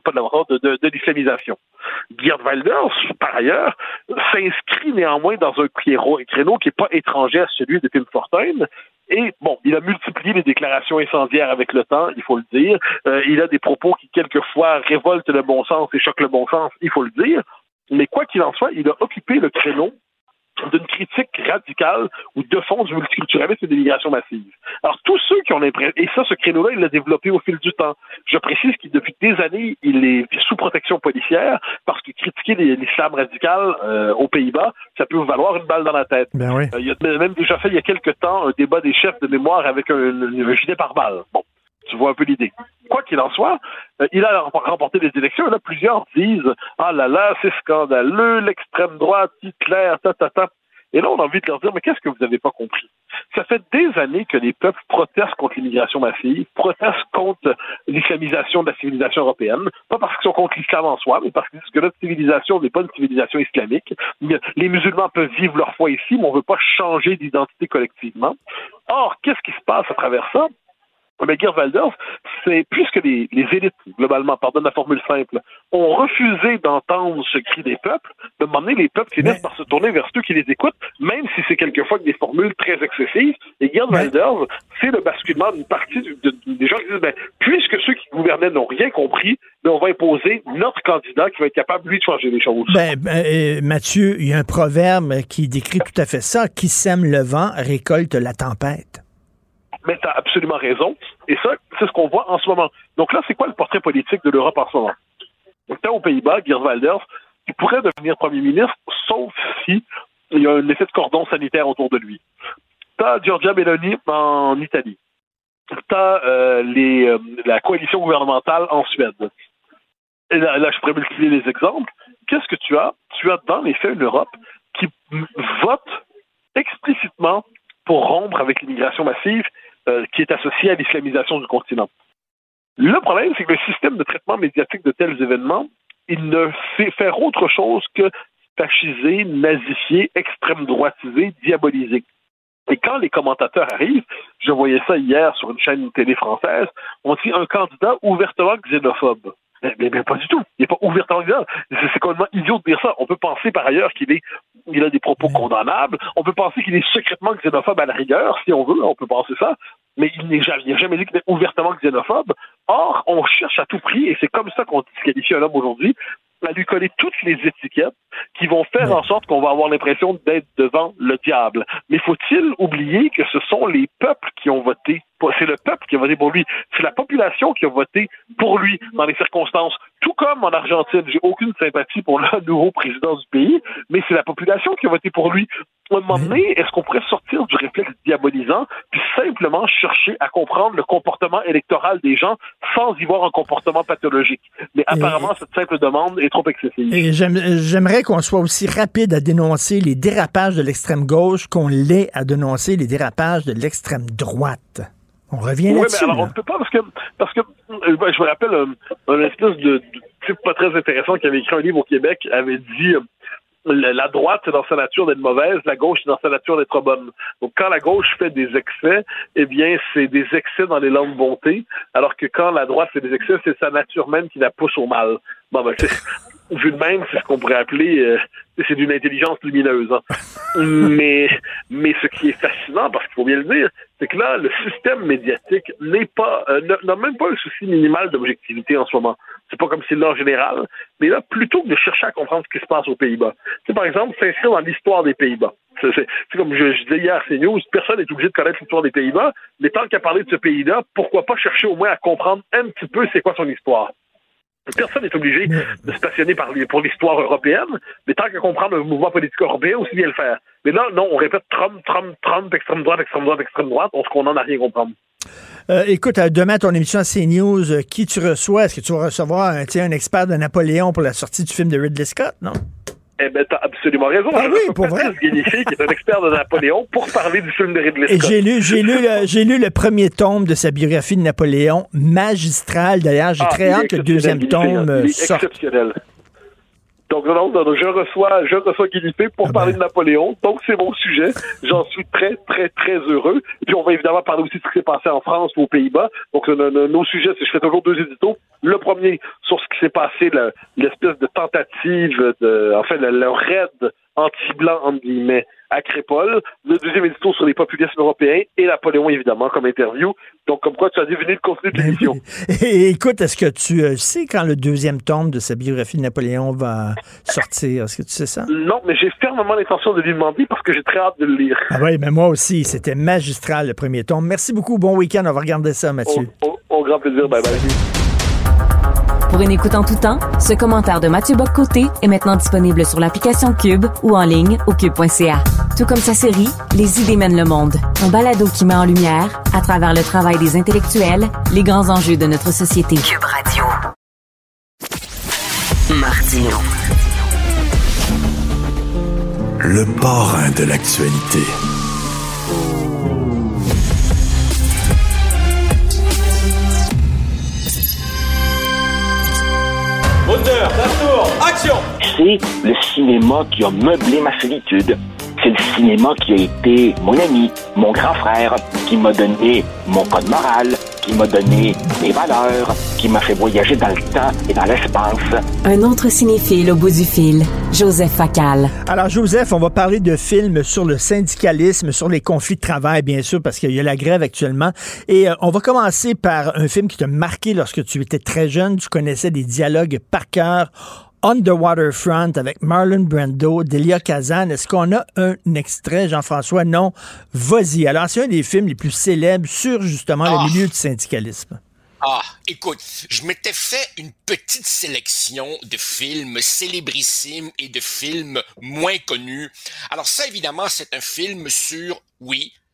de l'islamisation. Geert Wilders, par ailleurs, s'inscrit néanmoins dans un créneau qui n'est pas étranger à celui de Pim Fortuyn. Et bon, il a multiplié les déclarations incendiaires avec le temps, il faut le dire. Il a des propos qui, quelquefois, révoltent le bon sens et choquent le bon sens, il faut le dire. Mais quoi qu'il en soit, il a occupé le créneau d'une critique radicale ou de fond du multiculturalisme et de l'immigration massive. Alors, tous ceux qui ont l'impression... Et ça, ce créneau-là, il l'a développé au fil du temps. Je précise qu'il, depuis des années, il est sous protection policière parce que critiquer l'islam radical aux Pays-Bas, ça peut vous valoir une balle dans la tête. Ben oui. Il a même déjà fait, il y a quelques temps, un débat des chefs de mémoire avec un gilet pare-balles. Bon, tu vois un peu l'idée. Quoi qu'il en soit, il a remporté les élections et là, plusieurs disent « Ah là là, c'est scandaleux, l'extrême droite, Hitler, ta. » Et là, on a envie de leur dire « Mais qu'est-ce que vous n'avez pas compris? Ça fait des années que les peuples protestent contre l'immigration massive, protestent contre l'islamisation de la civilisation européenne, pas parce qu'ils sont contre l'islam en soi, mais parce qu'ils disent que notre civilisation n'est pas une civilisation islamique. Les musulmans peuvent vivre leur foi ici, mais on ne veut pas changer d'identité collectivement. Or, qu'est-ce qui se passe à travers ça? Mais Geert Wilders, c'est puisque les élites, globalement, pardonne la formule simple, ont refusé d'entendre ce cri des peuples, de demander les peuples finissent par se tourner vers ceux qui les écoutent, même si c'est quelquefois avec des formules très excessives. Et Geert Wilders, c'est le basculement d'une partie des gens qui disent, puisque ceux qui gouvernaient n'ont rien compris, on va imposer notre candidat qui va être capable, lui, de changer les choses. Mathieu, il y a un proverbe qui décrit tout à fait ça. Qui sème le vent récolte la tempête. Mais tu as absolument raison. Et ça, c'est ce qu'on voit en ce moment. Donc là, c'est quoi le portrait politique de l'Europe en ce moment? Tu as aux Pays-Bas, Geert Wilders, qui pourrait devenir premier ministre, sauf si il y a un effet de cordon sanitaire autour de lui. Tu as Giorgia Meloni en Italie. t'as la coalition gouvernementale en Suède. Et là, je pourrais multiplier les exemples. Qu'est-ce que tu as? Tu as dans les faits une Europe qui vote explicitement pour rompre avec l'immigration massive qui est associée à l'islamisation du continent. Le problème, c'est que le système de traitement médiatique de tels événements, il ne fait faire autre chose que fasciser, nazifier, extrême-droitiser, diaboliser. Et quand les commentateurs arrivent, je voyais ça hier sur une chaîne télé française, on dit un candidat ouvertement xénophobe. Mais pas du tout. Il n'est pas ouvertement xénophobe. C'est complètement idiot de dire ça. On peut penser par ailleurs qu'il a des propos condamnables. On peut penser qu'il est secrètement xénophobe à la rigueur, si on veut. On peut penser ça. Mais il n'a jamais dit qu'il est ouvertement xénophobe. Or, on cherche à tout prix, et c'est comme ça qu'on disqualifie un homme aujourd'hui, à lui coller toutes les étiquettes qui vont faire en sorte qu'on va avoir l'impression d'être devant le diable. Mais faut-il oublier que ce sont les peuples qui ont voté? C'est le peuple qui a voté pour lui. C'est la population qui a voté pour lui dans les circonstances. Tout comme en Argentine, j'ai aucune sympathie pour le nouveau président du pays, mais c'est la population qui a voté pour lui. À un moment donné, est-ce qu'on pourrait sortir du réflexe diabolisant puis simplement chercher à comprendre le comportement électoral des gens sans y voir un comportement pathologique? Mais apparemment, cette simple demande est trop excessive. Et j'aimerais qu'on soit aussi rapide à dénoncer les dérapages de l'extrême gauche qu'on l'est à dénoncer les dérapages de l'extrême droite. On revient là-dessus. Oui, mais alors on ne peut pas parce que je me rappelle un espèce de type pas très intéressant qui avait écrit un livre au Québec, avait dit la droite, c'est dans sa nature d'être mauvaise, la gauche, c'est dans sa nature d'être bonne. Donc, quand la gauche fait des excès, eh bien, c'est des excès dans l'élan de bonté, alors que quand la droite fait des excès, c'est sa nature même qui la pousse au mal. Bon, ben, vu de même, c'est ce qu'on pourrait appeler, c'est d'une intelligence lumineuse. Hein. Mais ce qui est fascinant, parce qu'il faut bien le dire, c'est que là, le système médiatique n'a même pas un souci minimal d'objectivité en ce moment. C'est pas comme s'il l'a en général, mais là, plutôt que de chercher à comprendre ce qui se passe aux Pays-Bas, c'est par exemple s'inscrire dans l'histoire des Pays-Bas. C'est comme je disais hier à CNews, personne n'est obligé de connaître l'histoire des Pays-Bas, mais tant qu'à parler de ce pays-là, pourquoi pas chercher au moins à comprendre un petit peu c'est quoi son histoire. Personne n'est obligé de se passionner pour l'histoire européenne, mais tant qu'à comprendre le mouvement politique européen, aussi bien le faire. Mais là, non, on répète Trump, extrême droite, on n'en a rien à comprendre. Écoute, demain, ton émission à CNews, qui tu reçois? Est-ce que tu vas recevoir un expert de Napoléon pour la sortie du film de Ridley Scott, non? Eh bien, t'as absolument raison. Ah oui, pour vrai? Guénifié, qui est un expert de Napoléon, pour parler du film de Ridley Scott. Et j'ai lu le premier tome de sa biographie de Napoléon, magistral. D'ailleurs, j'ai très hâte que le deuxième tome sorte. Exceptionnel. Donc, je reçois Guénifié pour parler de Napoléon. Donc, c'est mon sujet. J'en suis très, très, très heureux. Puis, on va évidemment parler aussi de ce qui s'est passé en France ou aux Pays-Bas. Donc, nos sujets, je fais toujours 2 éditos. Le premier, sur ce qui s'est passé, l'espèce de tentative, le raid anti-blanc, entre guillemets, à Crépol. Le deuxième édito sur les populismes européens et Napoléon, évidemment, comme interview. Donc, comme quoi, tu as deviné le contenu de l'émission. Et écoute, est-ce que tu sais quand le deuxième tome de sa biographie de Napoléon va sortir? Est-ce que tu sais ça? Non, mais j'ai fermement l'intention de lui demander parce que j'ai très hâte de le lire. Ah oui, mais moi aussi, c'était magistral, le premier tome. Merci beaucoup, bon week-end, on va regarder ça, Mathieu. Au grand plaisir, bye bye. Pour une écoute en tout temps, ce commentaire de Mathieu Bock-Côté est maintenant disponible sur l'application Cube ou en ligne au cube.ca. Tout comme sa série Les idées mènent le monde, un balado qui met en lumière, à travers le travail des intellectuels, les grands enjeux de notre société. Cube Radio. Martino. Le parrain de l'actualité. Moteur, ça tourne, action! C'est le cinéma qui a meublé ma solitude. C'est le cinéma qui a été mon ami, mon grand frère, qui m'a donné mon code moral, qui m'a donné mes valeurs, qui m'a fait voyager dans le temps et dans l'espace. Un autre cinéphile au bout du fil, Joseph Facal. Alors, Joseph, on va parler de films sur le syndicalisme, sur les conflits de travail, bien sûr, parce qu'il y a la grève actuellement. Et on va commencer par un film qui t'a marqué lorsque tu étais très jeune. Tu connaissais des dialogues par cœur. On the Waterfront avec Marlon Brando, Delia Kazan. Est-ce qu'on a un extrait, Jean-François? Non. Vas-y. Alors, c'est un des films les plus célèbres sur, justement, le milieu du syndicalisme. Écoute, je m'étais fait une petite sélection de films célébrissimes et de films moins connus. Alors ça, évidemment, c'est un film sur, oui,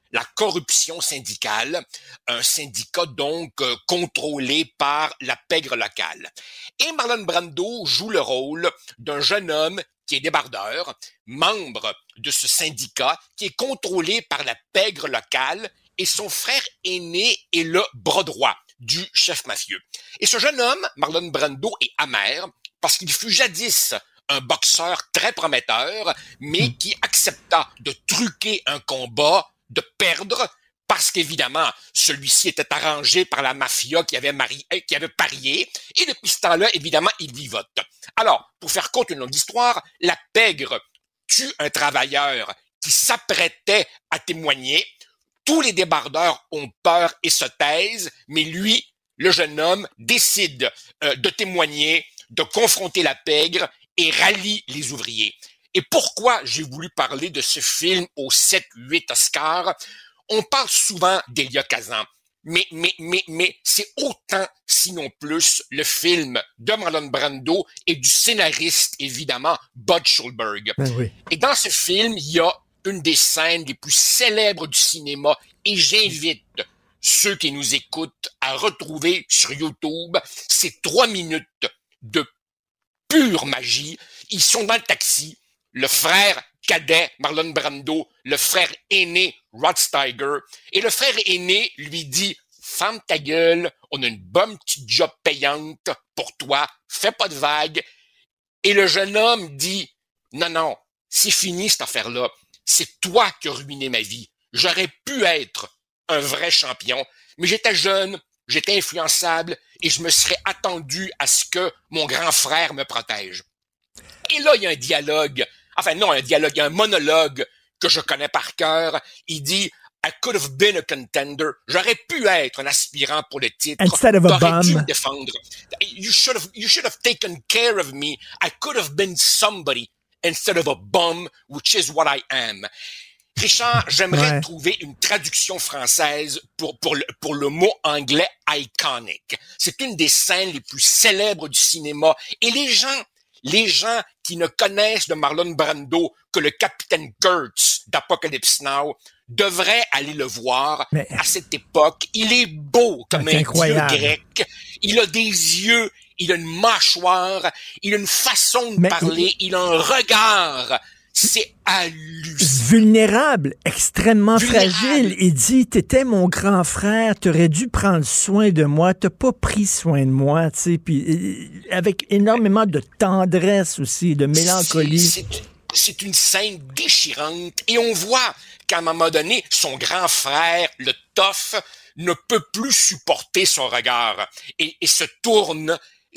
la corruption syndicale, un syndicat donc contrôlé par la pègre locale. Et Marlon Brando joue le rôle d'un jeune homme qui est débardeur, membre de ce syndicat qui est contrôlé par la pègre locale, et son frère aîné est le bras droit du chef mafieux. Et ce jeune homme, Marlon Brando, est amer parce qu'il fut jadis un boxeur très prometteur, mais qui accepta de truquer un combat, de perdre, parce qu'évidemment, celui-ci était arrangé par la mafia qui avait parié, et depuis ce temps-là, évidemment, il vivote. Alors, pour faire courte une longue histoire, la pègre tue un travailleur qui s'apprêtait à témoigner. Tous les débardeurs ont peur et se taisent, mais lui, le jeune homme, décide de témoigner, de confronter la pègre et rallie les ouvriers. Et pourquoi j'ai voulu parler de ce film aux 7-8 Oscars? On parle souvent d'Elia Kazan, mais c'est autant, sinon plus, le film de Marlon Brando et du scénariste, évidemment, Bud Schulberg. Ben oui. Et dans ce film, il y a une des scènes les plus célèbres du cinéma, et j'invite ceux qui nous écoutent à retrouver sur YouTube ces 3 minutes de pure magie. Ils sont dans le taxi, le frère cadet Marlon Brando, le frère aîné Rod Steiger, et le frère aîné lui dit « Ferme ta gueule, on a une bonne petite job payante pour toi, fais pas de vagues. » Et le jeune homme dit « Non, c'est fini cette affaire-là, c'est toi qui as ruiné ma vie. J'aurais pu être un vrai champion, mais j'étais jeune, j'étais influençable, et je me serais attendu à ce que mon grand frère me protège. » Et là, il y a un dialogue, un monologue que je connais par cœur. Il dit « I could have been a contender. » J'aurais pu être un aspirant pour le titre. Instead of a T'aurais dû bum. me défendre. You should have taken care of me. I could have been somebody instead of a bum, which is what I am. Richard, j'aimerais trouver une traduction française pour le mot anglais iconic. C'est une des scènes les plus célèbres du cinéma. Et les gens qui ne connaissent de Marlon Brando que le capitaine Kurtz d'Apocalypse Now devraient aller le voir. Mais à cette époque. Il est beau comme un dieu grec. Il a des yeux, il a une mâchoire, il a une façon de parler, il a un regard. C'est hallucinant. Vulnérable, extrêmement fragile. Il dit, t'étais mon grand frère, t'aurais dû prendre soin de moi, t'as pas pris soin de moi, tu sais, puis avec énormément de tendresse aussi, de mélancolie. C'est une scène déchirante, et on voit qu'à un moment donné, son grand frère, le tough, ne peut plus supporter son regard, et se tourne,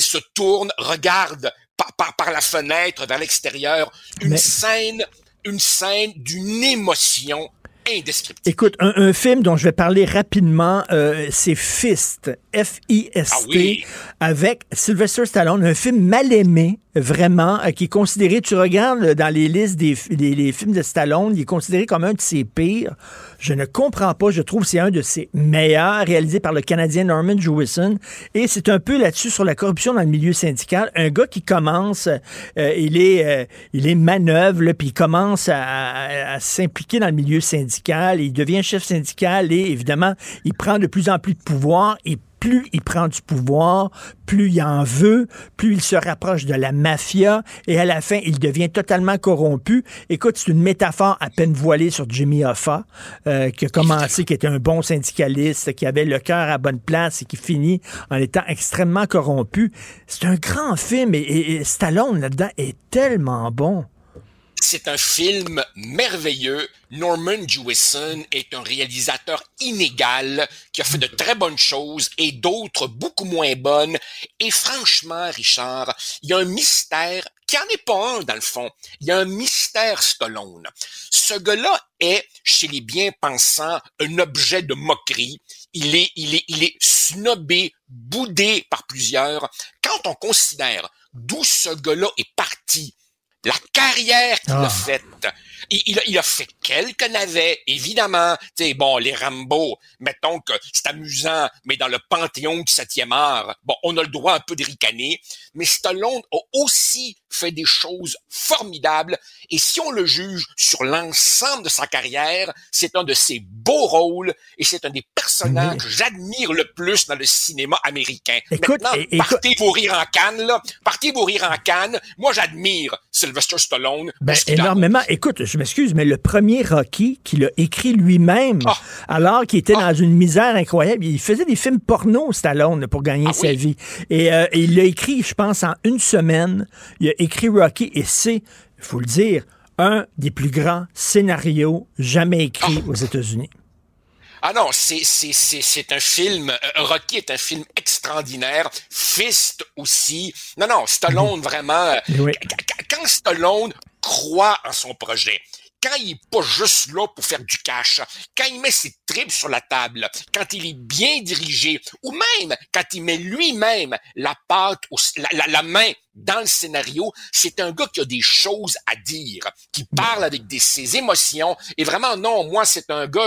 regarde par la fenêtre vers l'extérieur, une scène d'une émotion indescriptible. Écoute, un film dont je vais parler rapidement, c'est Fist, F-I-S-T, avec Sylvester Stallone, un film mal aimé, vraiment, qui est considéré, tu regardes dans les listes des films de Stallone, il est considéré comme un de ses pires. Je ne comprends pas, je trouve que c'est un de ses meilleurs, réalisé par le Canadien Norman Jewison, et c'est un peu là-dessus sur la corruption dans le milieu syndical. Un gars qui commence, il est manœuvre, là, puis il commence à s'impliquer dans le milieu syndical, il devient chef syndical, et évidemment, il prend de plus en plus de pouvoir, et plus il prend du pouvoir, plus il en veut, plus il se rapproche de la mafia, et à la fin, il devient totalement corrompu. Écoute, c'est une métaphore à peine voilée sur Jimmy Hoffa, qui a commencé, qui était un bon syndicaliste, qui avait le cœur à bonne place et qui finit en étant extrêmement corrompu. C'est un grand film, et Stallone, là-dedans, est tellement bon. C'est un film merveilleux. Norman Jewison est un réalisateur inégal qui a fait de très bonnes choses et d'autres beaucoup moins bonnes. Et franchement, Richard, il y a un mystère qui en est pas un dans le fond. Il y a un mystère Stallone. Ce gars-là est, chez les bien-pensants, un objet de moquerie. Il est snobé, boudé par plusieurs. Quand on considère d'où ce gars-là est parti, la carrière qu'il a faite. Il a fait quelques navets, évidemment. Tu sais, bon, les Rambo, mettons que c'est amusant, mais dans le panthéon du 7e art, bon, on a le droit un peu de ricaner. Mais Stallone a aussi fait des choses formidables et si on le juge sur l'ensemble de sa carrière, c'est un de ses beaux rôles et c'est un des personnages que j'admire le plus dans le cinéma américain. Maintenant, partez vos rires en Cannes, là. Partez vos rires en Cannes. Moi, j'admire Sylvester Stallone. Énormément. Écoute, je m'excuse, mais le premier Rocky qu'il a écrit lui-même, alors qu'il était dans une misère incroyable, il faisait des films porno, Stallone, pour gagner sa vie. Et il l'a écrit, je pense, en une semaine. Il a écrit Rocky et c'est, il faut le dire, un des plus grands scénarios jamais écrits aux États-Unis. Ah non, c'est un film, Rocky est un film extraordinaire, Fist aussi. Non, Stallone vraiment, quand Stallone croit en son projet, quand il est pas juste là pour faire du cash, quand il met ses tripes sur la table, quand il est bien dirigé, ou même quand il met lui-même la patte, la main dans le scénario, c'est un gars qui a des choses à dire, qui parle avec ses émotions, et vraiment, non, moi, c'est un gars,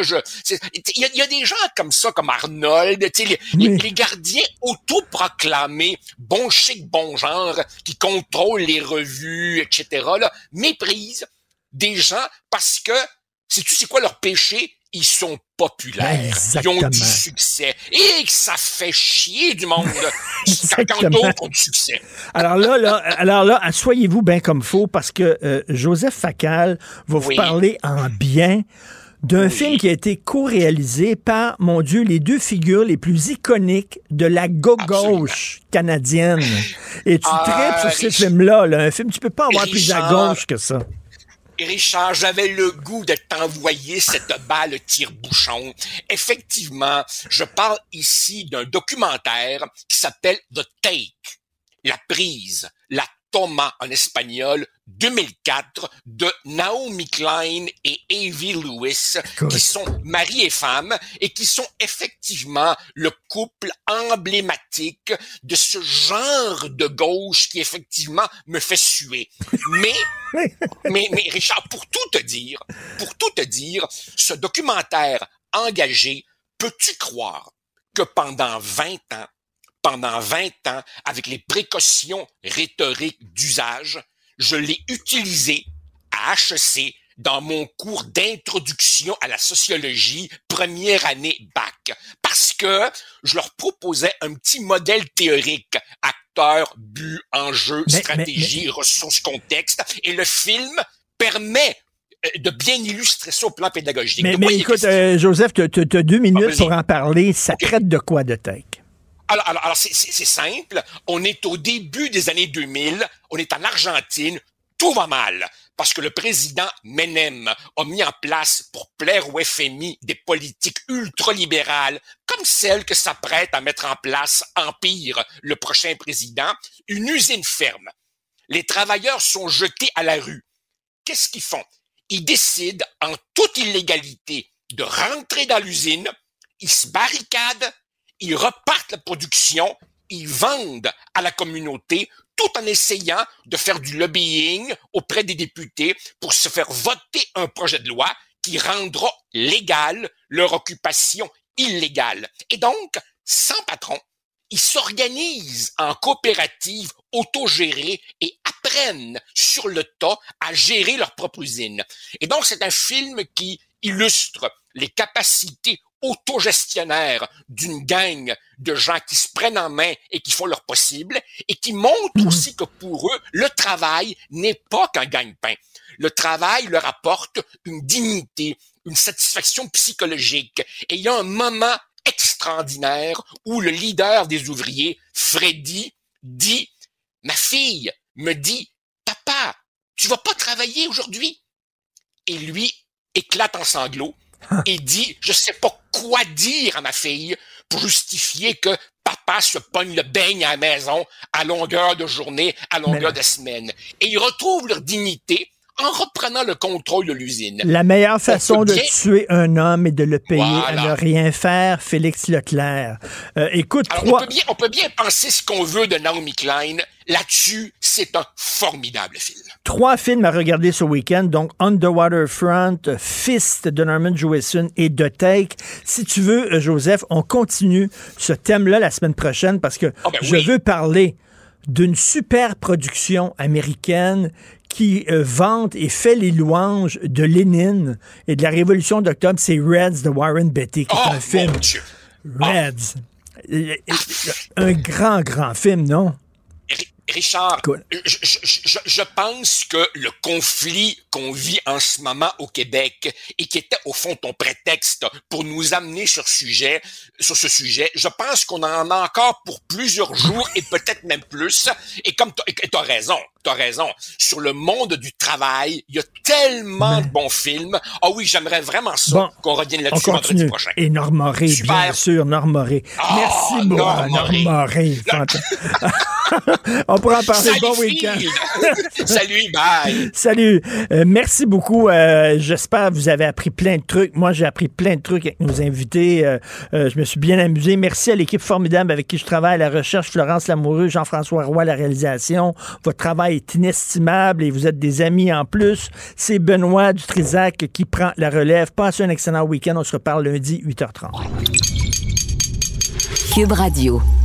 il y a des gens comme ça, comme Arnold, tu sais, les gardiens autoproclamés, bon chic, bon genre, qui contrôlent les revues, etc., là, méprisent des gens parce que, sais-tu c'est quoi leur péché? Ils sont populaires. Ils ont du succès. Et que ça fait chier du monde quand d'autres ont du succès. Alors là, assoyez-vous bien comme faut parce que Joseph Facal va vous parler en bien d'un film qui a été co-réalisé par, mon Dieu, les deux figures les plus iconiques de la gauche canadienne. Et tu tripes sur ce film-là, là, un film, tu peux pas avoir plus à gauche que ça. Richard, j'avais le goût de t'envoyer cette balle tire-bouchon. Effectivement, je parle ici d'un documentaire qui s'appelle The Take, la prise, la toma en espagnol, 2004, de Naomi Klein et Avi Lewis, qui sont mari et femme et qui sont effectivement le couple emblématique de ce genre de gauche qui effectivement me fait suer. Mais Richard, pour tout te dire, ce documentaire engagé, peux-tu croire que pendant 20 ans, avec les précautions rhétoriques d'usage, je l'ai utilisé à HEC dans mon cours d'introduction à la sociologie, première année bac. Parce que je leur proposais un petit modèle théorique, acteur, but, enjeu, stratégie, ressources, contexte. Et le film permet de bien illustrer ça au plan pédagogique. Mais écoute, Joseph, tu as 2 minutes pour en parler. Ça traite de quoi, de Take? Alors c'est simple. On est au début des années 2000. On est en Argentine. Tout va mal. Parce que le président Menem a mis en place, pour plaire au FMI, des politiques ultralibérales, comme celles que s'apprête à mettre en place Empire, le prochain président, une usine ferme. Les travailleurs sont jetés à la rue. Qu'est-ce qu'ils font? Ils décident, en toute illégalité, de rentrer dans l'usine, ils se barricadent, ils repartent la production, ils vendent à la communauté, tout en essayant de faire du lobbying auprès des députés pour se faire voter un projet de loi qui rendra légale leur occupation illégale. Et donc, sans patron, ils s'organisent en coopératives autogérées et apprennent sur le tas à gérer leur propre usine. Et donc, c'est un film qui illustre les capacités autogestionnaires d'une gang de gens qui se prennent en main et qui font leur possible et qui montrent aussi que pour eux, le travail n'est pas qu'un gagne-pain. Le travail leur apporte une dignité, une satisfaction psychologique. Et il y a un moment extraordinaire où le leader des ouvriers, Freddy, dit « Ma fille me dit « Papa, tu vas pas travailler aujourd'hui? » Et lui éclate en sanglots et dit « Je sais pas quoi dire à ma fille pour justifier que papa se pogne le beigne à la maison à longueur de journée, à longueur de semaine. » Et ils retrouvent leur dignité en reprenant le contrôle de l'usine. La meilleure façon de tuer un homme est de le payer à ne rien faire, Félix Leclerc. Écoute, alors, on peut bien penser ce qu'on veut de Naomi Klein. Là-dessus, c'est un formidable film. 3 films à regarder ce week-end, donc Underwater Front, Fist de Norman Jewison et The Take. Si tu veux, Joseph, on continue ce thème-là la semaine prochaine parce que je veux parler d'une super production américaine qui vante et fait les louanges de Lénine et de la Révolution d'octobre, c'est Reds de Warren Beatty, qui est un film. Reds. Un grand film, non? Richard, je pense que le conflit qu'on vit en ce moment au Québec et qui était au fond ton prétexte pour nous amener sur ce sujet, je pense qu'on en a encore pour plusieurs jours et peut-être même plus. Et comme t'as raison. Sur le monde du travail, il y a tellement de bons films. Ah oui, j'aimerais vraiment ça qu'on revienne là-dessus vendredi prochain. Et Norm Morey, bien sûr, Norm Morey. Merci beaucoup, Norm Morey. On pourra en parler. Bon week-end. Salut, bye. Salut. Merci beaucoup. J'espère que vous avez appris plein de trucs. Moi, j'ai appris plein de trucs avec nos invités. Je me suis bien amusé. Merci à l'équipe formidable avec qui je travaille, la recherche, Florence Lamoureux, Jean-François Roy, la réalisation. Votre travail est inestimable et vous êtes des amis en plus. C'est Benoît Dutrisac qui prend la relève. Passez un excellent week-end. On se reparle lundi, 8h30. Cube Radio.